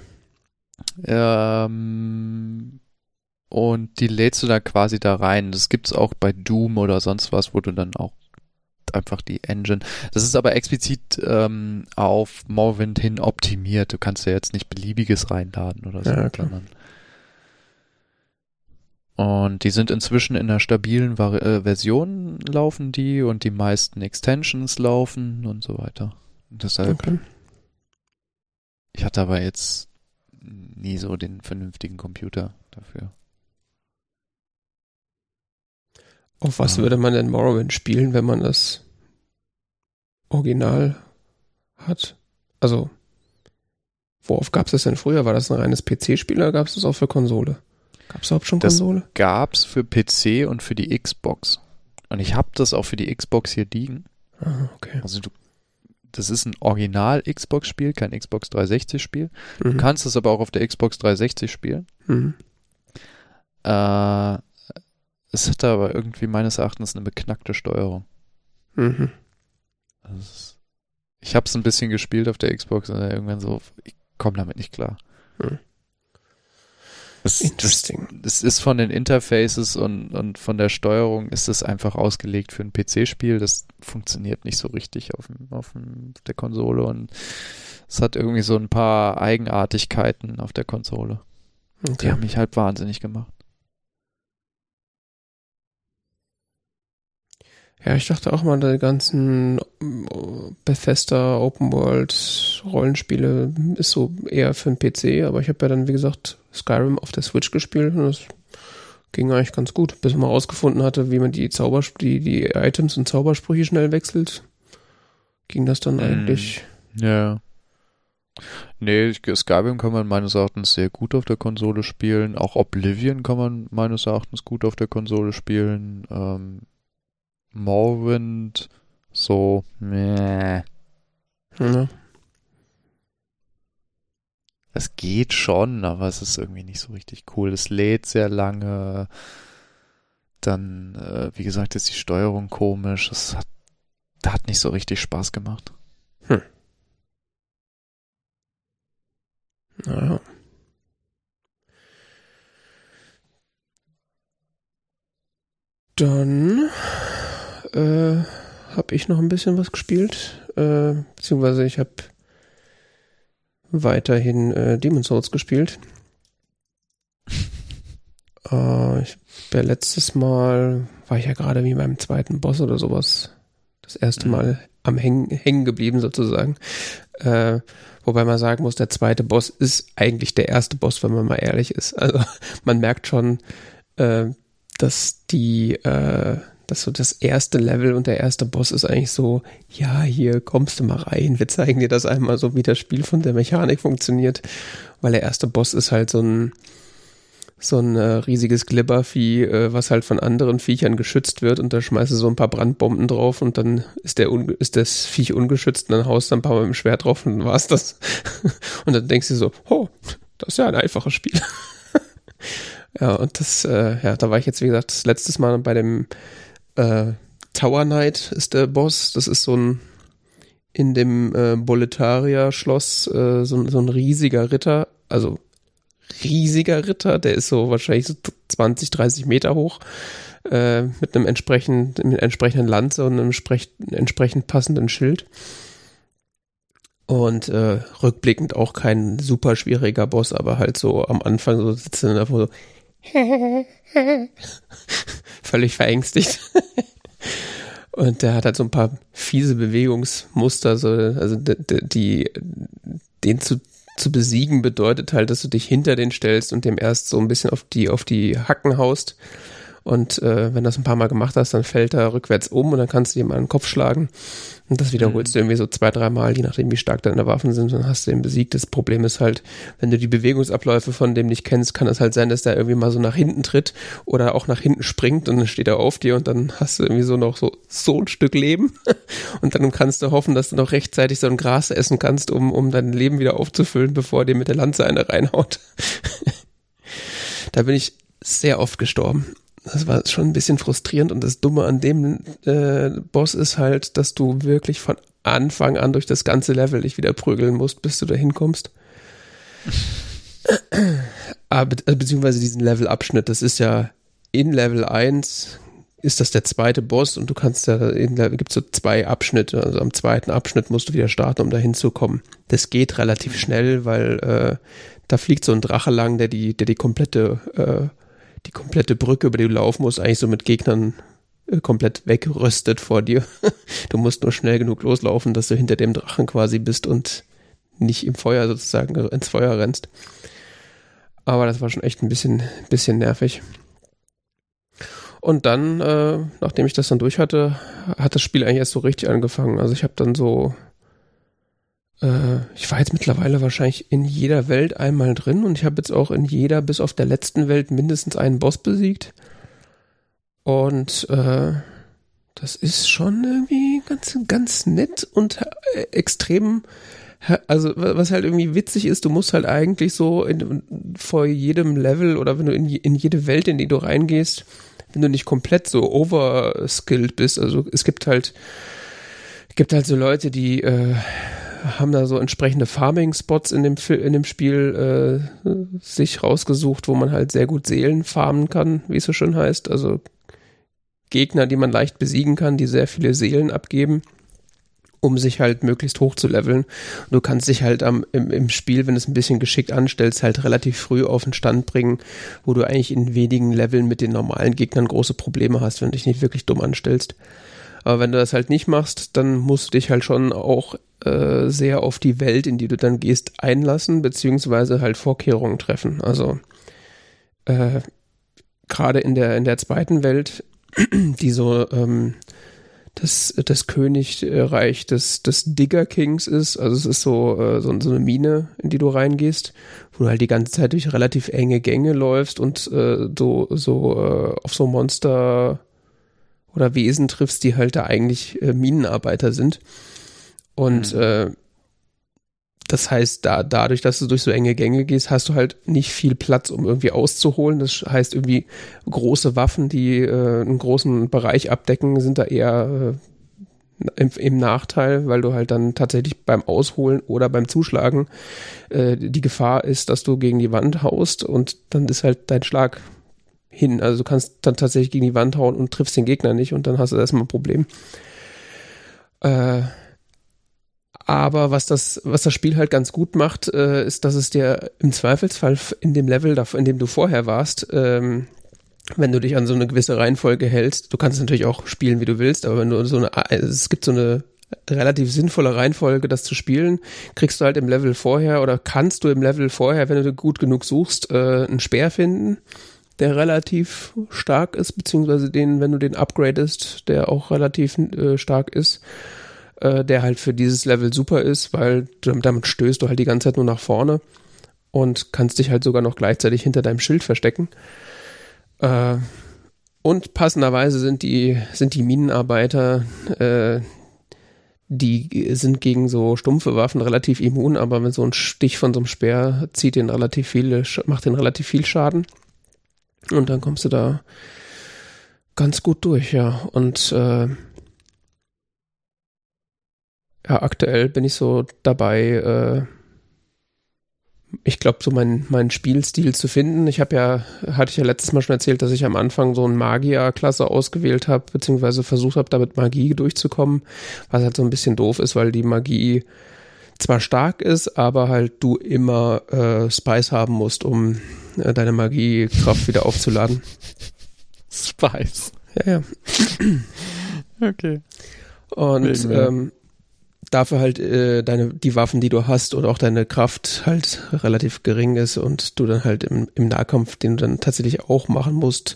Ähm, und die lädst du da quasi da rein. Das gibt's auch bei Doom oder sonst was, wo du dann auch einfach die Engine. Das ist aber explizit ähm, auf Morrowind hin optimiert. Du kannst ja jetzt nicht beliebiges reinladen oder so. Ja, klar. Und die sind inzwischen in einer stabilen Vari- äh, Version laufen die und die meisten Extensions laufen und so weiter. Und deshalb, Okay. ich hatte aber jetzt nie so den vernünftigen Computer dafür. Auf was Ja. würde man denn Morrowind spielen, wenn man das Original hat? Also, worauf gab es das denn früher? War das ein reines P C-Spiel oder gab es das auch für Konsole? Gab es überhaupt schon Das Konsole? Gab's für P C und für die Xbox. Und ich habe das auch für die Xbox hier liegen. Ah, okay. Also du, das ist ein Original-Xbox-Spiel, kein Xbox dreihundertsechzig-Spiel. Du Mhm. kannst es aber auch auf der Xbox dreihundertsechzig spielen. Mhm. Äh, es hatte aber irgendwie meines Erachtens eine beknackte Steuerung. Mhm. Also es ist, ich habe es ein bisschen gespielt auf der Xbox und dann irgendwann so, ich komme damit nicht klar. Hm. Das, das, Interesting. das ist von den Interfaces und, und von der Steuerung ist es einfach ausgelegt für ein P C-Spiel. Das funktioniert nicht so richtig auf, dem, auf dem, der Konsole und es hat irgendwie so ein paar Eigenartigkeiten auf der Konsole. Die Okay. haben mich halt wahnsinnig gemacht. Ja, ich dachte auch mal, die ganzen Bethesda Open World Rollenspiele ist so eher für den P C, aber ich habe ja dann, wie gesagt, Skyrim auf der Switch gespielt und das ging eigentlich ganz gut, bis man rausgefunden hatte, wie man die Zaubersp- die, die Items und Zaubersprüche schnell wechselt. Ging das dann Mm. eigentlich? Ja. Nee, ich, Skyrim kann man meines Erachtens sehr gut auf der Konsole spielen. Auch Oblivion kann man meines Erachtens gut auf der Konsole spielen. Ähm, Morrowind, so, meh. Ja. Es geht schon, aber es ist irgendwie nicht so richtig cool. Es lädt sehr lange. Dann, äh, wie gesagt, ist die Steuerung komisch. Es hat, hat nicht so richtig Spaß gemacht. Hm. Naja. Dann äh, habe ich noch ein bisschen was gespielt, äh, beziehungsweise ich habe weiterhin äh, Demon's Souls gespielt. äh, ich ja, letztes Mal war ich ja gerade wie beim zweiten Boss oder sowas das erste Mal am Hängen, hängen geblieben sozusagen. Äh, wobei man sagen muss, der zweite Boss ist eigentlich der erste Boss, wenn man mal ehrlich ist. Also man merkt schon, äh, dass die, äh, dass so das erste Level und der erste Boss ist eigentlich so, ja, hier kommst du mal rein, wir zeigen dir das einmal so, wie das Spiel von der Mechanik funktioniert, weil der erste Boss ist halt so ein so ein äh, riesiges Glibbervieh, äh, was halt von anderen Viechern geschützt wird und da schmeißt du so ein paar Brandbomben drauf und dann ist der un- ist das Viech ungeschützt und dann haust du ein paar Mal mit dem Schwert drauf und dann war's das. Und dann denkst du so, oh, das ist ja ein einfaches Spiel. Ja, und das, äh, ja, da war ich jetzt, wie gesagt, das letztes Mal bei dem äh, Tower Knight ist der Boss. Das ist so ein in dem äh, Boletaria-Schloss äh, so, so ein riesiger Ritter, also riesiger Ritter, der ist so wahrscheinlich so zwanzig, dreißig Meter hoch, äh, mit einem entsprechend, mit entsprechenden Lanze und einem entsprechend, entsprechend passenden Schild. Und äh, rückblickend auch kein super schwieriger Boss, aber halt so am Anfang so sitzen und einfach so völlig verängstigt. Und der hat halt so ein paar fiese Bewegungsmuster, so, also die, die den zu, zu besiegen bedeutet halt, dass du dich hinter den stellst und dem erst so ein bisschen auf die, auf die Hacken haust. Und äh, wenn du das ein paar Mal gemacht hast, dann fällt er rückwärts um und dann kannst du ihm an den Kopf schlagen. Und das wiederholst mhm. du irgendwie so zwei, drei Mal, je nachdem, wie stark deine Waffen sind, dann hast du ihn besiegt. Das Problem ist halt, wenn du die Bewegungsabläufe von dem nicht kennst, kann es halt sein, dass der irgendwie mal so nach hinten tritt oder auch nach hinten springt und dann steht er auf dir und dann hast du irgendwie so noch so, so ein Stück Leben. Und dann kannst du hoffen, dass du noch rechtzeitig so ein Gras essen kannst, um, um dein Leben wieder aufzufüllen, bevor dir mit der Lanze eine reinhaut. Da bin ich sehr oft gestorben. Das war schon ein bisschen frustrierend und das Dumme an dem äh, Boss ist halt, dass du wirklich von Anfang an durch das ganze Level dich wieder prügeln musst, bis du da hinkommst. Aber, be- beziehungsweise diesen Levelabschnitt, das ist ja in Level eins ist das der zweite Boss und du kannst ja, in Level gibt's so zwei Abschnitte, also am zweiten Abschnitt musst du wieder starten, um da hinzukommen. Das geht relativ schnell, weil äh, da fliegt so ein Drache lang, der die, der die komplette äh, die komplette Brücke, über die du laufen musst, eigentlich so mit Gegnern äh, komplett wegröstet vor dir. Du musst nur schnell genug loslaufen, dass du hinter dem Drachen quasi bist und nicht im Feuer sozusagen ins Feuer rennst. Aber das war schon echt ein bisschen, bisschen nervig. Und dann, äh, nachdem ich das dann durch hatte, hat das Spiel eigentlich erst so richtig angefangen. Also ich habe dann so ich war jetzt mittlerweile wahrscheinlich in jeder Welt einmal drin und ich habe jetzt auch in jeder, bis auf der letzten Welt, mindestens einen Boss besiegt. Und äh, das ist schon irgendwie ganz, ganz nett und äh, extrem, also was halt irgendwie witzig ist, du musst halt eigentlich so in, vor jedem Level oder wenn du in, in jede Welt, in die du reingehst, wenn du nicht komplett so overskilled bist, also es gibt halt, gibt halt so Leute, die äh, haben da so entsprechende Farming-Spots in dem, in dem Spiel äh, sich rausgesucht, wo man halt sehr gut Seelen farmen kann, wie es so schön heißt. Also Gegner, die man leicht besiegen kann, die sehr viele Seelen abgeben, um sich halt möglichst hoch zu leveln. Und du kannst dich halt am, im, im Spiel, wenn du es ein bisschen geschickt anstellst, halt relativ früh auf den Stand bringen, wo du eigentlich in wenigen Leveln mit den normalen Gegnern große Probleme hast, wenn du dich nicht wirklich dumm anstellst. Aber wenn du das halt nicht machst, dann musst du dich halt schon auch äh, sehr auf die Welt, in die du dann gehst, einlassen, beziehungsweise halt Vorkehrungen treffen. Also äh, gerade in der in der zweiten Welt, die so ähm, das, das Königreich des, des Digger Kings ist, also es ist so, äh, so, so eine Mine, in die du reingehst, wo du halt die ganze Zeit durch relativ enge Gänge läufst und äh, so, so äh, auf so Monster oder Wesen triffst, die halt da eigentlich äh, Minenarbeiter sind. Und mhm. äh, das heißt, da dadurch, dass du durch so enge Gänge gehst, hast du halt nicht viel Platz, um irgendwie auszuholen. Das heißt, irgendwie große Waffen, die äh, einen großen Bereich abdecken, sind da eher äh, im, im Nachteil, weil du halt dann tatsächlich beim Ausholen oder beim Zuschlagen äh, die Gefahr ist, dass du gegen die Wand haust und dann ist halt dein Schlag hin. Also du kannst dann tatsächlich gegen die Wand hauen und triffst den Gegner nicht und dann hast du erstmal ein Problem. Äh, aber was das, was das Spiel halt ganz gut macht, äh, ist, dass es dir im Zweifelsfall in dem Level, in dem du vorher warst, ähm, wenn du dich an so eine gewisse Reihenfolge hältst, du kannst natürlich auch spielen, wie du willst, aber wenn du so eine, also es gibt so eine relativ sinnvolle Reihenfolge, das zu spielen, kriegst du halt im Level vorher oder kannst du im Level vorher, wenn du gut genug suchst, äh, einen Speer finden, der relativ stark ist, beziehungsweise den, wenn du den upgradest, der auch relativ äh, stark ist, äh, der halt für dieses Level super ist, weil du, damit stößt du halt die ganze Zeit nur nach vorne und kannst dich halt sogar noch gleichzeitig hinter deinem Schild verstecken. Äh, und passenderweise sind die, sind die Minenarbeiter, äh, die sind gegen so stumpfe Waffen relativ immun, aber wenn so ein Stich von so einem Speer zieht den relativ viel, macht den relativ viel Schaden. Und dann kommst du da ganz gut durch, ja. Und äh, ja, aktuell bin ich so dabei, äh, ich glaube, so meinen mein Spielstil zu finden. Ich habe ja, hatte ich ja letztes Mal schon erzählt, dass ich am Anfang so eine Magier-Klasse ausgewählt habe, beziehungsweise versucht habe, damit Magie durchzukommen, was halt so ein bisschen doof ist, weil die Magie zwar stark ist, aber halt du immer äh, Spice haben musst, um äh, deine Magiekraft wieder aufzuladen. Spice. Ja, ja. Okay. Und ähm, dafür halt äh, deine die Waffen, die du hast und auch deine Kraft halt relativ gering ist und du dann halt im, im Nahkampf, den du dann tatsächlich auch machen musst,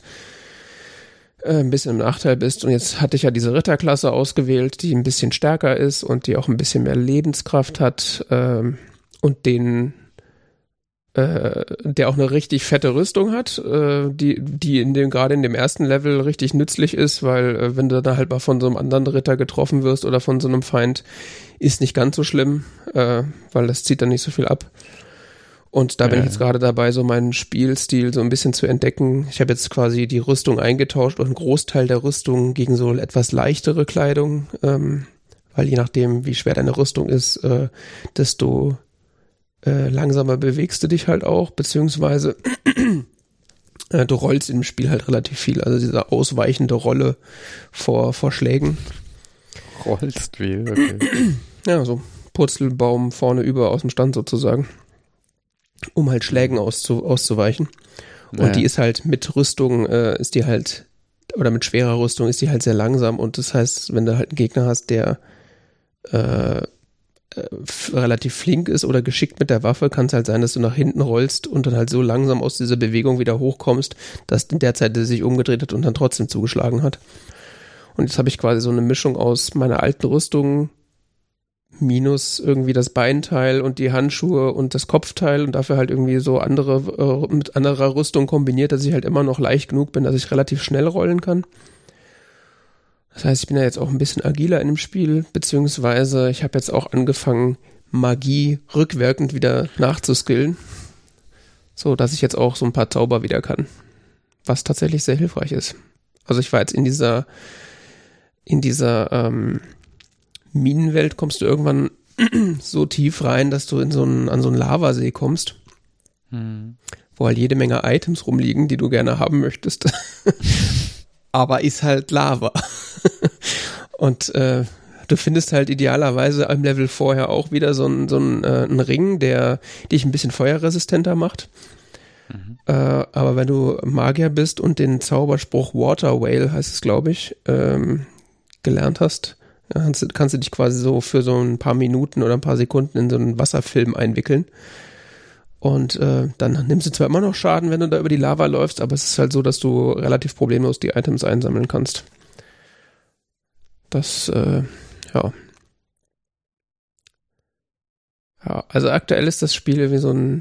äh, ein bisschen im Nachteil bist. Und jetzt hatte ich ja diese Ritterklasse ausgewählt, die ein bisschen stärker ist und die auch ein bisschen mehr Lebenskraft hat ähm, und den äh, der auch eine richtig fette Rüstung hat, äh, die die in dem gerade in dem ersten Level richtig nützlich ist, weil äh, wenn du da halt mal von so einem anderen Ritter getroffen wirst oder von so einem Feind, ist nicht ganz so schlimm, äh, weil das zieht dann nicht so viel ab. Und da bin Ja. ich jetzt gerade dabei, so meinen Spielstil so ein bisschen zu entdecken. Ich habe jetzt quasi die Rüstung eingetauscht und einen Großteil der Rüstung gegen so etwas leichtere Kleidung, ähm, weil je nachdem, wie schwer deine Rüstung ist, äh, desto äh, langsamer bewegst du dich halt auch, beziehungsweise äh, du rollst im Spiel halt relativ viel. Also diese ausweichende Rolle vor, vor Schlägen. Rollst viel, okay. Ja, so Purzelbaum vorne über aus dem Stand sozusagen, um halt Schlägen auszu, auszuweichen. Und Ja. die ist halt mit Rüstung, äh, ist die halt, oder mit schwerer Rüstung ist die halt sehr langsam. Und das heißt, wenn du halt einen Gegner hast, der äh, äh, f- relativ flink ist oder geschickt mit der Waffe, kann es halt sein, dass du nach hinten rollst und dann halt so langsam aus dieser Bewegung wieder hochkommst, dass in der Zeit der sich umgedreht hat und dann trotzdem zugeschlagen hat. Und jetzt habe ich quasi so eine Mischung aus meiner alten Rüstung minus irgendwie das Beinteil und die Handschuhe und das Kopfteil und dafür halt irgendwie so andere äh, mit anderer Rüstung kombiniert, dass ich halt immer noch leicht genug bin, dass ich relativ schnell rollen kann. Das heißt, ich bin ja jetzt auch ein bisschen agiler in dem Spiel, beziehungsweise ich habe jetzt auch angefangen, Magie rückwirkend wieder nachzuskillen, so dass ich jetzt auch so ein paar Zauber wieder kann, was tatsächlich sehr hilfreich ist. Also ich war jetzt in dieser in dieser ähm, Minenwelt kommst du irgendwann so tief rein, dass du in so einen, an so einen Lavasee kommst, Hm. wo halt jede Menge Items rumliegen, die du gerne haben möchtest. Aber ist halt Lava. Und äh, du findest halt idealerweise am Level vorher auch wieder so einen, so einen, äh, einen Ring, der dich ein bisschen feuerresistenter macht. Mhm. Äh, aber wenn du Magier bist und den Zauberspruch Water Whale, heißt es glaube ich, ähm, gelernt hast, ja, kannst, du, kannst du dich quasi so für so ein paar Minuten oder ein paar Sekunden in so einen Wasserfilm einwickeln. Und äh, dann nimmst du zwar immer noch Schaden, wenn du da über die Lava läufst, aber es ist halt so, dass du relativ problemlos die Items einsammeln kannst. Das, äh, ja. Ja, also aktuell ist das Spiel wie so ein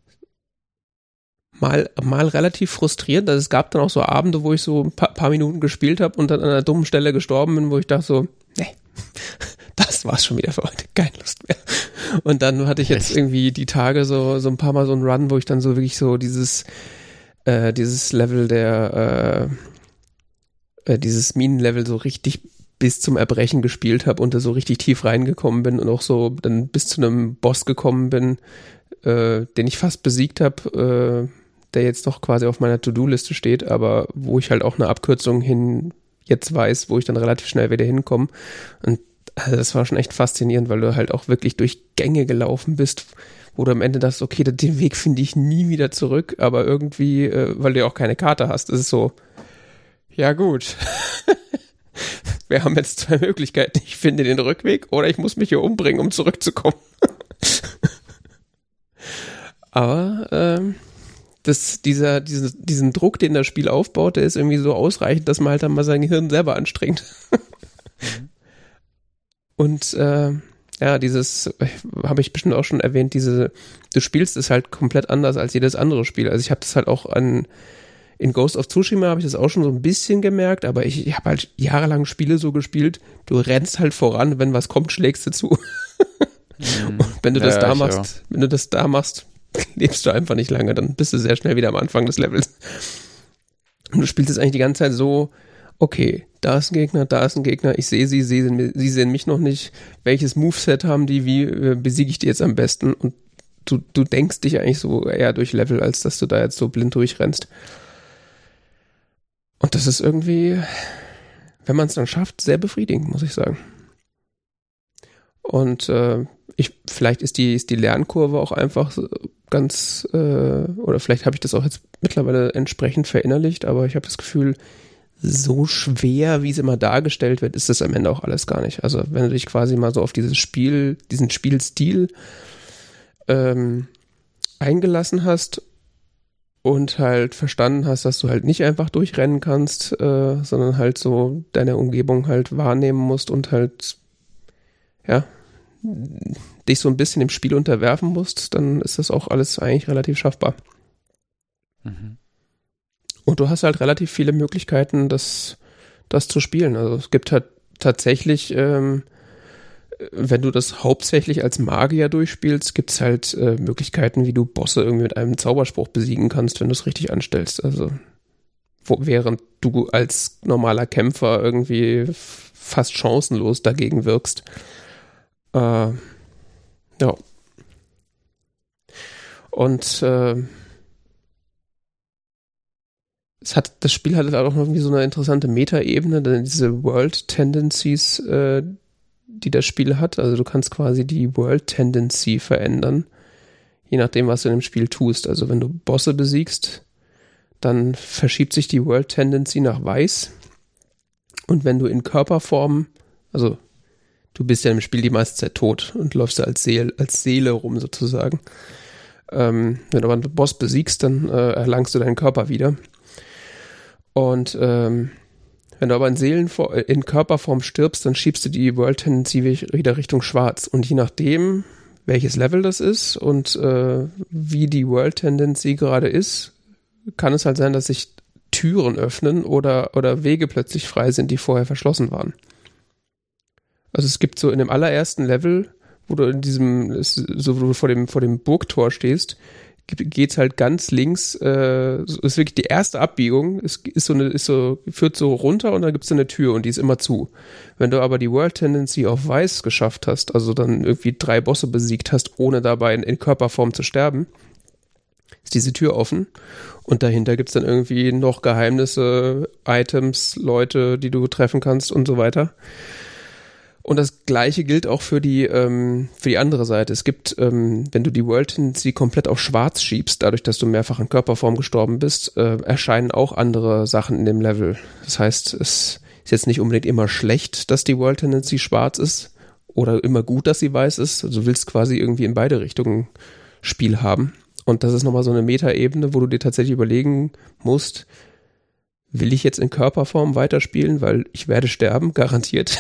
mal, mal relativ frustrierend. Also es gab dann auch so Abende, wo ich so ein paar, paar Minuten gespielt habe und dann an einer dummen Stelle gestorben bin, wo ich dachte so, nee, das war's schon wieder für heute, keine Lust mehr. Und dann hatte ich jetzt Echt? irgendwie die Tage so, so ein paar Mal so einen Run, wo ich dann so wirklich so dieses, äh, dieses Level der, äh, äh, dieses Minenlevel so richtig bis zum Erbrechen gespielt habe und da so richtig tief reingekommen bin und auch so dann bis zu einem Boss gekommen bin, äh, den ich fast besiegt habe, äh, der jetzt noch quasi auf meiner To-Do-Liste steht, aber wo ich halt auch eine Abkürzung hin jetzt weiß, wo ich dann relativ schnell wieder hinkomme. Und also das war schon echt faszinierend, weil du halt auch wirklich durch Gänge gelaufen bist, wo du am Ende dachtest, okay, den Weg finde ich nie wieder zurück, aber irgendwie, äh, weil du ja auch keine Karte hast, ist es so, ja gut, wir haben jetzt zwei Möglichkeiten, ich finde den Rückweg oder ich muss mich hier umbringen, um zurückzukommen. Aber ähm, das, dieser, diesen, diesen Druck, den das Spiel aufbaut, der ist irgendwie so ausreichend, dass man halt dann mal sein Gehirn selber anstrengt. Mhm. Und äh, ja, dieses, habe ich bestimmt auch schon erwähnt, diese, du spielst es halt komplett anders als jedes andere Spiel. Also ich habe das halt auch an, in Ghost of Tsushima habe ich das auch schon so ein bisschen gemerkt, aber ich, ich habe halt jahrelang Spiele so gespielt, du rennst halt voran, wenn was kommt, schlägst du zu. Mhm. Und wenn du das Ja, da ich machst, auch. wenn du das da machst, lebst du einfach nicht lange, dann bist du sehr schnell wieder am Anfang des Levels. Und du spielst es eigentlich die ganze Zeit so, okay, da ist ein Gegner, da ist ein Gegner, ich sehe sie, sie sehen, sie sehen mich noch nicht, welches Moveset haben die, wie äh, besiege ich die jetzt am besten? Und du, du denkst dich eigentlich so eher durch Level, als dass du da jetzt so blind durchrennst. Und das ist irgendwie, wenn man es dann schafft, sehr befriedigend, muss ich sagen. Und äh, ich, vielleicht ist die, ist die Lernkurve auch einfach ganz, äh, oder vielleicht habe ich das auch jetzt mittlerweile entsprechend verinnerlicht, aber ich habe das Gefühl, so schwer, wie es immer dargestellt wird, ist das am Ende auch alles gar nicht. Also wenn du dich quasi mal so auf dieses Spiel, diesen Spielstil ähm, eingelassen hast und halt verstanden hast, dass du halt nicht einfach durchrennen kannst, äh, sondern halt so deine Umgebung halt wahrnehmen musst und halt, ja, dich so ein bisschen dem Spiel unterwerfen musst, dann ist das auch alles eigentlich relativ schaffbar. Mhm. Und du hast halt relativ viele Möglichkeiten, das, das zu spielen. Also es gibt halt tatsächlich, ähm, wenn du das hauptsächlich als Magier durchspielst, gibt es halt äh, Möglichkeiten, wie du Bosse irgendwie mit einem Zauberspruch besiegen kannst, wenn du es richtig anstellst. Also wo, während du als normaler Kämpfer irgendwie fast chancenlos dagegen wirkst. Äh, ja. Und äh, es hat, das Spiel hatte auch noch irgendwie so eine interessante Meta-Ebene, denn diese World-Tendencies, äh, die das Spiel hat. Also du kannst quasi die World-Tendency verändern, je nachdem, was du in dem Spiel tust. Also wenn du Bosse besiegst, dann verschiebt sich die World-Tendency nach weiß. Und wenn du in Körperform, also du bist ja im Spiel die meiste Zeit tot und läufst ja als Seele, als Seele rum sozusagen. Ähm, wenn du aber einen Boss besiegst, dann äh, erlangst du deinen Körper wieder. Und ähm, wenn du aber in Seelenform, in Körperform stirbst, dann schiebst du die World Tendency wieder Richtung schwarz. Und je nachdem, welches Level das ist und äh, wie die World Tendency gerade ist, kann es halt sein, dass sich Türen öffnen oder, oder Wege plötzlich frei sind, die vorher verschlossen waren. Also es gibt so in dem allerersten Level, wo du in diesem, so wo du vor dem, vor dem Burgtor stehst, geht's halt ganz links, äh, ist wirklich die erste Abbiegung, ist, ist so eine, ist so, führt so runter und dann gibt's so eine Tür und die ist immer zu. Wenn du aber die World Tendency auf weiß geschafft hast, also dann irgendwie drei Bosse besiegt hast, ohne dabei in, in Körperform zu sterben, ist diese Tür offen und dahinter gibt's dann irgendwie noch Geheimnisse, Items, Leute, die du treffen kannst und so weiter. Und das Gleiche gilt auch für die, ähm, für die andere Seite. Es gibt, ähm, wenn du die World Tendency komplett auf schwarz schiebst, dadurch, dass du mehrfach in Körperform gestorben bist, äh, erscheinen auch andere Sachen in dem Level. Das heißt, es ist jetzt nicht unbedingt immer schlecht, dass die World Tendency schwarz ist oder immer gut, dass sie weiß ist. Also du willst quasi irgendwie in beide Richtungen Spiel haben. Und das ist nochmal so eine Meta-Ebene, wo du dir tatsächlich überlegen musst, will ich jetzt in Körperform weiterspielen, weil ich werde sterben, garantiert.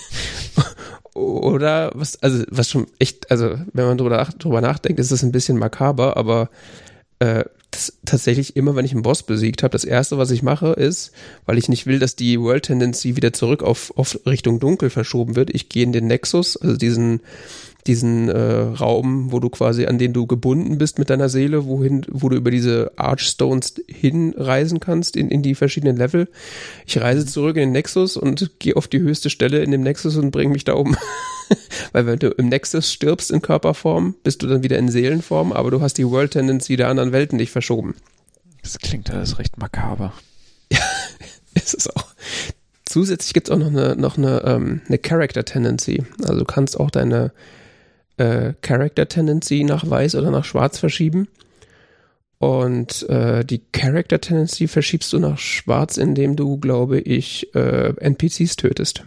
Oder was, also was schon echt, also wenn man drüber, nach, drüber nachdenkt, ist das ein bisschen makaber, aber äh, das, tatsächlich immer, wenn ich einen Boss besiegt habe, das Erste, was ich mache, ist, weil ich nicht will, dass die World Tendency wieder zurück auf, auf Richtung Dunkel verschoben wird, ich gehe in den Nexus, also diesen diesen äh, Raum, wo du quasi, an den du gebunden bist mit deiner Seele, wohin, wo du über diese Archstones hinreisen kannst in, in die verschiedenen Level. Ich reise zurück in den Nexus und gehe auf die höchste Stelle in dem Nexus und bringe mich da um. Weil wenn du im Nexus stirbst in Körperform, bist du dann wieder in Seelenform, aber du hast die World Tendency der anderen Welten dich verschoben. Das klingt alles recht makaber. Ja, ist es auch. Zusätzlich gibt es auch noch eine, noch eine, ähm, eine Character Tendency. Also du kannst auch deine Äh, Character Tendency nach weiß oder nach schwarz verschieben. Und äh, die Character Tendency verschiebst du nach schwarz, indem du, glaube ich, äh, N P Cs tötest.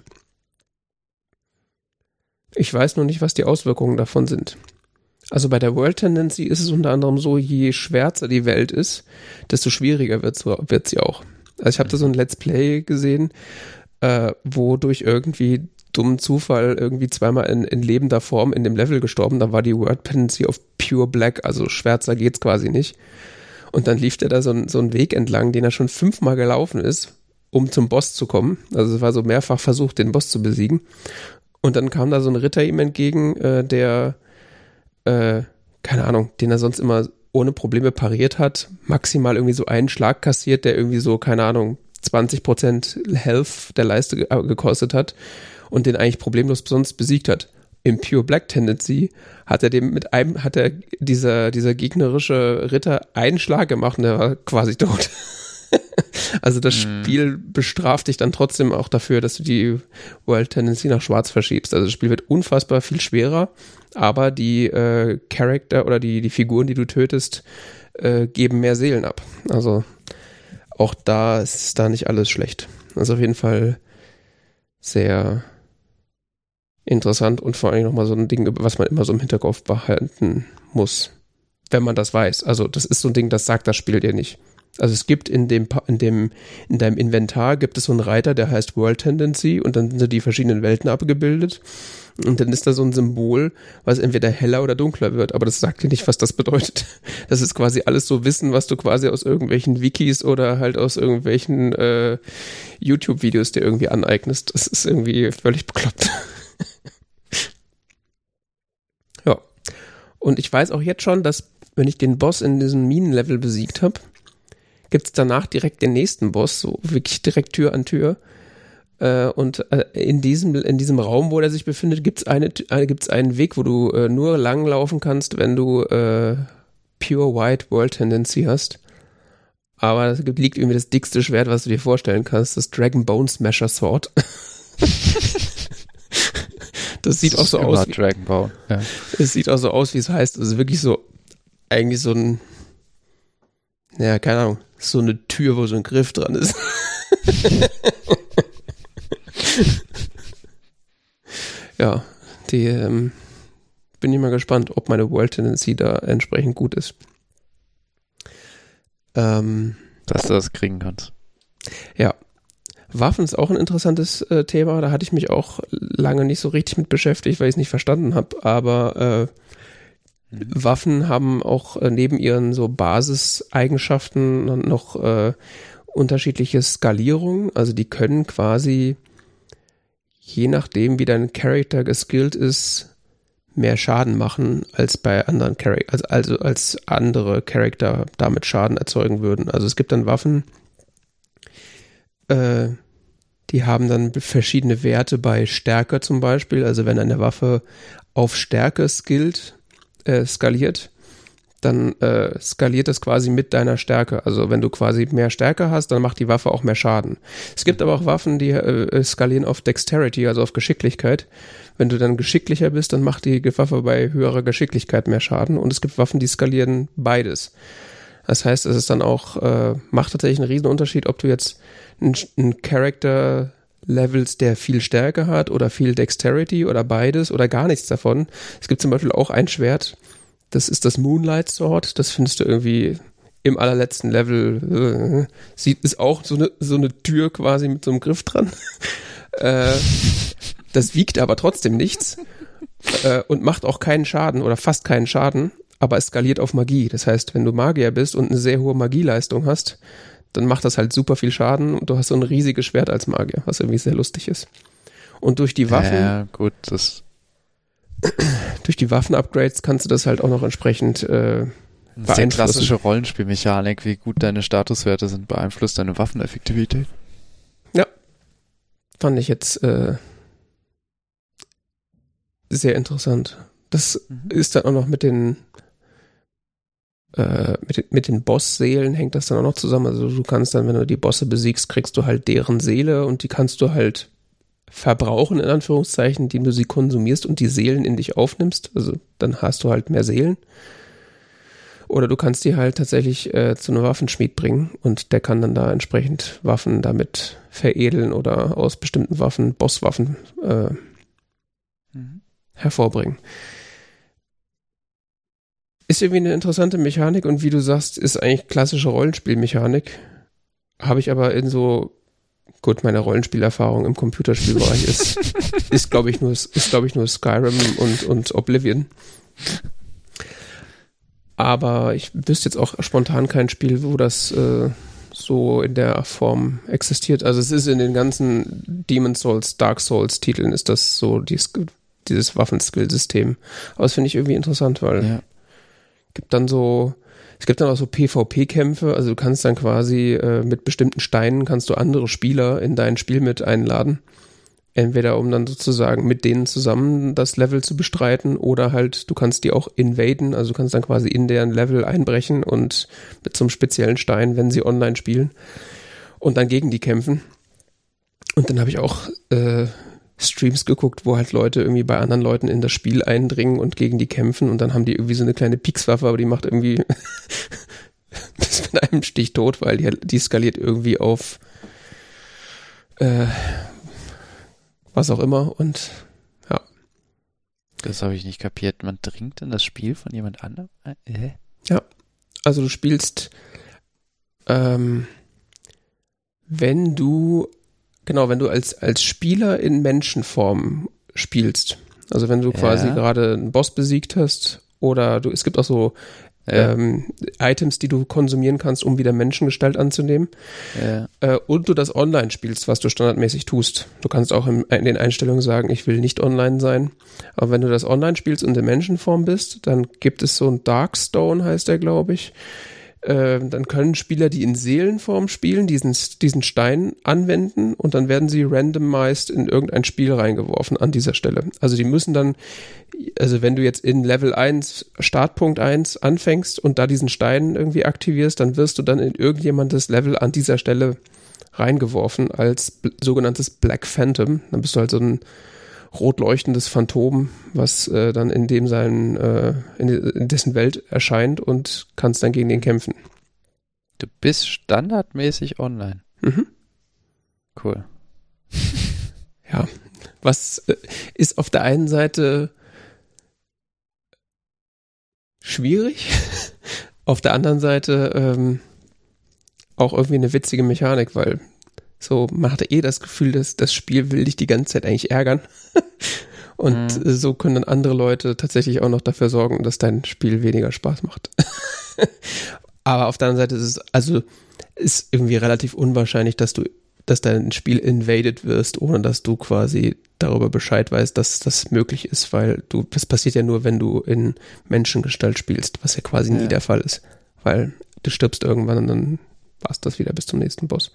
Ich weiß noch nicht, was die Auswirkungen davon sind. Also bei der World Tendency ist es unter anderem so, je schwärzer die Welt ist, desto schwieriger wird, so, wird sie auch. Also ich habe da so ein Let's Play gesehen, äh, wo durch irgendwie dummen Zufall irgendwie zweimal in, in lebender Form in dem Level gestorben, dann war die World Tendency auf Pure Black, also schwärzer geht's quasi nicht. Und dann lief der da so, so einen Weg entlang, den er schon fünfmal gelaufen ist, um zum Boss zu kommen. Also es war so mehrfach versucht, den Boss zu besiegen. Und dann kam da so ein Ritter ihm entgegen, äh, der, äh, keine Ahnung, den er sonst immer ohne Probleme pariert hat, maximal irgendwie so einen Schlag kassiert, der irgendwie so, keine Ahnung, zwanzig Prozent Health der Leiste ge- gekostet hat. Und den eigentlich problemlos sonst besiegt hat. Im Pure Black Tendency hat er dem mit einem, hat er dieser, dieser gegnerische Ritter einen Schlag gemacht und er war quasi tot. Also das Mhm. Spiel bestraft dich dann trotzdem auch dafür, dass du die World Tendency nach schwarz verschiebst. Also das Spiel wird unfassbar viel schwerer, aber die äh, Charakter oder die, die Figuren, die du tötest, äh, geben mehr Seelen ab. Also auch da ist da nicht alles schlecht. Also auf jeden Fall sehr interessant und vor allem nochmal so ein Ding, was man immer so im Hinterkopf behalten muss, wenn man das weiß. Also das ist so ein Ding, das sagt das Spiel dir nicht. Also es gibt in dem, in dem, in deinem Inventar gibt es so einen Reiter, der heißt World Tendency und dann sind die verschiedenen Welten abgebildet und dann ist da so ein Symbol, was entweder heller oder dunkler wird, aber das sagt dir nicht, was das bedeutet. Das ist quasi alles so Wissen, was du quasi aus irgendwelchen Wikis oder halt aus irgendwelchen äh, YouTube-Videos dir irgendwie aneignest. Das ist irgendwie völlig bekloppt. Ja. Und ich weiß auch jetzt schon, dass wenn ich den Boss in diesem Minenlevel besiegt habe, gibt es danach direkt den nächsten Boss, so wirklich direkt Tür an Tür. Äh, und äh, in diesem in diesem Raum, wo der sich befindet, gibt es eine, eine, gibt's einen Weg, wo du äh, nur lang laufen kannst, wenn du äh, Pure White World Tendency hast. Aber es liegt irgendwie das dickste Schwert, was du dir vorstellen kannst, das Dragon Bone Smasher Sword. Das sieht Das auch ist so immer aus. Wie, Dragon Ball. Ja. es sieht auch so aus, wie es heißt. Es ist wirklich so, eigentlich so ein, ja, keine Ahnung, so eine Tür, wo so ein Griff dran ist. Ja, die, ähm, bin ich mal gespannt, ob meine World Tendency da entsprechend gut ist. Ähm, Dass du das kriegen kannst. ja. Waffen ist auch ein interessantes äh, Thema. Da hatte ich mich auch lange nicht so richtig mit beschäftigt, weil ich es nicht verstanden habe. Aber äh, mhm. Waffen haben auch äh, neben ihren so Basiseigenschaften noch äh, unterschiedliche Skalierungen. Also die können quasi, je nachdem, wie dein Charakter geskillt ist, mehr Schaden machen als bei anderen Charakter, also, also als andere Charakter damit Schaden erzeugen würden. Also es gibt dann Waffen, äh, die haben dann verschiedene Werte bei Stärke zum Beispiel. Also wenn eine Waffe auf Stärke skillt, äh, skaliert, dann äh, skaliert das quasi mit deiner Stärke. Also wenn du quasi mehr Stärke hast, dann macht die Waffe auch mehr Schaden. Es gibt aber auch Waffen, die äh, skalieren auf Dexterity, also auf Geschicklichkeit. Wenn du dann geschicklicher bist, dann macht die Waffe bei höherer Geschicklichkeit mehr Schaden. Und es gibt Waffen, die skalieren beides. Das heißt, es ist dann auch, äh, macht tatsächlich einen riesen Unterschied, ob du jetzt einen Charakter levelst, der viel Stärke hat oder viel Dexterity oder beides oder gar nichts davon. Es gibt zum Beispiel auch ein Schwert, das ist das Moonlight Sword, das findest du irgendwie im allerletzten Level, äh, sieht, ist auch so eine, so eine Tür quasi mit so einem Griff dran. äh, das wiegt aber trotzdem nichts äh, und macht auch keinen Schaden oder fast keinen Schaden, aber es skaliert auf Magie. Das heißt, wenn du Magier bist und eine sehr hohe Magieleistung hast, dann macht das halt super viel Schaden und du hast so ein riesiges Schwert als Magier, was irgendwie sehr lustig ist. Und durch die Waffen, Ja, gut, das durch die Waffen-Upgrades kannst du das halt auch noch entsprechend äh, ist die klassische Rollenspielmechanik, wie gut deine Statuswerte sind, beeinflusst deine Waffeneffektivität. Ja, fand ich jetzt äh, sehr interessant. Das mhm. ist dann auch noch mit den äh, mit, den, mit den Boss-Seelen hängt das dann auch noch zusammen. Also du kannst dann, wenn du die Bosse besiegst, kriegst du halt deren Seele und die kannst du halt verbrauchen, in Anführungszeichen, indem du sie konsumierst und die Seelen in dich aufnimmst. Also dann hast du halt mehr Seelen. Oder du kannst die halt tatsächlich äh, zu einem Waffenschmied bringen und der kann dann da entsprechend Waffen damit veredeln oder aus bestimmten Waffen Bosswaffen äh, mhm. hervorbringen. Ist irgendwie eine interessante Mechanik und wie du sagst, ist eigentlich klassische Rollenspielmechanik. Habe ich aber in so, gut, meine Rollenspielerfahrung im Computerspielbereich ist, ist glaube ich nur, ist glaube ich nur Skyrim und, und Oblivion. Aber ich wüsste jetzt auch spontan kein Spiel, wo das äh, so in der Form existiert. Also es ist in den ganzen Demon's Souls, Dark Souls Titeln ist das so dieses, dieses Waffenskill-System. Aber das finde ich irgendwie interessant, weil ja. gibt dann so, es gibt dann auch so PvP-Kämpfe, also du kannst dann quasi äh, mit bestimmten Steinen kannst du andere Spieler in dein Spiel mit einladen Entweder um dann sozusagen mit denen zusammen das Level zu bestreiten oder halt, du kannst die auch invaden, also du kannst dann quasi in deren Level einbrechen und mit so einem speziellen Stein, wenn sie online spielen und dann gegen die kämpfen. Und dann habe ich auch äh, Streams geguckt, wo halt Leute irgendwie bei anderen Leuten in das Spiel eindringen und gegen die kämpfen und dann haben die irgendwie so eine kleine Piekswaffe, aber die macht irgendwie bis mit einem Stich tot, weil die, die skaliert irgendwie auf äh, was auch immer und ja. Das habe ich nicht kapiert. Man dringt in das Spiel von jemand anderem? Äh? Ja, also du spielst ähm, wenn du Genau, wenn du als, als Spieler in Menschenform spielst, also wenn du ja. quasi gerade einen Boss besiegt hast oder du, es gibt auch so ja. ähm, Items, die du konsumieren kannst, um wieder Menschengestalt anzunehmen ja. äh, und du das online spielst, was du standardmäßig tust. Du kannst auch in, in den Einstellungen sagen, ich will nicht online sein, aber wenn du das online spielst und in Menschenform bist, dann gibt es so ein Darkstone, heißt der, glaube ich. Dann können Spieler, die in Seelenform spielen, diesen, diesen Stein anwenden und dann werden sie randomized in irgendein Spiel reingeworfen an dieser Stelle. Also die müssen dann, also wenn du jetzt in Level eins, Startpunkt eins anfängst und da diesen Stein irgendwie aktivierst, dann wirst du dann in irgendjemandes Level an dieser Stelle reingeworfen als b- sogenanntes Black Phantom. Dann bist du halt so ein rot leuchtendes Phantom, was äh, dann in dem seinen, äh, in, in dessen Welt erscheint und kannst dann gegen den kämpfen. Du bist standardmäßig online. Mhm. Cool. Ja, was äh, ist auf der einen Seite schwierig, auf der anderen Seite ähm, auch irgendwie eine witzige Mechanik, weil so, man hatte eh das Gefühl, dass das Spiel will dich die ganze Zeit eigentlich ärgern. Und mhm. so können dann andere Leute tatsächlich auch noch dafür sorgen, dass dein Spiel weniger Spaß macht. Aber auf der anderen Seite ist es, also, ist irgendwie relativ unwahrscheinlich, dass du, dass dein Spiel invaded wirst, ohne dass du quasi darüber Bescheid weißt, dass das möglich ist, weil du, das passiert ja nur, wenn du in Menschengestalt spielst, was ja quasi ja. nie der Fall ist. Weil du stirbst irgendwann und dann war's das wieder bis zum nächsten Boss.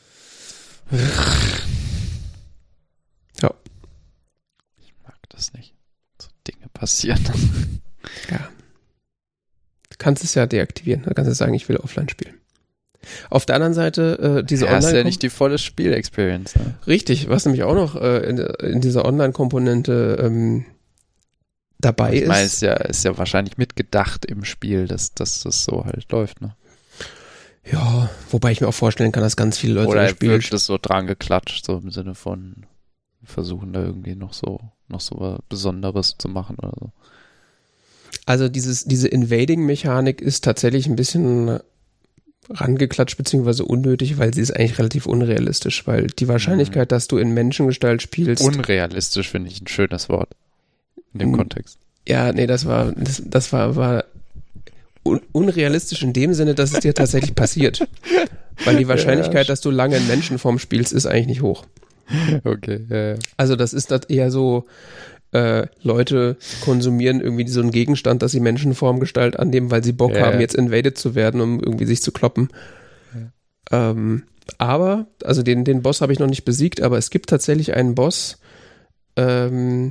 Ja. Ich mag das nicht. So Dinge passieren. Ja. Du kannst es ja deaktivieren. Du kannst ja sagen, ich will offline spielen. Auf der anderen Seite, äh, diese ja, Online- ist ja nicht die volle Spielexperience. Ne? Richtig, was nämlich auch noch äh, in, in dieser Online-Komponente ähm, dabei ich ist. Ich meine, es ist ja, ist ja wahrscheinlich mitgedacht im Spiel, dass, dass das so halt läuft, ne? Ja, wobei ich mir auch vorstellen kann, dass ganz viele Leute Oder im Spiel wird das so dran geklatscht, so im Sinne von versuchen da irgendwie noch so noch so was Besonderes zu machen oder so. Also dieses diese Invading-Mechanik ist tatsächlich ein bisschen rangeklatscht beziehungsweise unnötig, weil sie ist eigentlich relativ unrealistisch, weil die Wahrscheinlichkeit, mhm. dass du in Menschengestalt spielst... Unrealistisch finde ich ein schönes Wort in dem n- Kontext. Ja, nee, das war das, das war, war un- unrealistisch in dem Sinne, dass es dir tatsächlich passiert. Weil die Wahrscheinlichkeit, ja, dass du lange in Menschenform spielst, ist eigentlich nicht hoch. Okay, ja, ja. Also das ist das eher so, äh, Leute konsumieren irgendwie so einen Gegenstand, dass sie Menschenformgestalt annehmen, weil sie Bock ja, haben, ja. jetzt invaded zu werden, um irgendwie sich zu kloppen. Ja. Ähm, aber, also den, den Boss habe ich noch nicht besiegt, aber es gibt tatsächlich einen Boss, ähm,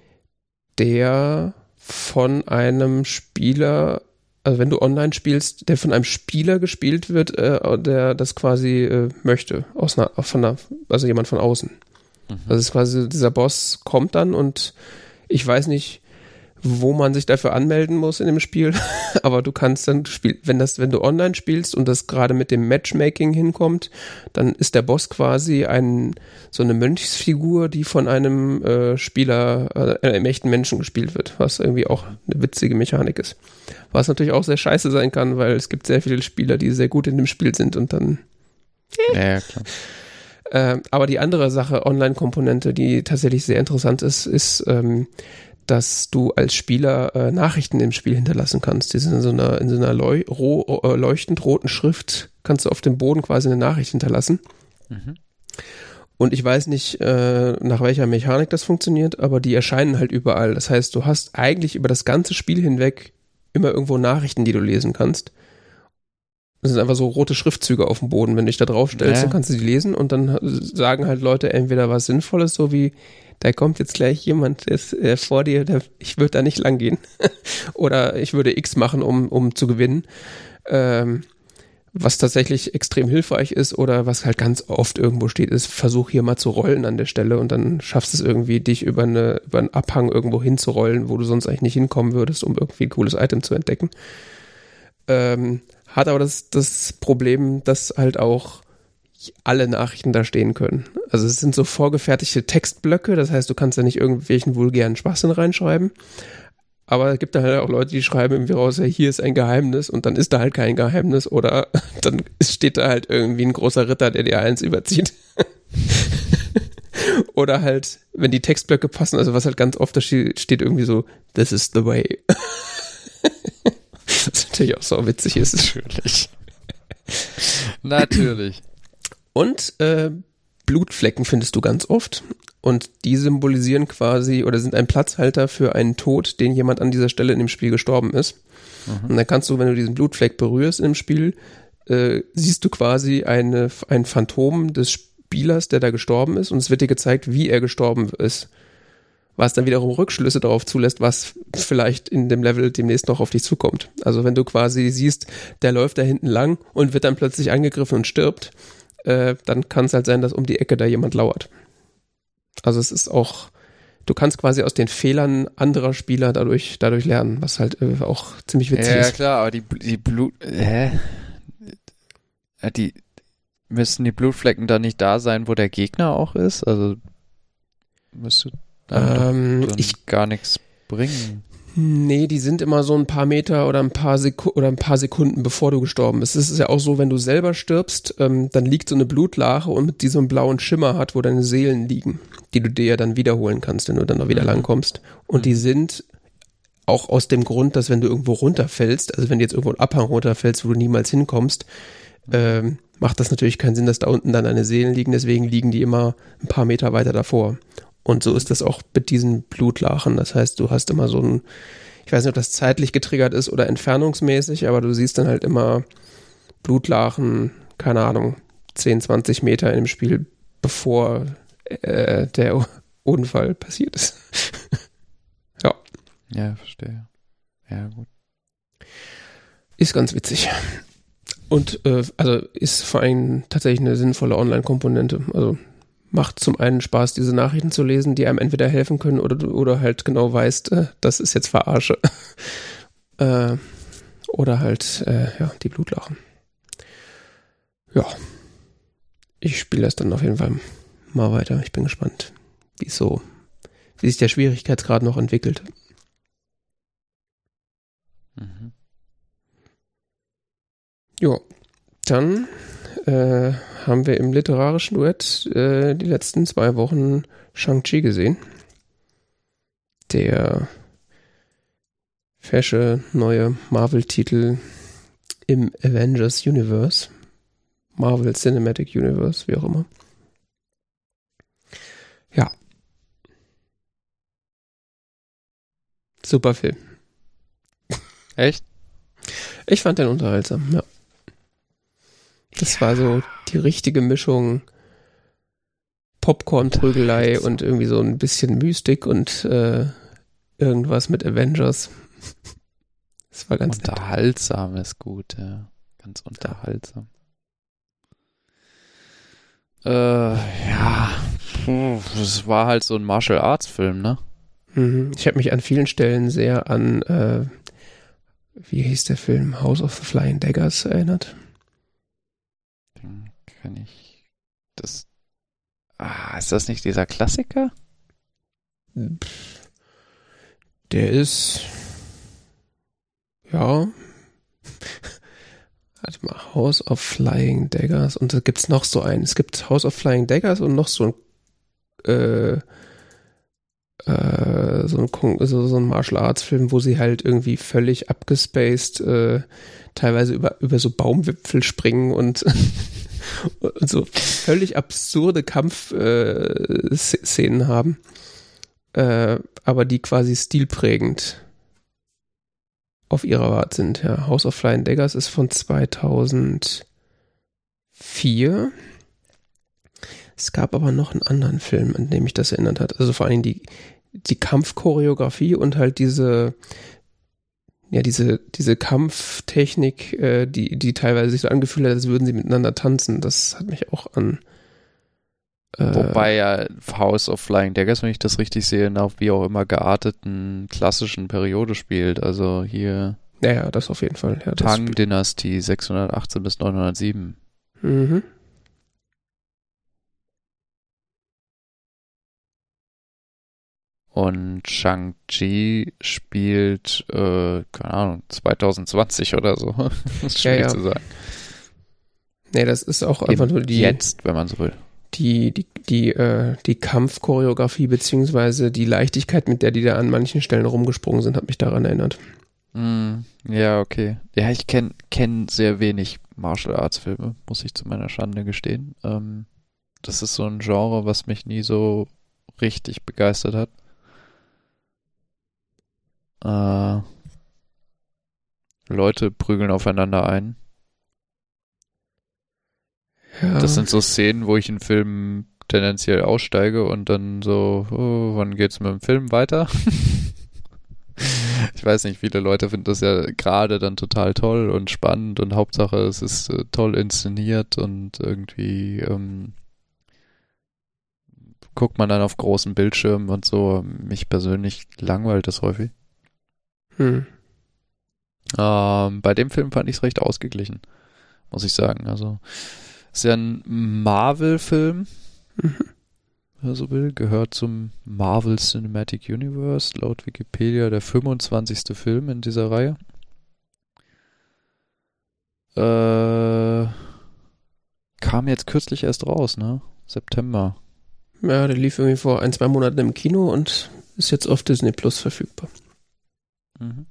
der von einem Spieler, also wenn du online spielst, der von einem Spieler gespielt wird, äh, der das quasi äh, möchte, aus einer, von einer, also jemand von außen. Mhm. Das ist quasi, dieser Boss kommt dann und ich weiß nicht, wo man sich dafür anmelden muss in dem Spiel, aber du kannst dann spielen, wenn das, wenn du online spielst und das gerade mit dem Matchmaking hinkommt, dann ist der Boss quasi ein, so eine Mönchsfigur, die von einem äh, Spieler, äh, einem echten Menschen gespielt wird, was irgendwie auch eine witzige Mechanik ist. Was natürlich auch sehr scheiße sein kann, weil es gibt sehr viele Spieler, die sehr gut in dem Spiel sind und dann ja, ja, klar. Äh, aber die andere Sache, Online-Komponente, die tatsächlich sehr interessant ist, ist, ähm, dass du als Spieler äh, Nachrichten im Spiel hinterlassen kannst. Die sind in so einer, in so einer leu- ro- äh, leuchtend roten Schrift, kannst du auf dem Boden quasi eine Nachricht hinterlassen. Mhm. Und ich weiß nicht, äh, nach welcher Mechanik das funktioniert, aber die erscheinen halt überall. Das heißt, du hast eigentlich über das ganze Spiel hinweg immer irgendwo Nachrichten, die du lesen kannst. Das sind einfach so rote Schriftzüge auf dem Boden. Wenn du dich da drauf stellst, Ja. dann kannst du die lesen und dann sagen halt Leute entweder was Sinnvolles, so wie, da kommt jetzt gleich jemand, der ist äh, vor dir, der, ich würde da nicht lang gehen. Oder ich würde X machen, um, um zu gewinnen. Ähm, was tatsächlich extrem hilfreich ist oder was halt ganz oft irgendwo steht, ist, versuch hier mal zu rollen an der Stelle und dann schaffst es irgendwie, dich über, eine, über einen Abhang irgendwo hinzurollen, wo du sonst eigentlich nicht hinkommen würdest, um irgendwie ein cooles Item zu entdecken. Ähm, hat aber das, das Problem, dass halt auch alle Nachrichten da stehen können. Also es sind so vorgefertigte Textblöcke, das heißt, du kannst da nicht irgendwelchen vulgären Schwachsinn reinschreiben. Aber es gibt da halt auch Leute, die schreiben irgendwie raus, ja, hier ist ein Geheimnis und dann ist da halt kein Geheimnis oder dann steht da halt irgendwie ein großer Ritter, der dir eins überzieht. Oder halt, wenn die Textblöcke passen, also was halt ganz oft da steht, steht irgendwie so, this is the way. Was natürlich auch so witzig ist. Natürlich. Natürlich. Und äh, Blutflecken findest du ganz oft. Und die symbolisieren quasi oder sind ein Platzhalter für einen Tod, den jemand an dieser Stelle in dem Spiel gestorben ist. Mhm. Und dann kannst du, wenn du diesen Blutfleck berührst im Spiel, äh, siehst du quasi eine, ein Phantom des Spielers, der da gestorben ist. Und es wird dir gezeigt, wie er gestorben ist. Was dann wiederum Rückschlüsse darauf zulässt, was vielleicht in dem Level demnächst noch auf dich zukommt. Also wenn du quasi siehst, der läuft da hinten lang und wird dann plötzlich angegriffen und stirbt, äh, dann kann es halt sein, dass um die Ecke da jemand lauert. Also es ist auch, du kannst quasi aus den Fehlern anderer Spieler dadurch, dadurch lernen, was halt äh, auch ziemlich witzig ja, ist. Ja, klar, aber die, die Blut, hä? Die, müssen die Blutflecken da nicht da sein, wo der Gegner auch ist? Also, müsste ähm, dann ich gar nichts bringen. Nee, die sind immer so ein paar Meter oder ein paar Seku- oder ein paar Sekunden, bevor du gestorben bist. Es ist ja auch so, wenn du selber stirbst, ähm, dann liegt so eine Blutlache und mit diesem blauen Schimmer hat, wo deine Seelen liegen, die du dir ja dann wiederholen kannst, wenn du dann noch wieder Mhm. langkommst. Und Mhm. die sind auch aus dem Grund, dass wenn du irgendwo runterfällst, also wenn du jetzt irgendwo einen Abhang runterfällst, wo du niemals hinkommst, ähm, macht das natürlich keinen Sinn, dass da unten dann deine Seelen liegen, deswegen liegen die immer ein paar Meter weiter davor. Und so ist das auch mit diesen Blutlachen. Das heißt, du hast immer so ein, ich weiß nicht, ob das zeitlich getriggert ist oder entfernungsmäßig, aber du siehst dann halt immer Blutlachen, keine Ahnung, zehn, zwanzig Meter in dem Spiel, bevor äh, der Unfall passiert ist. Ja. Ja, verstehe. Ja, gut. Ist ganz witzig. Und äh, also ist vor allem tatsächlich eine sinnvolle Online-Komponente. Also macht zum einen Spaß, diese Nachrichten zu lesen, die einem entweder helfen können oder du oder halt genau weißt, äh, das ist jetzt Verarsche. äh, oder halt, äh, ja, die Blutlachen. Ja. Ich spiele das dann auf jeden Fall mal weiter. Ich bin gespannt, wie es so, wie sich der Schwierigkeitsgrad noch entwickelt. Mhm. Ja, dann äh, haben wir im literarischen Duett äh, die letzten zwei Wochen Shang-Chi gesehen. Der fesche neue Marvel-Titel im Avengers Universe. Marvel Cinematic Universe, wie auch immer. Ja. Super Film. Echt? Ich fand den unterhaltsam, ja. Das ja. war so die richtige Mischung Popcorn-Prügelei und irgendwie so ein bisschen Mystik und äh, irgendwas mit Avengers. Das war ganz unterhaltsam nett. Ist gut, ja. Ganz unterhaltsam. Ja. Äh, ja. Puh, das war halt so ein Martial Arts Film, ne? Mhm. Ich habe mich an vielen Stellen sehr an äh, wie hieß der Film? House of the Flying Daggers erinnert. Den kann ich. Das. Ah, ist das nicht dieser Klassiker? Der ist. Ja. Warte mal, House of Flying Daggers. Und da gibt's noch so einen. Es gibt House of Flying Daggers und noch so ein äh, äh, so ein, so, so ein Martial Arts Film, wo sie halt irgendwie völlig abgespaced äh, teilweise über, über so Baumwipfel springen und, und so völlig absurde Kampfszenen äh, haben, äh, aber die quasi stilprägend auf ihrer Art sind. Ja, House of Flying Daggers ist von zweitausendvier. Es gab aber noch einen anderen Film, an dem mich das erinnert hat. Also vor allem die, die Kampfchoreografie und halt diese, ja, diese, diese Kampftechnik, äh, die, die teilweise sich so angefühlt hat, als würden sie miteinander tanzen. Das hat mich auch an. Äh, Wobei ja House of Flying Daggers, wenn ich das richtig sehe, nach wie auch immer gearteten klassischen Periode spielt. Also hier. Ja, ja, das auf jeden Fall. Ja, Tang-Dynastie sechshundertachtzehn bis neunhundertsieben. Mhm. Und Shang-Chi spielt, äh, keine Ahnung, zwanzig zwanzig oder so. Das ist schwierig ja, ja. zu sagen. Nee, das ist auch einfach Eben nur die. Jetzt, wenn man so will. Die, die, die, äh, die Kampfchoreografie beziehungsweise die Leichtigkeit, mit der die da an manchen Stellen rumgesprungen sind, hat mich daran erinnert. Mm, ja, okay. Ja, ich kenne kenn sehr wenig Martial Arts Filme, muss ich zu meiner Schande gestehen. Ähm, das ist so ein Genre, was mich nie so richtig begeistert hat. Äh, Leute prügeln aufeinander ein. Ja. Das sind so Szenen, wo ich in Filmen tendenziell aussteige und dann so, oh, wann geht's mit dem Film weiter? Ich weiß nicht, viele Leute finden das ja gerade dann total toll und spannend und Hauptsache es ist äh, toll inszeniert und irgendwie ähm, guckt man dann auf großen Bildschirmen und so. Mich persönlich langweilt das häufig. Hm. Ähm, bei dem Film fand ich es recht ausgeglichen, muss ich sagen. Also ist ja ein Marvel-Film, Mhm. wenn man so will, gehört zum Marvel Cinematic Universe, laut Wikipedia der fünfundzwanzigste Film in dieser Reihe. Äh, kam jetzt kürzlich erst raus, ne? September. Ja, der lief irgendwie vor ein, zwei Monaten im Kino und ist jetzt auf Disney Plus verfügbar. Mhm.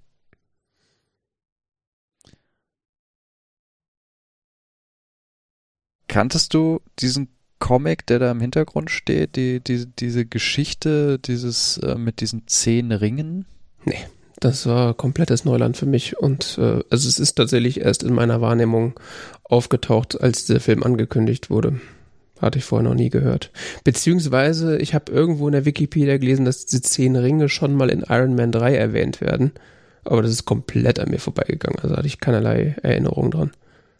Kanntest du diesen Comic, der da im Hintergrund steht, die, die, diese Geschichte, dieses äh, mit diesen zehn Ringen? Nee, das war komplettes Neuland für mich und äh, also es ist tatsächlich erst in meiner Wahrnehmung aufgetaucht, als dieser Film angekündigt wurde. Hatte ich vorher noch nie gehört. Beziehungsweise, ich habe irgendwo in der Wikipedia gelesen, dass diese zehn Ringe schon mal in Iron Man drei erwähnt werden. Aber das ist komplett an mir vorbeigegangen. Also hatte ich keinerlei Erinnerung dran.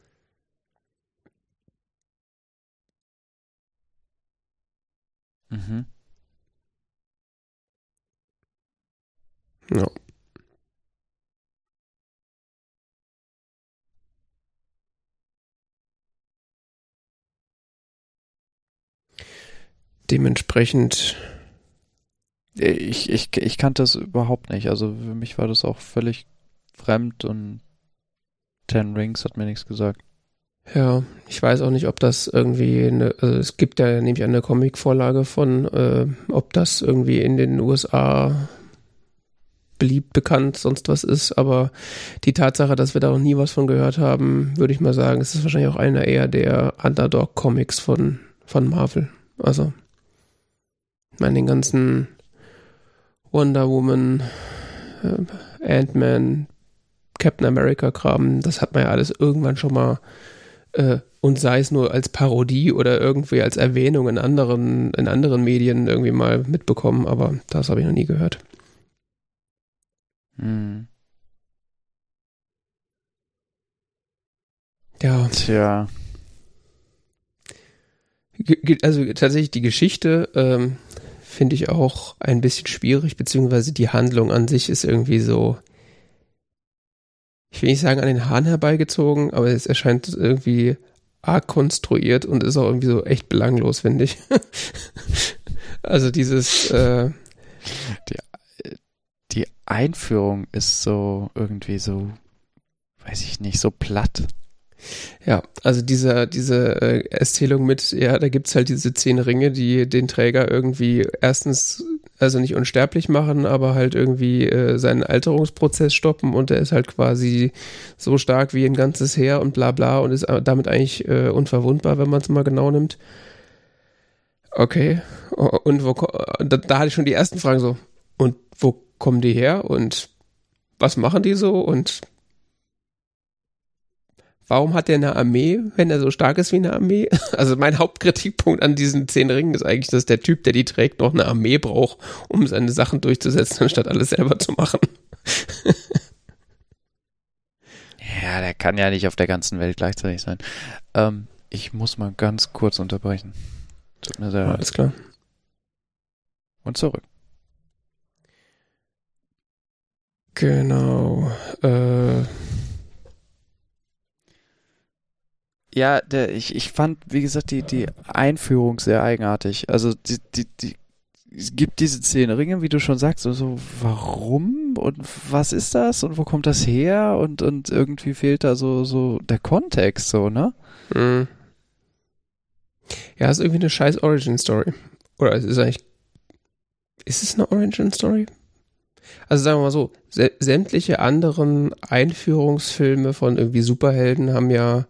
Mhm. Ja. Dementsprechend. Ich, ich, ich kannte das überhaupt nicht. Also für mich war das auch völlig fremd und Ten Rings hat mir nichts gesagt. Ja, ich weiß auch nicht, ob das irgendwie eine, also es gibt ja nämlich eine Comic-Vorlage von, äh, ob das irgendwie in den U S A beliebt, bekannt, sonst was ist, aber die Tatsache, dass wir da noch nie was von gehört haben, würde ich mal sagen, es ist wahrscheinlich auch einer eher der Underdog-Comics von, von Marvel. Also, ich meine, den ganzen Wonder Woman, äh, Ant-Man, Captain America-Kram, das hat man ja alles irgendwann schon mal Äh, und sei es nur als Parodie oder irgendwie als Erwähnung in anderen, in anderen Medien irgendwie mal mitbekommen, aber das habe ich noch nie gehört. Hm. Ja. Tja. Ge- Also tatsächlich die Geschichte ähm, finde ich auch ein bisschen schwierig, beziehungsweise die Handlung an sich ist irgendwie so, ich will nicht sagen an den Haaren herbeigezogen, aber es erscheint irgendwie arg konstruiert und ist auch irgendwie so echt belanglos, finde ich. Also dieses äh, Die, die Einführung ist so irgendwie so, weiß ich nicht, so platt. ja, also diese, diese äh, Erzählung mit, ja, da gibt's halt diese zehn Ringe, die den Träger irgendwie erstens, also nicht unsterblich machen, aber halt irgendwie äh, seinen Alterungsprozess stoppen und er ist halt quasi so stark wie ein ganzes Heer und bla bla und ist damit eigentlich äh, unverwundbar, wenn man es mal genau nimmt. Okay, und wo, da, da hatte ich schon die ersten Fragen so, und wo kommen die her und was machen die so und warum hat der eine Armee, wenn er so stark ist wie eine Armee? Also mein Hauptkritikpunkt an diesen zehn Ringen ist eigentlich, dass der Typ, der die trägt, noch eine Armee braucht, um seine Sachen durchzusetzen, anstatt alles selber zu machen. Ja, der kann ja nicht auf der ganzen Welt gleichzeitig sein. Ähm, ich muss mal ganz kurz unterbrechen. Tut mir sehr leid. Alles klar. Und zurück. Genau. Äh... Ja, der, ich, ich fand, wie gesagt, die, die Einführung sehr eigenartig. Also die, die, die, es gibt diese zehn Ringe, wie du schon sagst, also warum und was ist das und wo kommt das her und, und irgendwie fehlt da so, so der Kontext, so, ne? Mhm. Ja, ist irgendwie eine scheiß Origin-Story. Oder es ist eigentlich, ist es eine Origin-Story? Also sagen wir mal so, sä- sämtliche anderen Einführungsfilme von irgendwie Superhelden haben ja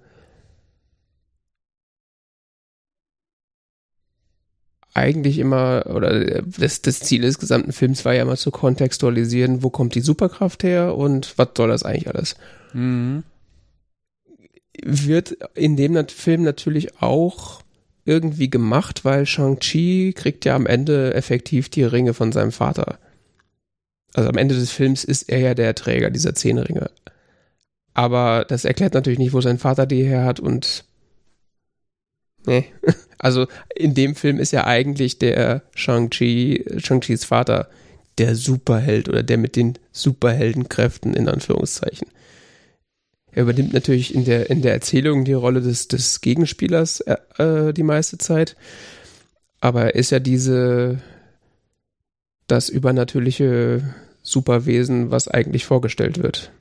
eigentlich immer, oder das, das Ziel des gesamten Films war ja immer zu kontextualisieren, wo kommt die Superkraft her und was soll das eigentlich alles? Mhm. Wird in dem Film natürlich auch irgendwie gemacht, weil Shang-Chi kriegt ja am Ende effektiv die Ringe von seinem Vater. Also am Ende des Films ist er ja der Träger dieser zehn Ringe. Aber das erklärt natürlich nicht, wo sein Vater die her hat und nee. Also in dem Film ist ja eigentlich der Shang-Chi, Shang-Chis Vater der Superheld oder der mit den Superheldenkräften in Anführungszeichen. Er übernimmt natürlich in der, in der Erzählung die Rolle des, des Gegenspielers äh, die meiste Zeit. Aber er ist ja diese, das übernatürliche Superwesen, was eigentlich vorgestellt wird.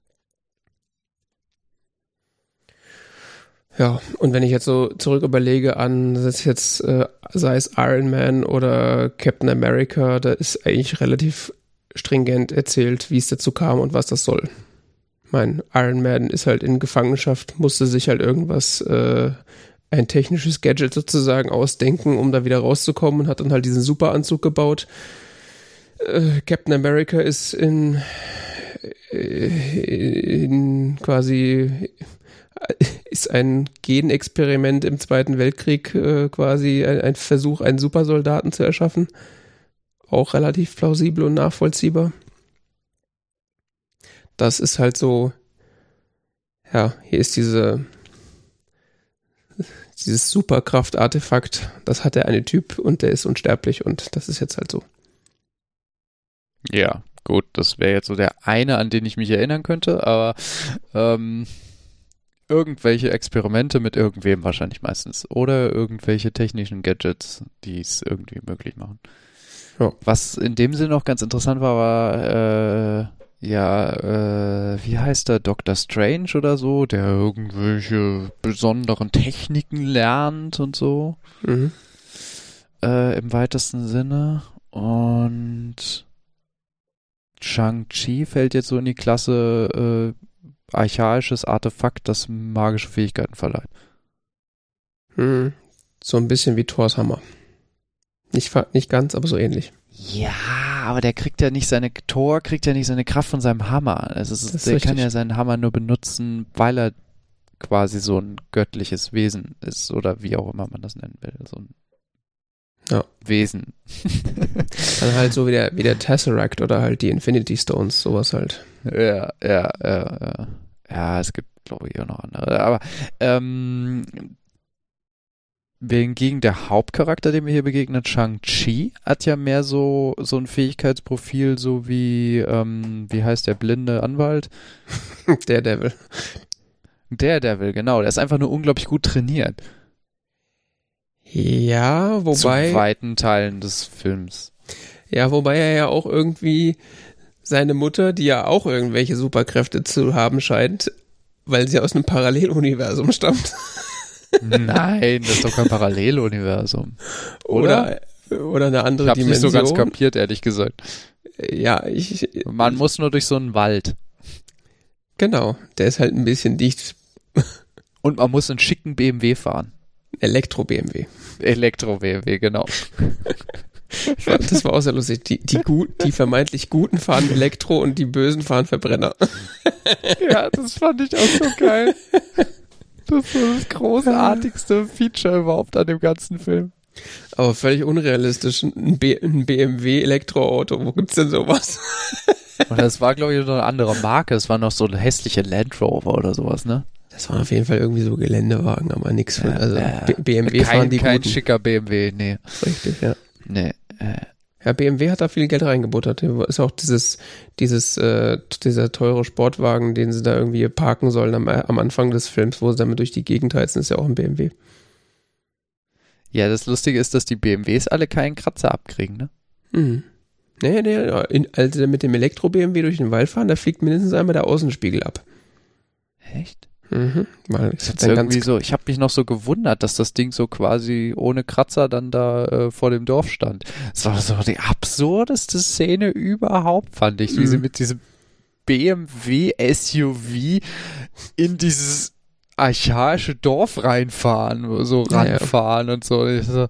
Ja, und wenn ich jetzt so zurück überlege an, das ist jetzt, äh, sei es Iron Man oder Captain America, da ist eigentlich relativ stringent erzählt, wie es dazu kam und was das soll. Mein Iron Man ist halt in Gefangenschaft, musste sich halt irgendwas, äh, ein technisches Gadget sozusagen ausdenken, um da wieder rauszukommen und hat dann halt diesen Superanzug gebaut. Äh, Captain America ist in, in quasi ist ein Genexperiment im Zweiten Weltkrieg äh, quasi ein, ein Versuch, einen Supersoldaten zu erschaffen. Auch relativ plausibel und nachvollziehbar. Das ist halt so, ja, hier ist diese dieses Superkraft-Artefakt, das hat der eine Typ und der ist unsterblich und das ist jetzt halt so. Ja, gut, das wäre jetzt so der eine, an den ich mich erinnern könnte, aber ähm, irgendwelche Experimente mit irgendwem wahrscheinlich meistens oder irgendwelche technischen Gadgets, die es irgendwie möglich machen. Ja. Was in dem Sinne noch ganz interessant war, war äh, ja, äh, wie heißt der, Doctor Strange oder so, der irgendwelche besonderen Techniken lernt und so, Mhm. äh, im weitesten Sinne. Und Shang-Chi fällt jetzt so in die Klasse äh, archaisches Artefakt, das magische Fähigkeiten verleiht. Mhm. So ein bisschen wie Thors Hammer. Nicht, fa- nicht ganz, aber so ähnlich. Ja, aber der kriegt ja nicht seine, Thor kriegt ja nicht seine Kraft von seinem Hammer. Also es ist, Das ist der richtig. kann ja seinen Hammer nur benutzen, weil er quasi so ein göttliches Wesen ist oder wie auch immer man das nennen will. So ein Ja. Wesen. Dann halt so wie der, wie der Tesseract oder halt die Infinity Stones, sowas halt. Ja, ja, ja, ja. Ja, es gibt, glaube ich, auch noch andere. Aber ähm, hingegen der Hauptcharakter, dem wir hier begegnen, Shang-Chi, hat ja mehr so, so ein Fähigkeitsprofil, so wie, ähm, wie heißt der blinde Anwalt? Der Devil. Daredevil, genau. Der ist einfach nur unglaublich gut trainiert. Ja, wobei. Zu weiten Teilen des Films. Ja, wobei er ja auch irgendwie seine Mutter, die ja auch irgendwelche Superkräfte zu haben scheint, weil sie aus einem Paralleluniversum stammt. Nein, das ist doch kein Paralleluniversum. Oder? Oder, oder eine andere Ich hab's nicht Dimension. so ganz kapiert, ehrlich gesagt. Ja, ich. Man muss nur durch so einen Wald. Genau, der ist halt ein bisschen dicht. Und man muss einen schicken B M W fahren. Elektro-B M W. Elektro-B M W, genau. Das war auch sehr lustig. Die, die, gut, die vermeintlich Guten fahren Elektro und die Bösen fahren Verbrenner. Ja, das fand ich auch so geil. Das war das großartigste Feature überhaupt an dem ganzen Film. Aber völlig unrealistisch. Ein, B- ein B M W-Elektroauto, wo gibt's denn sowas? Und das war, glaube ich, noch eine andere Marke. Es war noch so eine hässliche Land Rover oder sowas, ne? Das waren auf jeden Fall irgendwie so Geländewagen, aber nix von, also äh, B- BMW kein, fahren die kein Guten. schicker B M W, nee. Richtig, ja. Nee. Äh. Ja, B M W hat da viel Geld reingebuttert. Ist auch dieses, dieses, äh, dieser teure Sportwagen, den sie da irgendwie parken sollen am, am Anfang des Films, wo sie damit durch die Gegend heizen, ist ja auch ein B M W. Ja, das Lustige ist, dass die B M Ws alle keinen Kratzer abkriegen, ne? Mhm. Nee, nee, in, als sie mit dem Elektro-B M W durch den Wald fahren, da fliegt mindestens einmal der Außenspiegel ab. Echt? Mhm. Weil das ist irgendwie so, ich habe mich noch so gewundert, dass das Ding so quasi ohne Kratzer dann da äh, vor dem Dorf stand. Das war so die absurdeste Szene überhaupt, fand ich, wie mhm. sie mit diesem B M W S U V in dieses archaische Dorf reinfahren, so ranfahren ja, ja. und so. Ich so.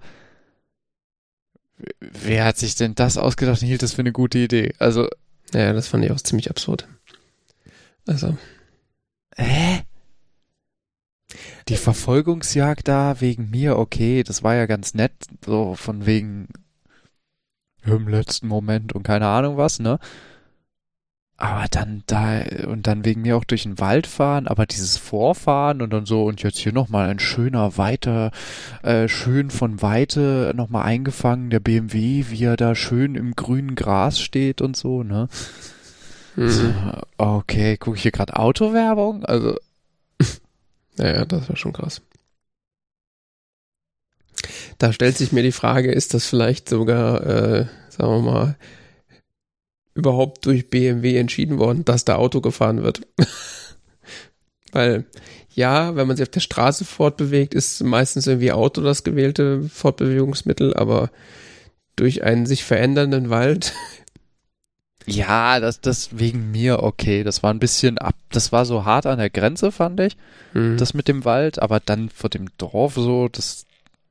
Wer hat sich denn das ausgedacht und hielt das für eine gute Idee? Also. Ja, das fand ich auch ziemlich absurd. Also. Hä? Die Verfolgungsjagd da wegen mir, okay, das war ja ganz nett, so von wegen im letzten Moment und keine Ahnung was, ne? Aber dann da, und dann wegen mir auch durch den Wald fahren, aber dieses Vorfahren und dann so, und jetzt hier nochmal ein schöner, weiter, äh, schön von Weite nochmal eingefangen, der B M W, wie er da schön im grünen Gras steht und so, ne? Mhm. Okay, gucke ich hier gerade Autowerbung? Also. Naja, das war schon krass. Da stellt sich mir die Frage, ist das vielleicht sogar, äh, sagen wir mal, überhaupt durch B M W entschieden worden, dass da Auto gefahren wird? Weil, ja, wenn man sich auf der Straße fortbewegt, ist meistens irgendwie Auto das gewählte Fortbewegungsmittel, aber durch einen sich verändernden Wald. Ja, das, das wegen mir, okay. Das war ein bisschen ab, das war so hart an der Grenze, fand ich, mhm. das mit dem Wald, aber dann vor dem Dorf so, das.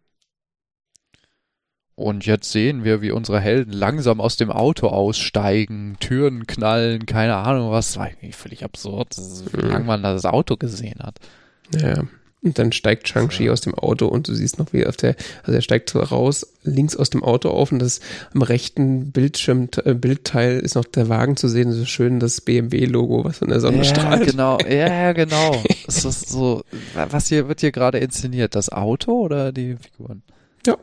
Und jetzt sehen wir, wie unsere Helden langsam aus dem Auto aussteigen, Türen knallen, keine Ahnung was. Das war irgendwie völlig absurd, wie mhm. lange man das Auto gesehen hat. Ja, und dann steigt Shang-Chi ja. aus dem Auto und du siehst noch, wie auf der, also er steigt so raus, links aus dem Auto auf und das am rechten Bildschirm, äh, Bildteil ist noch der Wagen zu sehen, so schön das B M W-Logo, was von der Sonne ja, strahlt. Genau. Ja, genau. Es ist so, was hier wird hier gerade inszeniert? Das Auto oder die Figuren? Ja.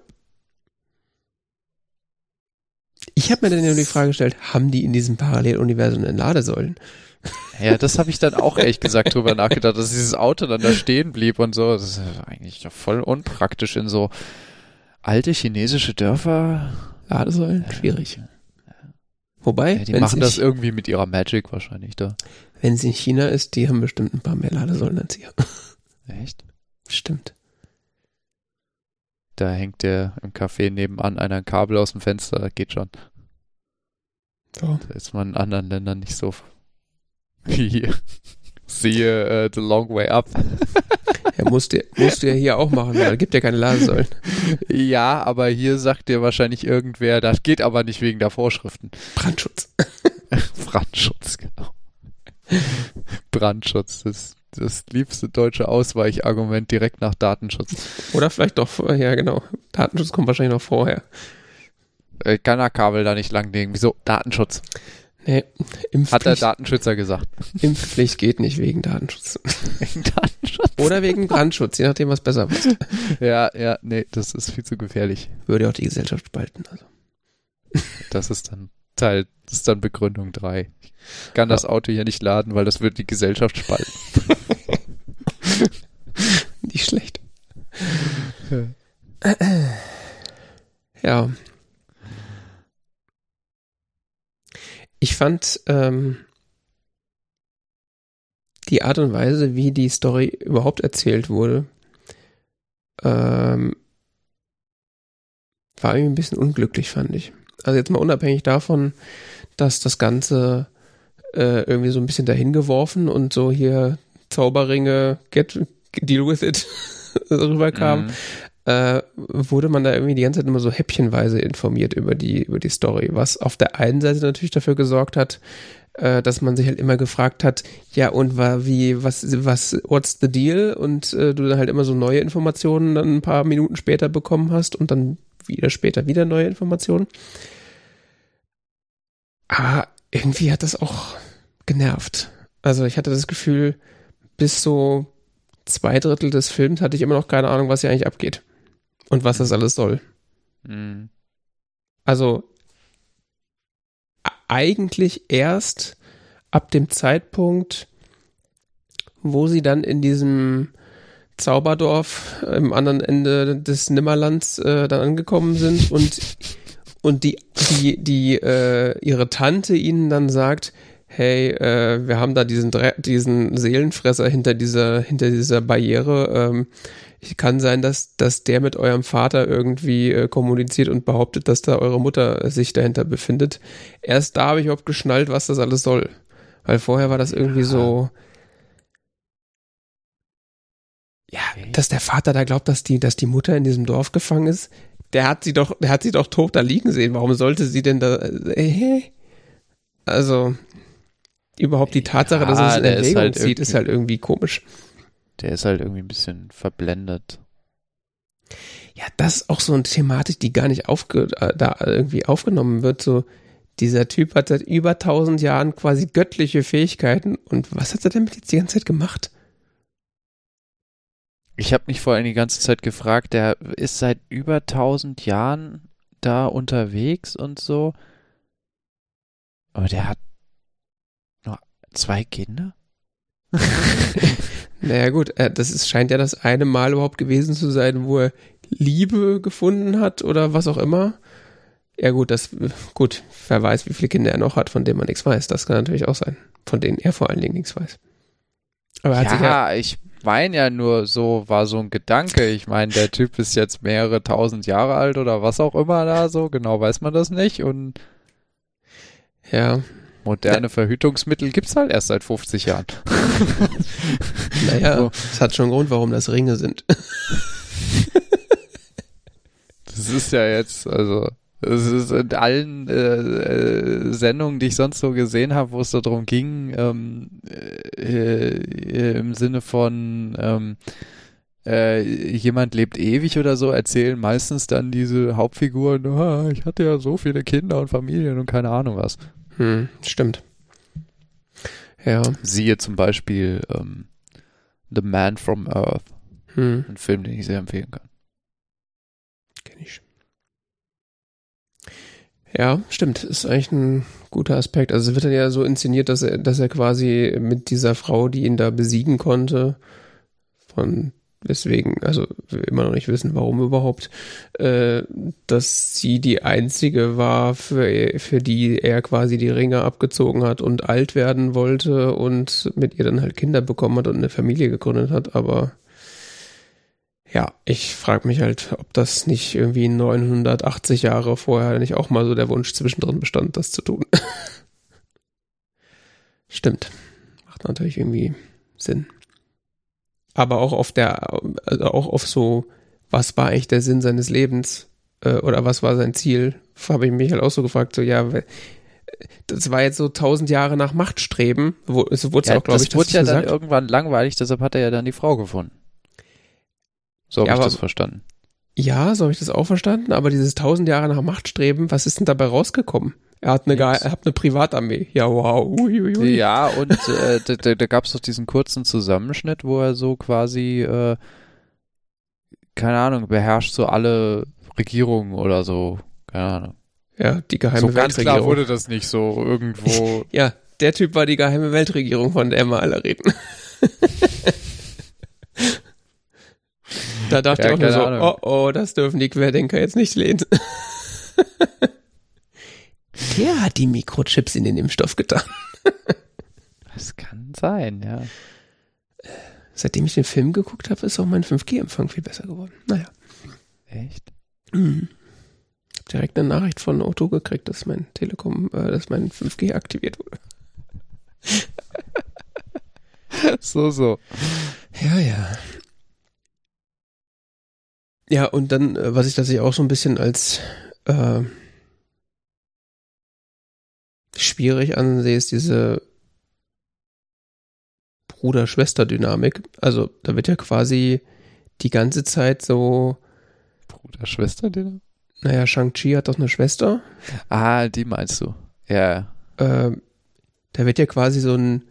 Ich habe mir dann ja die Frage gestellt, haben die in diesem Paralleluniversum denn Ladesäulen? Ja, das habe ich dann auch ehrlich gesagt drüber nachgedacht, dass dieses Auto dann da stehen blieb und so. Das ist eigentlich doch voll unpraktisch in so alte chinesische Dörfer. Ladesäulen? Schwierig. Wobei, ja, die machen das irgendwie mit ihrer Magic wahrscheinlich da. Wenn es in China ist, die haben bestimmt ein paar mehr Ladesäulen als hier. Echt? Stimmt. Da hängt der im Café nebenan einer ein Kabel aus dem Fenster, geht schon. Oh. Da ist man in anderen Ländern nicht so wie hier. Siehe uh, The Long Way Up. Ja, musst du, musst du ja hier auch machen, weil es gibt ja keine Ladesäulen. Ja, aber hier sagt dir wahrscheinlich irgendwer, das geht aber nicht wegen der Vorschriften. Brandschutz. Brandschutz, genau. Brandschutz, das, das liebste deutsche Ausweichargument direkt nach Datenschutz. Oder vielleicht doch vorher, ja genau. Datenschutz kommt wahrscheinlich noch vorher. Ich kann der Kabel da nicht langlegen. Wieso? Datenschutz. Nee, Impfpflicht. Hat der Datenschützer gesagt. Impfpflicht geht nicht wegen Datenschutz. Wegen Datenschutz? Oder wegen Brandschutz, je nachdem, was besser passt. Ja, ja, nee, das ist viel zu gefährlich. Würde auch die Gesellschaft spalten. Also. Das ist dann Teil, das ist dann Begründung drei. Ich kann ja. das Auto hier nicht laden, weil das würde die Gesellschaft spalten. Nicht schlecht. Ja. Ja. Ich fand ähm, die Art und Weise, wie die Story überhaupt erzählt wurde, ähm, war irgendwie ein bisschen unglücklich, fand ich. Also jetzt mal unabhängig davon, dass das Ganze äh, irgendwie so ein bisschen dahin geworfen und so hier Zauberringe, get, deal with it rüberkam. Mhm. äh, wurde man da irgendwie die ganze Zeit immer so häppchenweise informiert über die, über die Story, was auf der einen Seite natürlich dafür gesorgt hat, äh, dass man sich halt immer gefragt hat, ja und war wie, was, was, what's the deal? Und äh, du dann halt immer so neue Informationen dann ein paar Minuten später bekommen hast und dann wieder später wieder neue Informationen. Aber irgendwie hat das auch genervt. Also ich hatte das Gefühl, bis so zwei Drittel des Films hatte ich immer noch keine Ahnung, was hier eigentlich abgeht. Und was das alles soll. Mhm. Also eigentlich erst ab dem Zeitpunkt, wo sie dann in diesem Zauberdorf am anderen Ende des Nimmerlands äh, dann angekommen sind und, und die, die, die, äh, ihre Tante ihnen dann sagt, hey, äh, wir haben da diesen, Dre- diesen Seelenfresser hinter dieser, hinter dieser Barriere, ähm, kann sein, dass, dass der mit eurem Vater irgendwie äh, kommuniziert und behauptet, dass da eure Mutter sich dahinter befindet. Erst da habe ich überhaupt geschnallt, was das alles soll. Weil vorher war das irgendwie Ja. so, ja, Okay. dass der Vater da glaubt, dass die, dass die Mutter in diesem Dorf gefangen ist. Der hat sie doch, der hat sie doch tot da liegen sehen. Warum sollte sie denn da, äh, also, überhaupt die Tatsache, Ja, dass er es in der ist Erwägung halt zieht, ist irgendwie- halt irgendwie komisch. Der ist halt irgendwie ein bisschen verblendet. Ja, das ist auch so eine Thematik, die gar nicht aufge äh, da irgendwie aufgenommen wird. So, dieser Typ hat seit über tausend Jahren quasi göttliche Fähigkeiten. Und was hat er damit jetzt die ganze Zeit gemacht? Ich habe mich vorhin die ganze Zeit gefragt, der ist seit über tausend Jahren da unterwegs und so. Aber der hat nur zwei Kinder? Naja gut, äh, das ist, scheint ja das eine Mal überhaupt gewesen zu sein, wo er Liebe gefunden hat oder was auch immer. Ja gut, das, gut, wer weiß, wie viele Kinder er noch hat, von denen man nichts weiß. Das kann natürlich auch sein. Von denen er vor allen Dingen nichts weiß. Aber er hat sich ja, Ja, ich meine ja nur, so war so ein Gedanke. Ich meine, der Typ ist jetzt mehrere tausend Jahre alt oder was auch immer da so. Genau weiß man das nicht. Und ja, moderne Verhütungsmittel gibt's halt erst seit fünfzig Jahren. naja, So. das hat schon einen Grund, warum das Ringe sind. Das ist ja jetzt, also, es ist in allen äh, äh, Sendungen, die ich sonst so gesehen habe, wo es so darum ging, ähm, äh, äh, im Sinne von ähm, äh, jemand lebt ewig oder so, erzählen meistens dann diese Hauptfiguren, ah, ich hatte ja so viele Kinder und Familien und keine Ahnung was. Hm, stimmt. Ja. Siehe zum Beispiel ähm, The Man from Earth, Hm, ein Film, den ich sehr empfehlen kann. kenn ich. Ja, stimmt. Ist eigentlich ein guter Aspekt. Also es wird dann ja so inszeniert, dass er, dass er quasi mit dieser Frau, die ihn da besiegen konnte, von weswegen, also wir immer noch nicht wissen, warum überhaupt, äh, dass sie die einzige war, für, für die er quasi die Ringe abgezogen hat und alt werden wollte und mit ihr dann halt Kinder bekommen hat und eine Familie gegründet hat, aber ja, ich frage mich halt, ob das nicht irgendwie neunhundertachtzig Jahre vorher nicht auch mal so der Wunsch zwischendrin bestand, das zu tun. Stimmt. Macht natürlich irgendwie Sinn. Aber auch auf der, also auch auf so, was war eigentlich der Sinn seines Lebens äh, oder was war sein Ziel, habe ich mich halt auch so gefragt, so ja, das war jetzt so tausend Jahre nach Machtstreben, wo, es wurde Ja, auch, glaube das ich, wurde das ja gesagt. dann irgendwann langweilig, deshalb hat er ja dann die Frau gefunden. So habe Ja, ich aber- das verstanden. Ja, so habe ich das auch verstanden, aber dieses tausend Jahre nach Machtstreben, was ist denn dabei rausgekommen? Er hat eine, Ge- Nix. er hat eine Privatarmee. Ja, wow. Ui, ui, ui. Ja, und äh, da, da, da gab es doch diesen kurzen Zusammenschnitt, wo er so quasi, äh, keine Ahnung, beherrscht so alle Regierungen oder so. Keine Ahnung. Ja, die geheime So ganz klar Weltregierung. wurde das nicht so irgendwo. Ja, der Typ war die geheime Weltregierung, von der immer alle reden. Da dachte Ja, ich auch nur keine so, Ahnung. oh oh, das dürfen die Querdenker jetzt nicht lesen. Der hat die Mikrochips in den Impfstoff getan. Das kann sein, ja. Seitdem ich den Film geguckt habe, ist auch mein fünf G-Empfang viel besser geworden. Naja. Echt? Mhm. Hab direkt eine Nachricht von Otto gekriegt, dass mein Telekom, äh, dass mein fünf G aktiviert wurde. So, so. Ja, ja. Ja, und dann, äh, was ich tatsächlich auch so ein bisschen als äh, schwierig ansehe, ist diese Bruder-Schwester-Dynamik. Also da wird ja quasi die ganze Zeit so, Bruder-Schwester-Dynamik? naja, Shang-Chi hat doch eine Schwester. Ah, die meinst du. Ja. Äh, da wird ja quasi so ein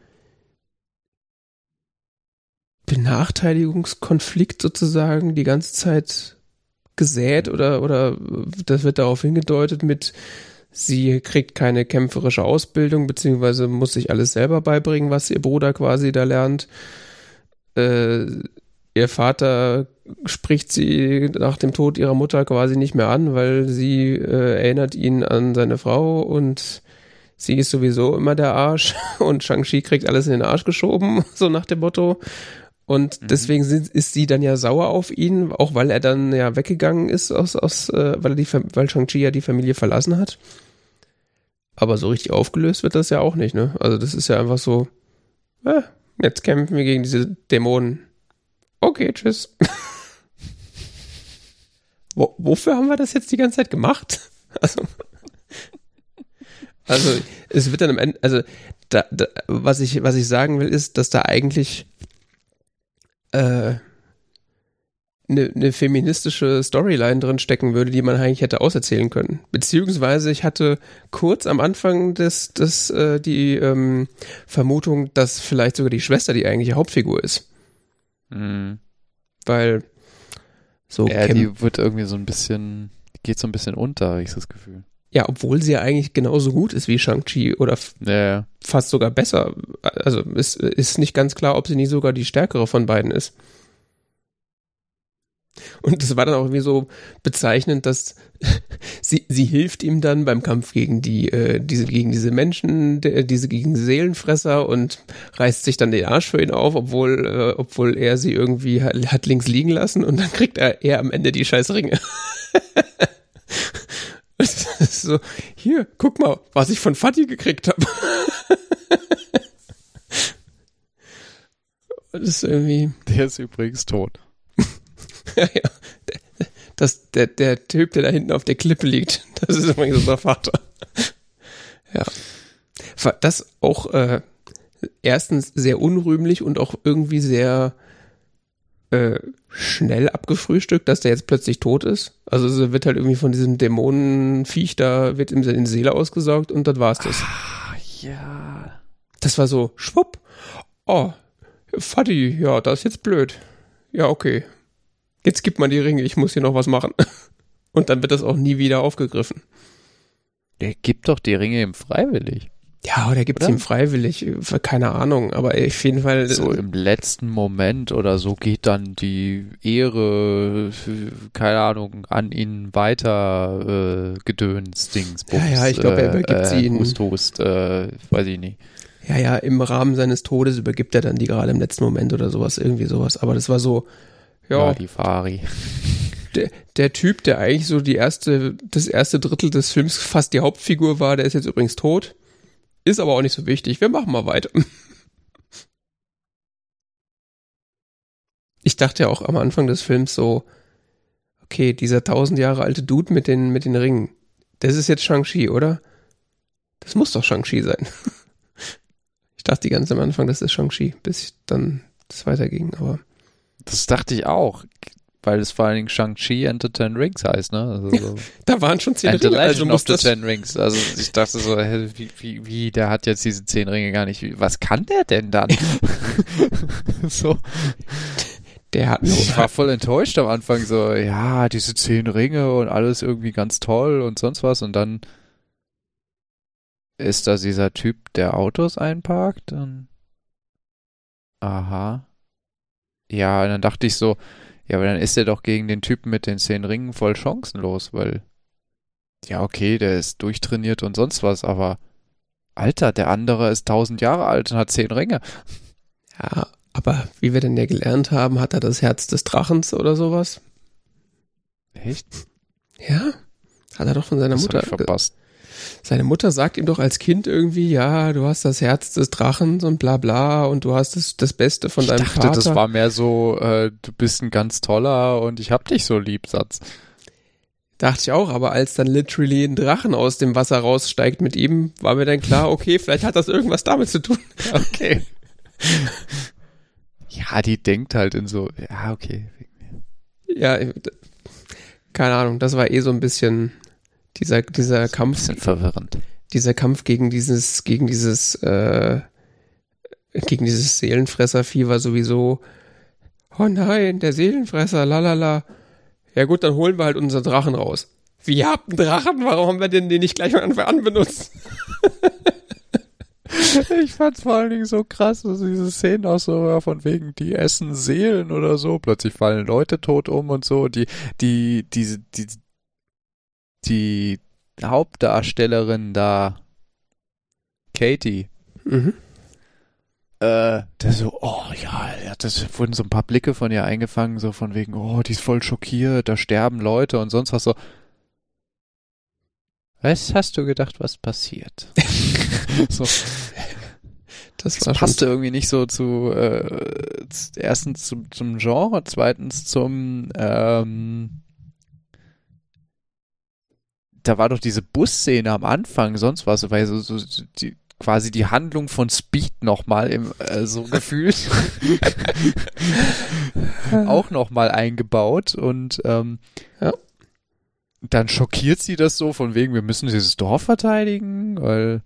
Benachteiligungskonflikt sozusagen die ganze Zeit gesät oder, oder das wird darauf hingedeutet mit, sie kriegt keine kämpferische Ausbildung, beziehungsweise muss sich alles selber beibringen, was ihr Bruder quasi da lernt. Äh, ihr Vater spricht sie nach dem Tod ihrer Mutter quasi nicht mehr an, weil sie äh, erinnert ihn an seine Frau und sie ist sowieso immer der Arsch und Shang-Chi kriegt alles in den Arsch geschoben, so nach dem Motto. Und deswegen sind, ist sie dann ja sauer auf ihn, auch weil er dann ja weggegangen ist, aus, aus, äh, weil, er die, weil Shang-Chi ja die Familie verlassen hat. Aber so richtig aufgelöst wird das ja auch nicht, ne? Also das ist ja einfach so, äh, jetzt kämpfen wir gegen diese Dämonen. Okay, tschüss. Wo, wofür haben wir das jetzt die ganze Zeit gemacht? Also, also es wird dann am Ende, also da, da, was ich, was ich sagen will, ist, dass da eigentlich eine äh, ne feministische Storyline drin stecken würde, die man eigentlich hätte auserzählen können. Beziehungsweise ich hatte kurz am Anfang des, des äh, die ähm, Vermutung, dass vielleicht sogar die Schwester die eigentliche Hauptfigur ist. Mhm. Weil so Ja, Cam- die wird irgendwie so ein bisschen, geht so ein bisschen unter, habe ich das Gefühl. ja, obwohl sie ja eigentlich genauso gut ist wie Shang-Chi oder f- Ja, ja. fast sogar besser. Also es ist nicht ganz klar, ob sie nicht sogar die stärkere von beiden ist. Und das war dann auch irgendwie so bezeichnend, dass sie, sie hilft ihm dann beim Kampf gegen die, äh, diese, gegen diese Menschen, de, diese gegen Seelenfresser und reißt sich dann den Arsch für ihn auf, obwohl, äh, obwohl er sie irgendwie hat, hat links liegen lassen und dann kriegt er, er am Ende die scheiß Ringe. Das ist so, hier, guck mal, was ich von Fatih gekriegt habe. Das ist irgendwie. Der ist übrigens tot. Ja, ja. Das, der, der Typ, der da hinten auf der Klippe liegt, das ist übrigens unser Vater. Ja. Das auch äh, erstens sehr unrühmlich und auch irgendwie sehr äh, schnell abgefrühstückt, dass der jetzt plötzlich tot ist. Also es wird halt irgendwie von diesem Dämonenviech da, wird ihm seine Seele ausgesaugt und das war's das. Ah, ja. Das war so, schwupp. Oh, Fatih, ja, das ist jetzt blöd. Ja, okay. Jetzt gibt man die Ringe, ich muss hier noch was machen. Und dann wird das auch nie wieder aufgegriffen. Der gibt doch die Ringe ihm freiwillig. Ja, oder gibt es ihm freiwillig, keine Ahnung, aber auf jeden Fall. So im letzten Moment oder so geht dann die Ehre, keine Ahnung, an ihn weiter äh, Gedöns, Dings, Bums, Ja, ja, ich glaube, er übergibt äh, sie ihnen. Hust, Hust, äh, weiß ich nicht. Ja, ja, im Rahmen seines Todes übergibt er dann die gerade im letzten Moment oder sowas, irgendwie sowas. Aber das war so, ja, Ja, die Fari. der, der Typ, der eigentlich so die erste, das erste Drittel des Films fast die Hauptfigur war, der ist jetzt übrigens tot. Ist aber auch nicht so wichtig. Wir machen mal weiter. Ich dachte ja auch am Anfang des Films so, okay, dieser tausend Jahre alte Dude mit den, mit den Ringen, das ist jetzt Shang-Chi, oder? Das muss doch Shang-Chi sein. Ich dachte die ganze am Anfang, das ist Shang-Chi, bis dann das weiterging, aber. Das dachte ich auch, weil es vor allen Dingen Shang-Chi and the Ten Rings heißt, ne? Also so. Da waren schon zehn And the Ringe, Legend also muss of the das... Ten Rings. Also ich dachte so, hä, wie, wie, wie, der hat jetzt diese zehn Ringe gar nicht. Was kann der denn dann? So. Der hat nur... Ich war voll enttäuscht am Anfang, so, ja, diese zehn Ringe und alles irgendwie ganz toll und sonst was. Und dann ist da dieser Typ, der Autos einparkt und aha. Ja, und dann dachte ich so, ja, aber dann ist er doch gegen den Typen mit den zehn Ringen voll chancenlos, weil, ja, okay, der ist durchtrainiert und sonst was, aber Alter, der andere ist tausend Jahre alt und hat zehn Ringe. Ja, aber wie wir denn ja gelernt haben, hat er das Herz des Drachens oder sowas? Echt? Ja, hat er doch von seiner Das Mutter. hab ich verpasst. Seine Mutter sagt ihm doch als Kind irgendwie, ja, du hast das Herz des Drachens und bla bla und du hast das, das Beste von ich deinem dachte, Vater. Das war mehr so, äh, du bist ein ganz toller und ich hab dich so lieb, Satz. Dachte ich auch, aber als dann literally ein Drachen aus dem Wasser raussteigt mit ihm, war mir dann klar, okay, vielleicht hat das irgendwas damit zu tun. Okay. Ja, die denkt halt in so, ja, okay. Ja, keine Ahnung, das war eh so ein bisschen dieser, dieser Kampf. Ein bisschen verwirrend. Dieser Kampf gegen dieses, gegen dieses, äh, gegen dieses Seelenfresservieh war sowieso, oh nein, der Seelenfresser, lalala. Ja gut, dann holen wir halt unseren Drachen raus. Wie, ihr habt einen Drachen? Warum haben wir denn den nicht gleich von Anfang an benutzt? Ich fand's vor allen Dingen so krass, dass diese Szenen auch so von wegen, die essen Seelen oder so, plötzlich fallen Leute tot um und so, die, die, diese, die, die Hauptdarstellerin da, Katie, Mhm. äh, der so, oh ja, ja, das wurden so ein paar Blicke von ihr eingefangen, so von wegen, oh, die ist voll schockiert, da sterben Leute und sonst was so. Was hast du gedacht, was passiert? so. Das, Das war passte schon, irgendwie nicht so zu, äh, z- erstens zum, zum Genre, zweitens zum, ähm, da war doch diese Busszene am Anfang, sonst was, weil so, so die, quasi die Handlung von Speed nochmal im, äh, so gefühlt auch nochmal eingebaut und, ähm, Ja. dann schockiert sie das so von wegen, wir müssen dieses Dorf verteidigen, weil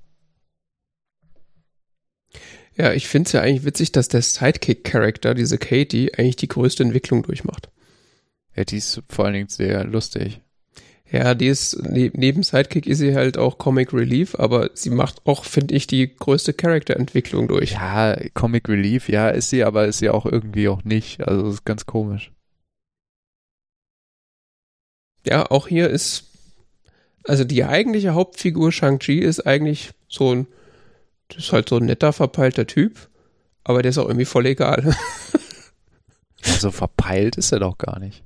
ja, ich finde es ja eigentlich witzig, dass der Sidekick-Charakter, diese Katie, eigentlich die größte Entwicklung durchmacht. ja, die ist vor allen Dingen sehr lustig. Ja, die ist, ne, neben Sidekick ist sie halt auch Comic Relief, aber sie macht auch, finde ich, die größte Charakterentwicklung durch. Ja, Comic Relief, ja, ist sie, aber ist sie auch irgendwie auch nicht. Also das ist ganz komisch. Ja, auch hier ist, also die eigentliche Hauptfigur Shang-Chi ist eigentlich so ein, das ist halt so ein netter, verpeilter Typ, aber der ist auch irgendwie voll egal. Also verpeilt ist er doch gar nicht.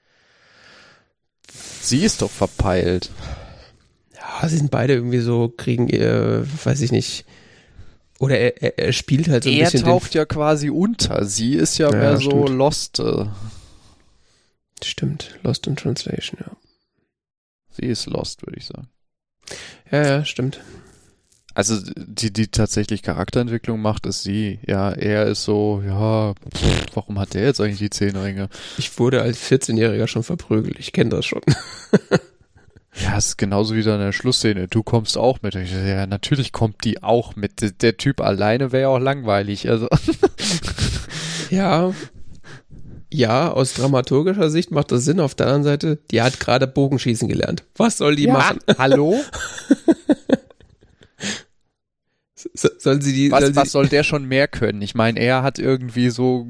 Sie ist doch verpeilt. Ja, sie sind beide irgendwie so, kriegen ihr, weiß ich nicht, oder er, er, er spielt halt so ein Er bisschen taucht ja quasi unter. Sie ist ja, Ja, mehr so stimmt. lost. Äh, den, stimmt, Lost in Translation, ja. Sie ist lost, würde ich sagen. Ja, ja, stimmt. Also die, die tatsächlich Charakterentwicklung macht, ist sie. Ja, er ist so, ja, pff, warum hat der jetzt eigentlich die zehn Ringe? Ich wurde als vierzehnjähriger schon verprügelt, ich kenne das schon. Ja, es ist genauso wie da in der Schlussszene. Du kommst auch mit. Ich so, ja, natürlich kommt die auch mit. Der, der Typ alleine wäre ja auch langweilig. Also Ja, ja, aus dramaturgischer Sicht macht das Sinn. Auf der anderen Seite, die hat gerade Bogenschießen gelernt. Was soll die ja, machen? hallo? So, soll sie die, Was, soll was sie, soll der schon mehr können? Ich meine, er hat irgendwie so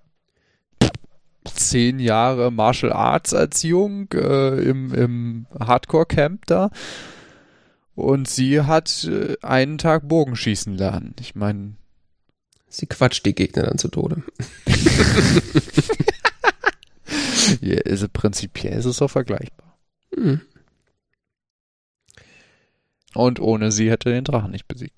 zehn Jahre Martial Arts Erziehung äh, im, im Hardcore-Camp da. Und sie hat äh, einen Tag Bogenschießen lernen. Ich meine, sie quatscht die Gegner dann zu Tode. ja, also prinzipiell ist es doch vergleichbar. Hm. Und ohne sie hätte er den Drachen nicht besiegt.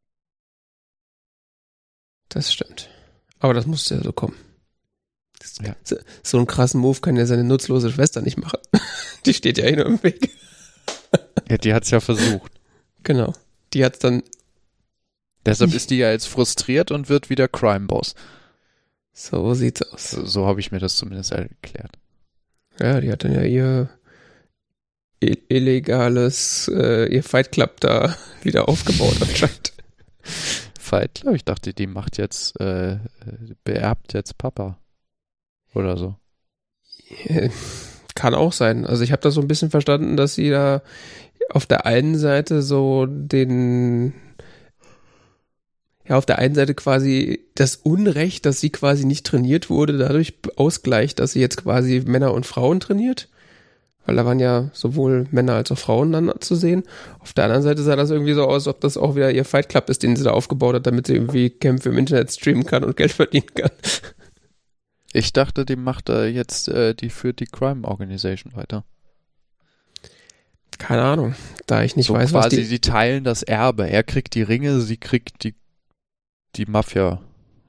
Das stimmt. Aber das musste ja so kommen. Das, Ja. so, so einen krassen Move kann ja seine nutzlose Schwester nicht machen. Die steht ja eh nur im Weg. Ja, die hat es ja versucht. Genau. Die hat dann, Deshalb ist die ja jetzt frustriert und wird wieder Crime-Boss. so sieht's aus. So, so habe ich mir das zumindest erklärt. Ja, die hat dann ja ihr i- illegales, äh, ihr Fight Club da wieder aufgebaut anscheinend. Fight Club? Ich dachte, die macht jetzt, äh, beerbt jetzt Papa. Oder so. Äh, Kann auch sein. Also ich habe das so ein bisschen verstanden, dass sie da auf der einen Seite so den, ja, auf der einen Seite quasi das Unrecht, dass sie quasi nicht trainiert wurde, dadurch ausgleicht, dass sie jetzt quasi Männer und Frauen trainiert. Weil da waren ja sowohl Männer als auch Frauen dann zu sehen. Auf der anderen Seite sah das irgendwie so aus, als ob das auch wieder ihr Fight Club ist, den sie da aufgebaut hat, damit sie irgendwie Kämpfe im Internet streamen kann und Geld verdienen kann. Ich dachte, die macht äh, jetzt, äh, die führt die Crime Organization weiter. Keine Ahnung, da ich nicht so weiß, quasi, was die... die teilen das Erbe. Er kriegt die Ringe, sie kriegt die, die Mafia.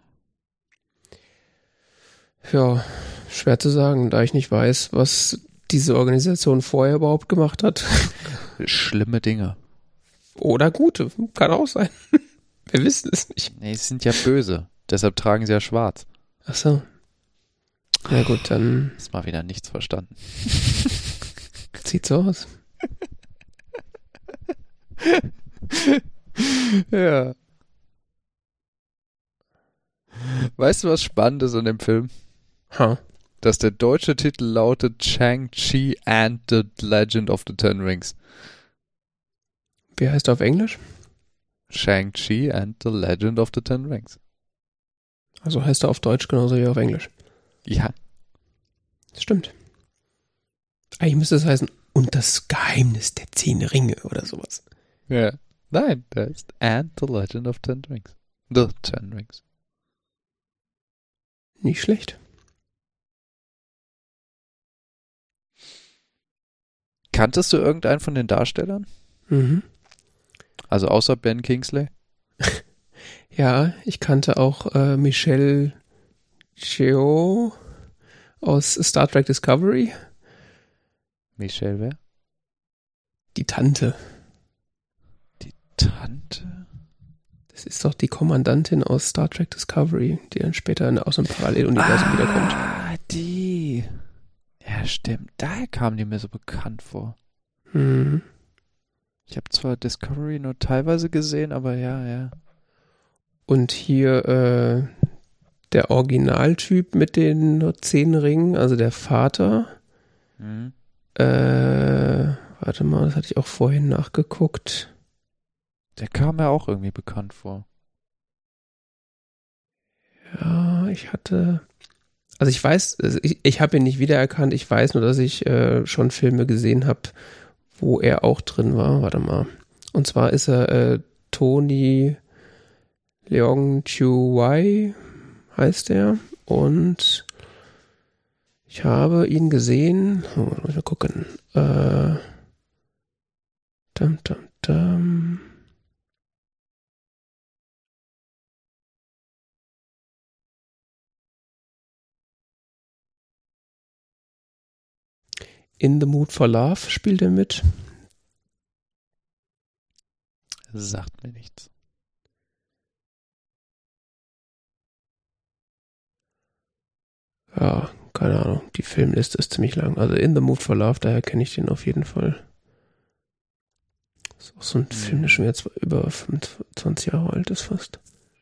Ja, schwer zu sagen, da ich nicht weiß, was diese Organisation vorher überhaupt gemacht hat. Schlimme Dinge. Oder gute, kann auch sein. Wir wissen es nicht. Nee, sie sind ja böse. Deshalb tragen sie ja schwarz. Ach so. Na gut, dann... Ist mal wieder nichts verstanden. Sieht so aus. Ja. Weißt du, was spannend ist an dem Film? Ha. Dass der deutsche Titel lautet Shang-Chi and the Legend of the Ten Rings. Wie heißt er auf Englisch? Shang-Chi and the Legend of the Ten Rings. Also heißt er auf Deutsch genauso wie auf Englisch. Ja. Das stimmt. Eigentlich müsste es heißen, und das Geheimnis der zehn Ringe oder sowas. Ja. Nein, der ist And the Legend of Ten Rings. The Ten Rings. Nicht schlecht. Kanntest du irgendeinen von den Darstellern? Mhm. Also außer Ben Kingsley? Ja, ich kannte auch äh, Michelle Yeoh aus Star Trek Discovery. Michelle wer? Die Tante. Die Tante? Das ist doch die Kommandantin aus Star Trek Discovery, die dann später in, aus einem Paralleluniversum ah, wiederkommt. Ah, die. Ja, stimmt. Daher kam die mir so bekannt vor. Mhm. Ich habe zwar Discovery nur teilweise gesehen, aber ja, ja. Und hier äh, der Originaltyp mit den nur zehn Ringen, also der Vater. Mhm. Äh, warte mal, das hatte ich auch vorhin nachgeguckt. Der kam mir auch irgendwie bekannt vor. Ja, ich hatte... Also ich weiß, also ich, ich habe ihn nicht wiedererkannt, ich weiß nur, dass ich äh, schon Filme gesehen habe, wo er auch drin war. Warte mal. Und zwar ist er äh, Tony Leung Chiu Wai, heißt er. Und ich habe ihn gesehen. Oh, muss ich mal gucken. Äh, dum, dum, dum. In the Mood for Love spielt er mit. Das sagt mir nichts. Ja, keine Ahnung. Die Filmliste ist ziemlich lang. Also In the Mood for Love, daher kenne ich den auf jeden Fall. Das ist auch so ein mhm. Film, der schon jetzt über fünfundzwanzig Jahre alt ist fast.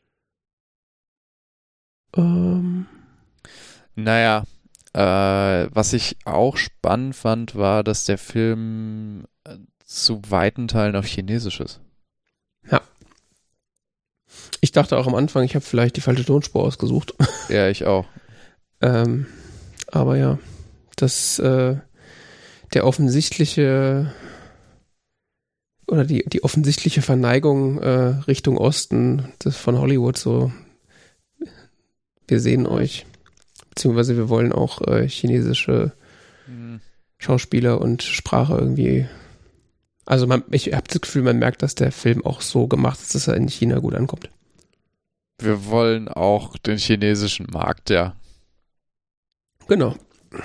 Ähm. Naja, äh, was ich auch spannend fand, war, dass der Film äh, zu weiten Teilen auf Chinesisch ist. Ja. Ich dachte auch am Anfang, ich habe vielleicht die falsche Tonspur ausgesucht. Ja, ich auch. ähm, aber ja, das äh, der offensichtliche oder die, die offensichtliche Verneigung äh, Richtung Osten das von Hollywood so, wir sehen euch. Beziehungsweise wir wollen auch äh, chinesische hm. Schauspieler und Sprache irgendwie. Also man, ich habe das Gefühl, man merkt, dass der Film auch so gemacht ist, dass er in China gut ankommt. Wir wollen auch den chinesischen Markt, ja. Genau.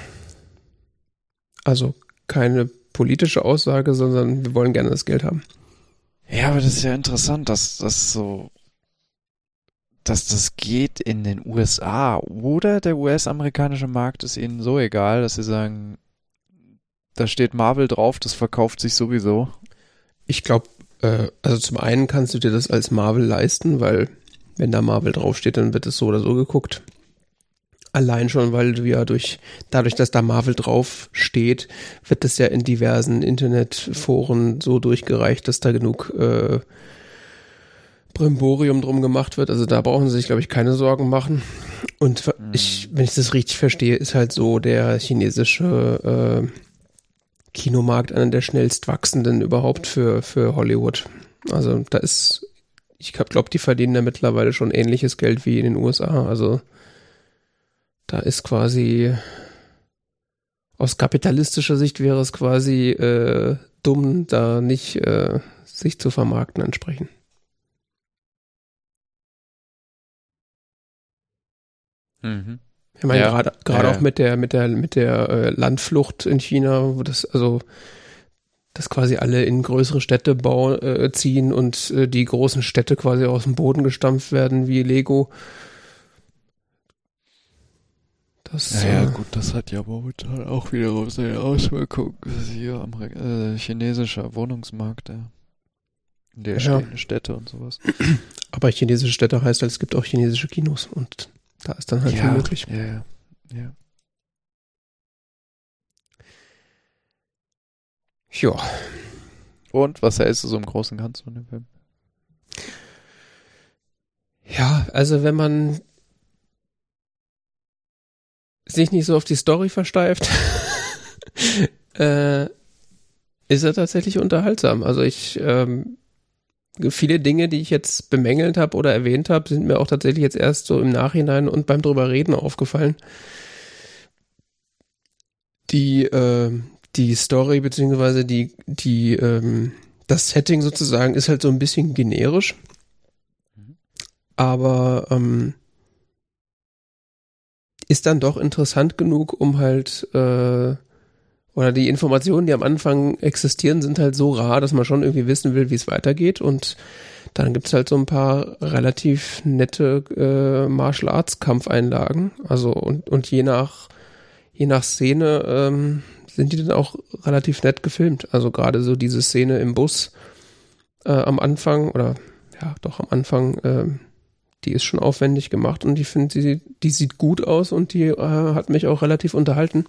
Also keine politische Aussage, sondern wir wollen gerne das Geld haben. Ja, aber das ist ja interessant, dass das so, dass das geht in den U S A oder der U S-amerikanische Markt ist ihnen so egal, dass sie sagen, da steht Marvel drauf, das verkauft sich sowieso. Ich glaube, äh, also zum einen kannst du dir das als Marvel leisten, weil wenn da Marvel draufsteht, dann wird es so oder so geguckt. Allein schon, weil du ja durch, dadurch, dass da Marvel drauf steht, wird das ja in diversen Internetforen so durchgereicht, dass da genug äh, Brimborium drum gemacht wird. Also da brauchen sie sich, glaube ich, keine Sorgen machen. Und mhm. ich, wenn ich das richtig verstehe, ist halt so der chinesische äh, Kinomarkt einer der schnellst wachsenden überhaupt für, für Hollywood. Also da ist, ich glaube, die verdienen da mittlerweile schon ähnliches Geld wie in den U S A. Also da ist quasi, aus kapitalistischer Sicht wäre es quasi äh, dumm, da nicht äh, sich zu vermarkten entsprechend. Mhm. Ich meine, Ja. gerade gerade Ja, auch mit der mit der mit der äh, Landflucht in China, wo das also dass quasi alle in größere Städte bau, äh, ziehen und äh, die großen Städte quasi aus dem Boden gestampft werden wie Lego. Das, ja, ja, äh, gut, das hat ja momentan auch wiederum seine Auswirkungen. Hier Amerik äh, chinesischer Wohnungsmarkt, der leerstehende Städte und sowas. aber chinesische Städte heißt halt, es gibt auch chinesische Kinos und da ist dann halt ja, viel möglich. Ja, ja, ja. Ja. Und was hältst du so im Großen und Ganzen von dem Film? Ja, also wenn man sich nicht so auf die Story versteift, äh, ist er tatsächlich unterhaltsam. Also ich, ähm, viele Dinge, die ich jetzt bemängelt habe oder erwähnt habe, sind mir auch tatsächlich jetzt erst so im Nachhinein und beim drüber reden aufgefallen. Die, äh, die Story beziehungsweise die, die, ähm, das Setting sozusagen ist halt so ein bisschen generisch. Aber ähm, ist dann doch interessant genug, um halt äh, oder die Informationen, die am Anfang existieren, sind halt so rar, dass man schon irgendwie wissen will, wie es weitergeht. Und dann gibt's halt so ein paar relativ nette äh, Martial Arts Kampfeinlagen. Also und, und je nach je nach Szene ähm, sind die dann auch relativ nett gefilmt. Also gerade so diese Szene im Bus äh, am Anfang oder ja doch am Anfang, äh, die ist schon aufwendig gemacht und ich finde, die, die sieht gut aus und die äh, hat mich auch relativ unterhalten.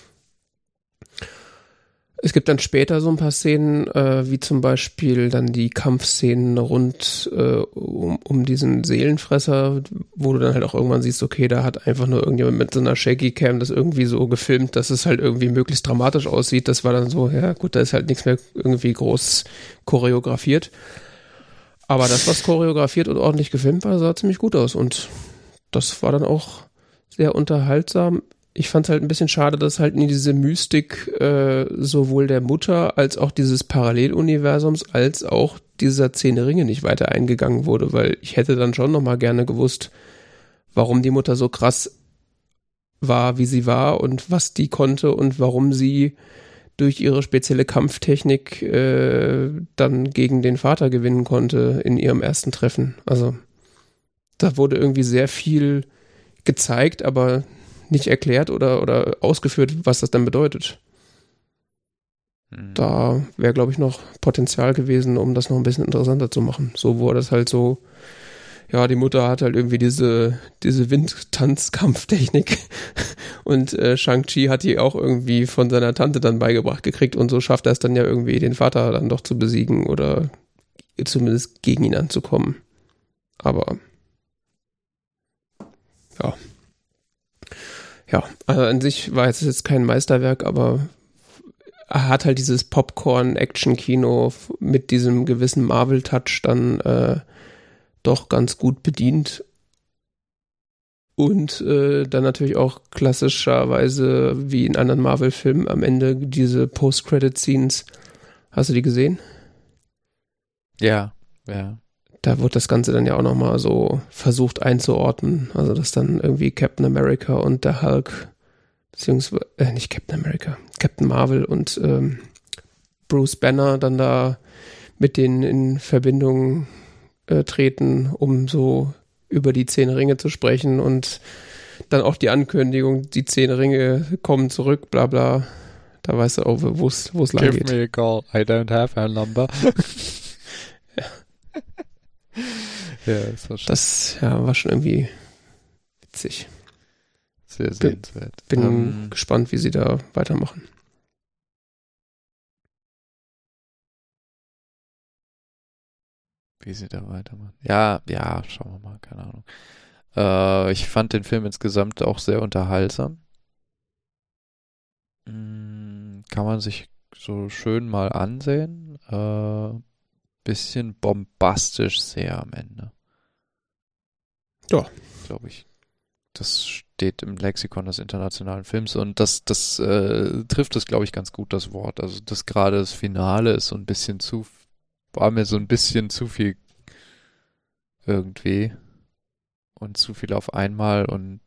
Es gibt dann später so ein paar Szenen, äh, wie zum Beispiel dann die Kampfszenen rund äh, um, um diesen Seelenfresser, wo du dann halt auch irgendwann siehst, okay, da hat einfach nur irgendjemand mit so einer Shaky-Cam das irgendwie so gefilmt, dass es halt irgendwie möglichst dramatisch aussieht. Das war dann so, ja gut, da ist halt nichts mehr irgendwie groß choreografiert. Aber das, was choreografiert und ordentlich gefilmt war, sah ziemlich gut aus und das war dann auch sehr unterhaltsam. Ich fand es halt ein bisschen schade, dass halt in diese Mystik äh, sowohl der Mutter als auch dieses Paralleluniversums als auch dieser Zehn Ringe nicht weiter eingegangen wurde, weil ich hätte dann schon nochmal gerne gewusst, warum die Mutter so krass war, wie sie war und was die konnte und warum sie durch ihre spezielle Kampftechnik äh, dann gegen den Vater gewinnen konnte in ihrem ersten Treffen. Also da wurde irgendwie sehr viel gezeigt, aber nicht erklärt oder, oder ausgeführt, was das dann bedeutet. Mhm. Da wäre, glaube ich, noch Potenzial gewesen, um das noch ein bisschen interessanter zu machen. So wurde das halt so, ja, die Mutter hat halt irgendwie diese, diese Windtanzkampftechnik und äh, Shang-Chi hat die auch irgendwie von seiner Tante dann beigebracht gekriegt und so schafft er es dann ja irgendwie, den Vater dann doch zu besiegen oder zumindest gegen ihn anzukommen. Aber ja. Ja, also an sich war es jetzt kein Meisterwerk, aber er hat halt dieses Popcorn-Action-Kino mit diesem gewissen Marvel-Touch dann äh, doch ganz gut bedient. Und äh, dann natürlich auch klassischerweise wie in anderen Marvel-Filmen am Ende diese Post-Credit-Scenes. Hast du die gesehen? Ja, ja. Da wird das Ganze dann ja auch nochmal so versucht einzuordnen. Also dass dann irgendwie Captain America und der Hulk, beziehungsweise, äh, nicht Captain America, Captain Marvel und ähm, Bruce Banner dann da mit denen in Verbindung äh, treten, um so über die zehn Ringe zu sprechen und dann auch die Ankündigung, die zehn Ringe kommen zurück, bla bla. Da weißt du auch, wo es lang geht. Give me a call, I don't have a number. Ja. Ja, das war schon, das ja, war schon irgendwie witzig. sehr sehenswert. Bin ähm, gespannt, wie sie da weitermachen. Wie sie da weitermachen. Ja, ja, schauen wir mal, keine Ahnung. Äh, ich fand den Film insgesamt auch sehr unterhaltsam. Mm, kann man sich so schön mal ansehen. Äh, bisschen bombastisch sehr am Ende. Ja. Glaube ich. das steht im Lexikon des internationalen Films und das, das äh, trifft es, glaube ich, ganz gut, das Wort. Also das gerade das Finale ist so ein bisschen zu, war mir so ein bisschen zu viel irgendwie und zu viel auf einmal und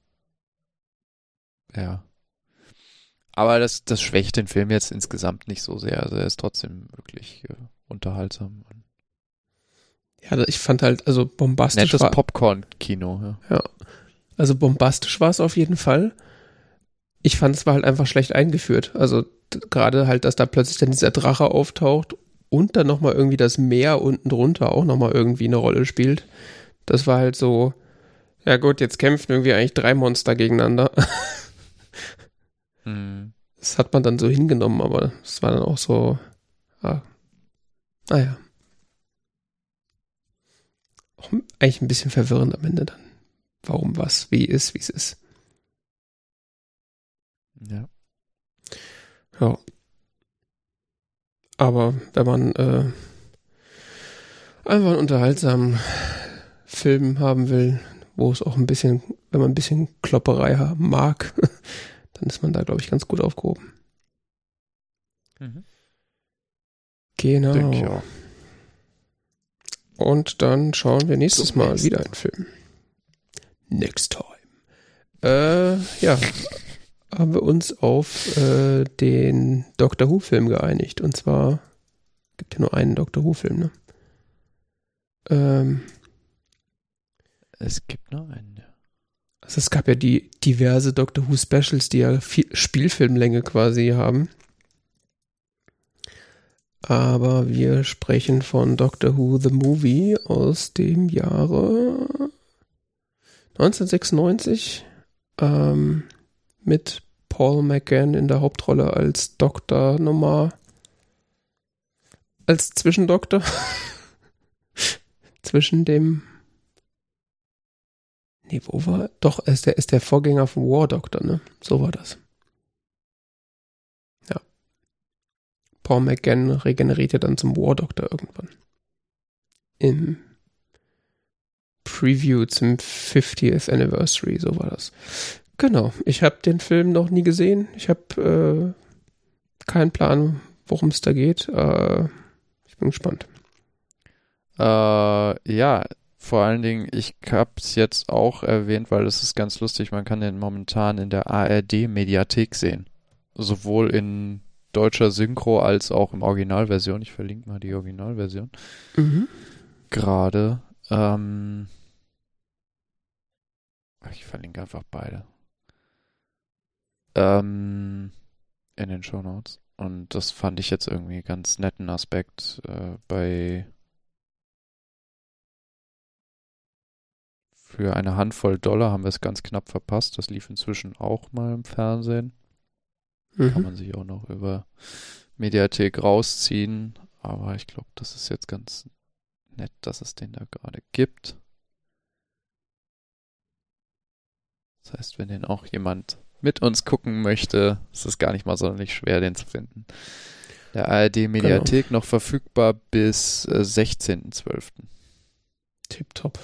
ja. Aber das, das schwächt den Film jetzt insgesamt nicht so sehr. Also er ist trotzdem wirklich äh, unterhaltsam. Ja, ich fand halt, also bombastisch Nettes war... Popcorn-Kino, ja. Ja, also bombastisch war es auf jeden Fall. Ich fand, es war halt einfach schlecht eingeführt. Also d- gerade halt, dass da plötzlich dann dieser Drache auftaucht und dann nochmal irgendwie das Meer unten drunter auch nochmal irgendwie eine Rolle spielt. Das war halt so, ja gut, jetzt kämpfen irgendwie eigentlich drei Monster gegeneinander. Hm. Das hat man dann so hingenommen, aber es war dann auch so, ah, naja. Auch eigentlich ein bisschen verwirrend am Ende dann. Warum was, wie ist, wie es ist. Ja. Ja. Aber wenn man äh, einfach einen unterhaltsamen Film haben will, wo es auch ein bisschen, wenn man ein bisschen Klopperei ha- mag, dann ist man da, glaube ich, ganz gut aufgehoben. Mhm. Genau. Denke ich auch. Und dann schauen wir nächstes Zum Mal nächsten. wieder einen Film. Next time. Äh, ja. Haben wir uns auf äh, den Doctor Who-Film geeinigt. Und zwar gibt ja nur einen Doctor Who-Film, ne? Ähm, Es gibt noch einen, ja. also es gab ja die diverse Doctor Who Specials, die ja viel Spielfilmlänge quasi haben. Aber wir sprechen von Doctor Who The Movie aus dem Jahre neunzehnhundertsechsundneunzig ähm, mit Paul McGann in der Hauptrolle als Doktor Nummer als Zwischendoktor zwischen dem nee, wo war doch, ist der, ist der Vorgänger von War Doctor, ne? So war das. Ja. Paul McGann regenerierte dann zum War Doctor irgendwann. Im Preview zum fiftieth Anniversary, so war das. Genau, ich habe den Film noch nie gesehen. Ich habe äh, keinen Plan, worum es da geht. Äh, ich bin gespannt. Äh, ja, vor allen Dingen, ich habe es jetzt auch erwähnt, weil es ist ganz lustig, man kann den momentan in der A R D-Mediathek sehen. Sowohl in deutscher Synchro als auch im Originalversion. Ich verlinke mal die Originalversion. Mhm. Gerade. Ähm, ich verlinke einfach beide. Ähm, in den Shownotes. Und das fand ich jetzt irgendwie ganz netten Aspekt äh, bei für eine Handvoll Dollar haben wir es ganz knapp verpasst. Das lief inzwischen auch mal im Fernsehen. Mhm. Kann man sich auch noch über Mediathek rausziehen. Aber ich glaube, das ist jetzt ganz nett, dass es den da gerade gibt. Das heißt, wenn den auch jemand mit uns gucken möchte, ist es gar nicht mal sonderlich schwer, den zu finden. Der A R D-Mediathek noch verfügbar bis äh, sechzehnten zwölften Tipptopp.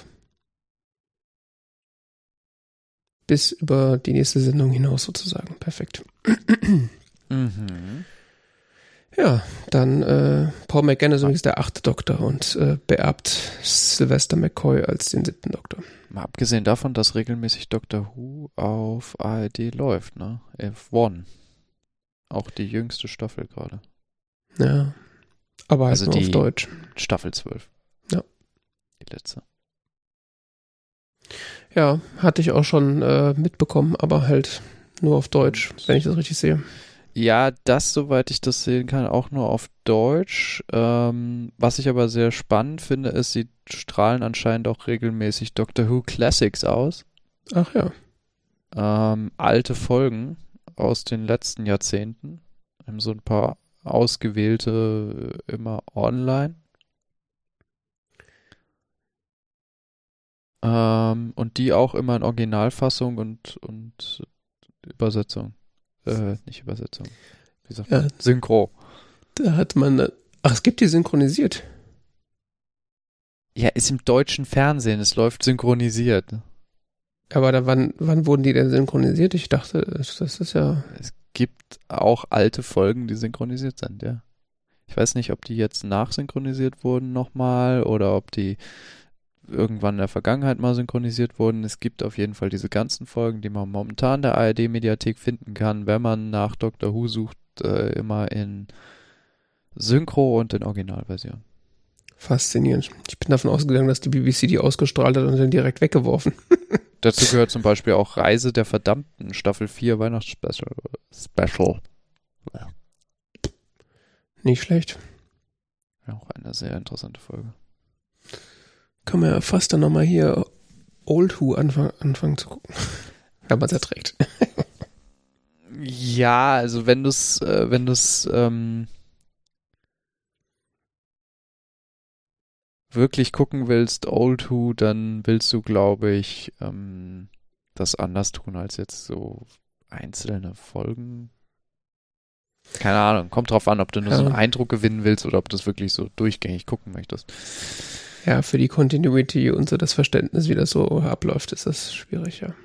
Bis über die nächste Sendung hinaus sozusagen. Perfekt. Mhm. Ja, dann äh, Paul McGann ist übrigens der achte Doktor und äh, beerbt Sylvester McCoy als den siebten Doktor. Mal abgesehen davon, dass regelmäßig Doctor Who auf A R D läuft, ne? F eins. Auch die jüngste Staffel gerade. Ja, aber halt Also nur die- auf Deutsch. Staffel zwölf. Ja. Die letzte. Ja, hatte ich auch schon äh, mitbekommen, aber halt nur auf Deutsch, wenn ich das richtig sehe. Ja, das, soweit ich das sehen kann, auch nur auf Deutsch. Ähm, was ich aber sehr spannend finde, ist, sie strahlen anscheinend auch regelmäßig Doctor Who Classics aus. Ach ja. Ähm, alte Folgen aus den letzten Jahrzehnten. Haben so ein paar ausgewählte äh, immer online. Ähm, und die auch immer in Originalfassung und, und Übersetzung. Äh, nicht Übersetzung. Wie sagt man? Ja, Synchro. da hat man, äh, ach, es gibt die synchronisiert. Ja, ist im deutschen Fernsehen. Es läuft synchronisiert. Aber da wann, wann wurden die denn synchronisiert? Ich dachte, das, das ist ja... Es gibt auch alte Folgen, die synchronisiert sind, ja. Ich weiß nicht, ob die jetzt nachsynchronisiert wurden nochmal oder ob die irgendwann in der Vergangenheit mal synchronisiert wurden. Es gibt auf jeden Fall diese ganzen Folgen, die man momentan in der A R D-Mediathek finden kann, wenn man nach Doctor Who sucht, äh, immer in Synchro und in Originalversion. Faszinierend. Ich bin davon ausgegangen, dass die B B C die ausgestrahlt hat und dann direkt weggeworfen. Dazu gehört zum Beispiel auch Reise der Verdammten, Staffel vier Weihnachtsspecial. Special. Ja. Nicht schlecht. Ja, auch eine sehr interessante Folge. Kann man ja fast dann nochmal hier Old Who anfangen, anfangen zu gucken. Wenn man es erträgt. Ja, also wenn du es, äh, wenn du es ähm, wirklich gucken willst, Old Who, dann willst du, glaube ich, ähm, das anders tun als jetzt so einzelne Folgen. Keine Ahnung, kommt drauf an, ob du nur ja. so einen Eindruck gewinnen willst oder ob du es wirklich so durchgängig gucken möchtest. Ja, für die Continuity und so das Verständnis, wie das so abläuft, ist das schwierig, ja.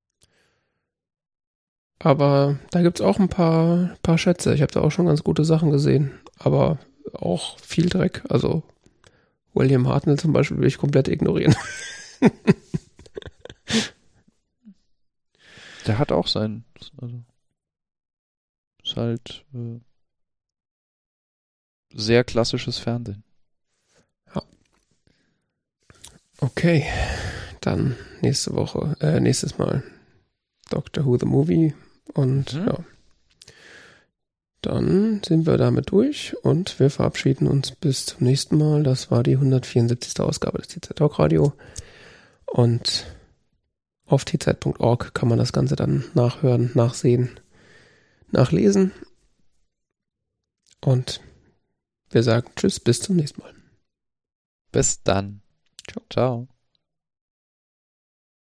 Aber da gibt's auch ein paar, paar Schätze. Ich habe da auch schon ganz gute Sachen gesehen, aber auch viel Dreck. Also William Hartnell zum Beispiel will ich komplett ignorieren. Der hat auch sein, also ist halt äh, sehr klassisches Fernsehen. Ja. Okay, dann nächste Woche, äh, nächstes Mal Doctor Who the Movie und mhm. ja. Dann sind wir damit durch und wir verabschieden uns bis zum nächsten Mal. Das war die hundertvierundsiebzigste Ausgabe des T Z Talk Radio und auf t z punkt org kann man das Ganze dann nachhören, nachsehen, nachlesen und wir sagen Tschüss, bis zum nächsten Mal. Bis dann. Ciao. Ciao.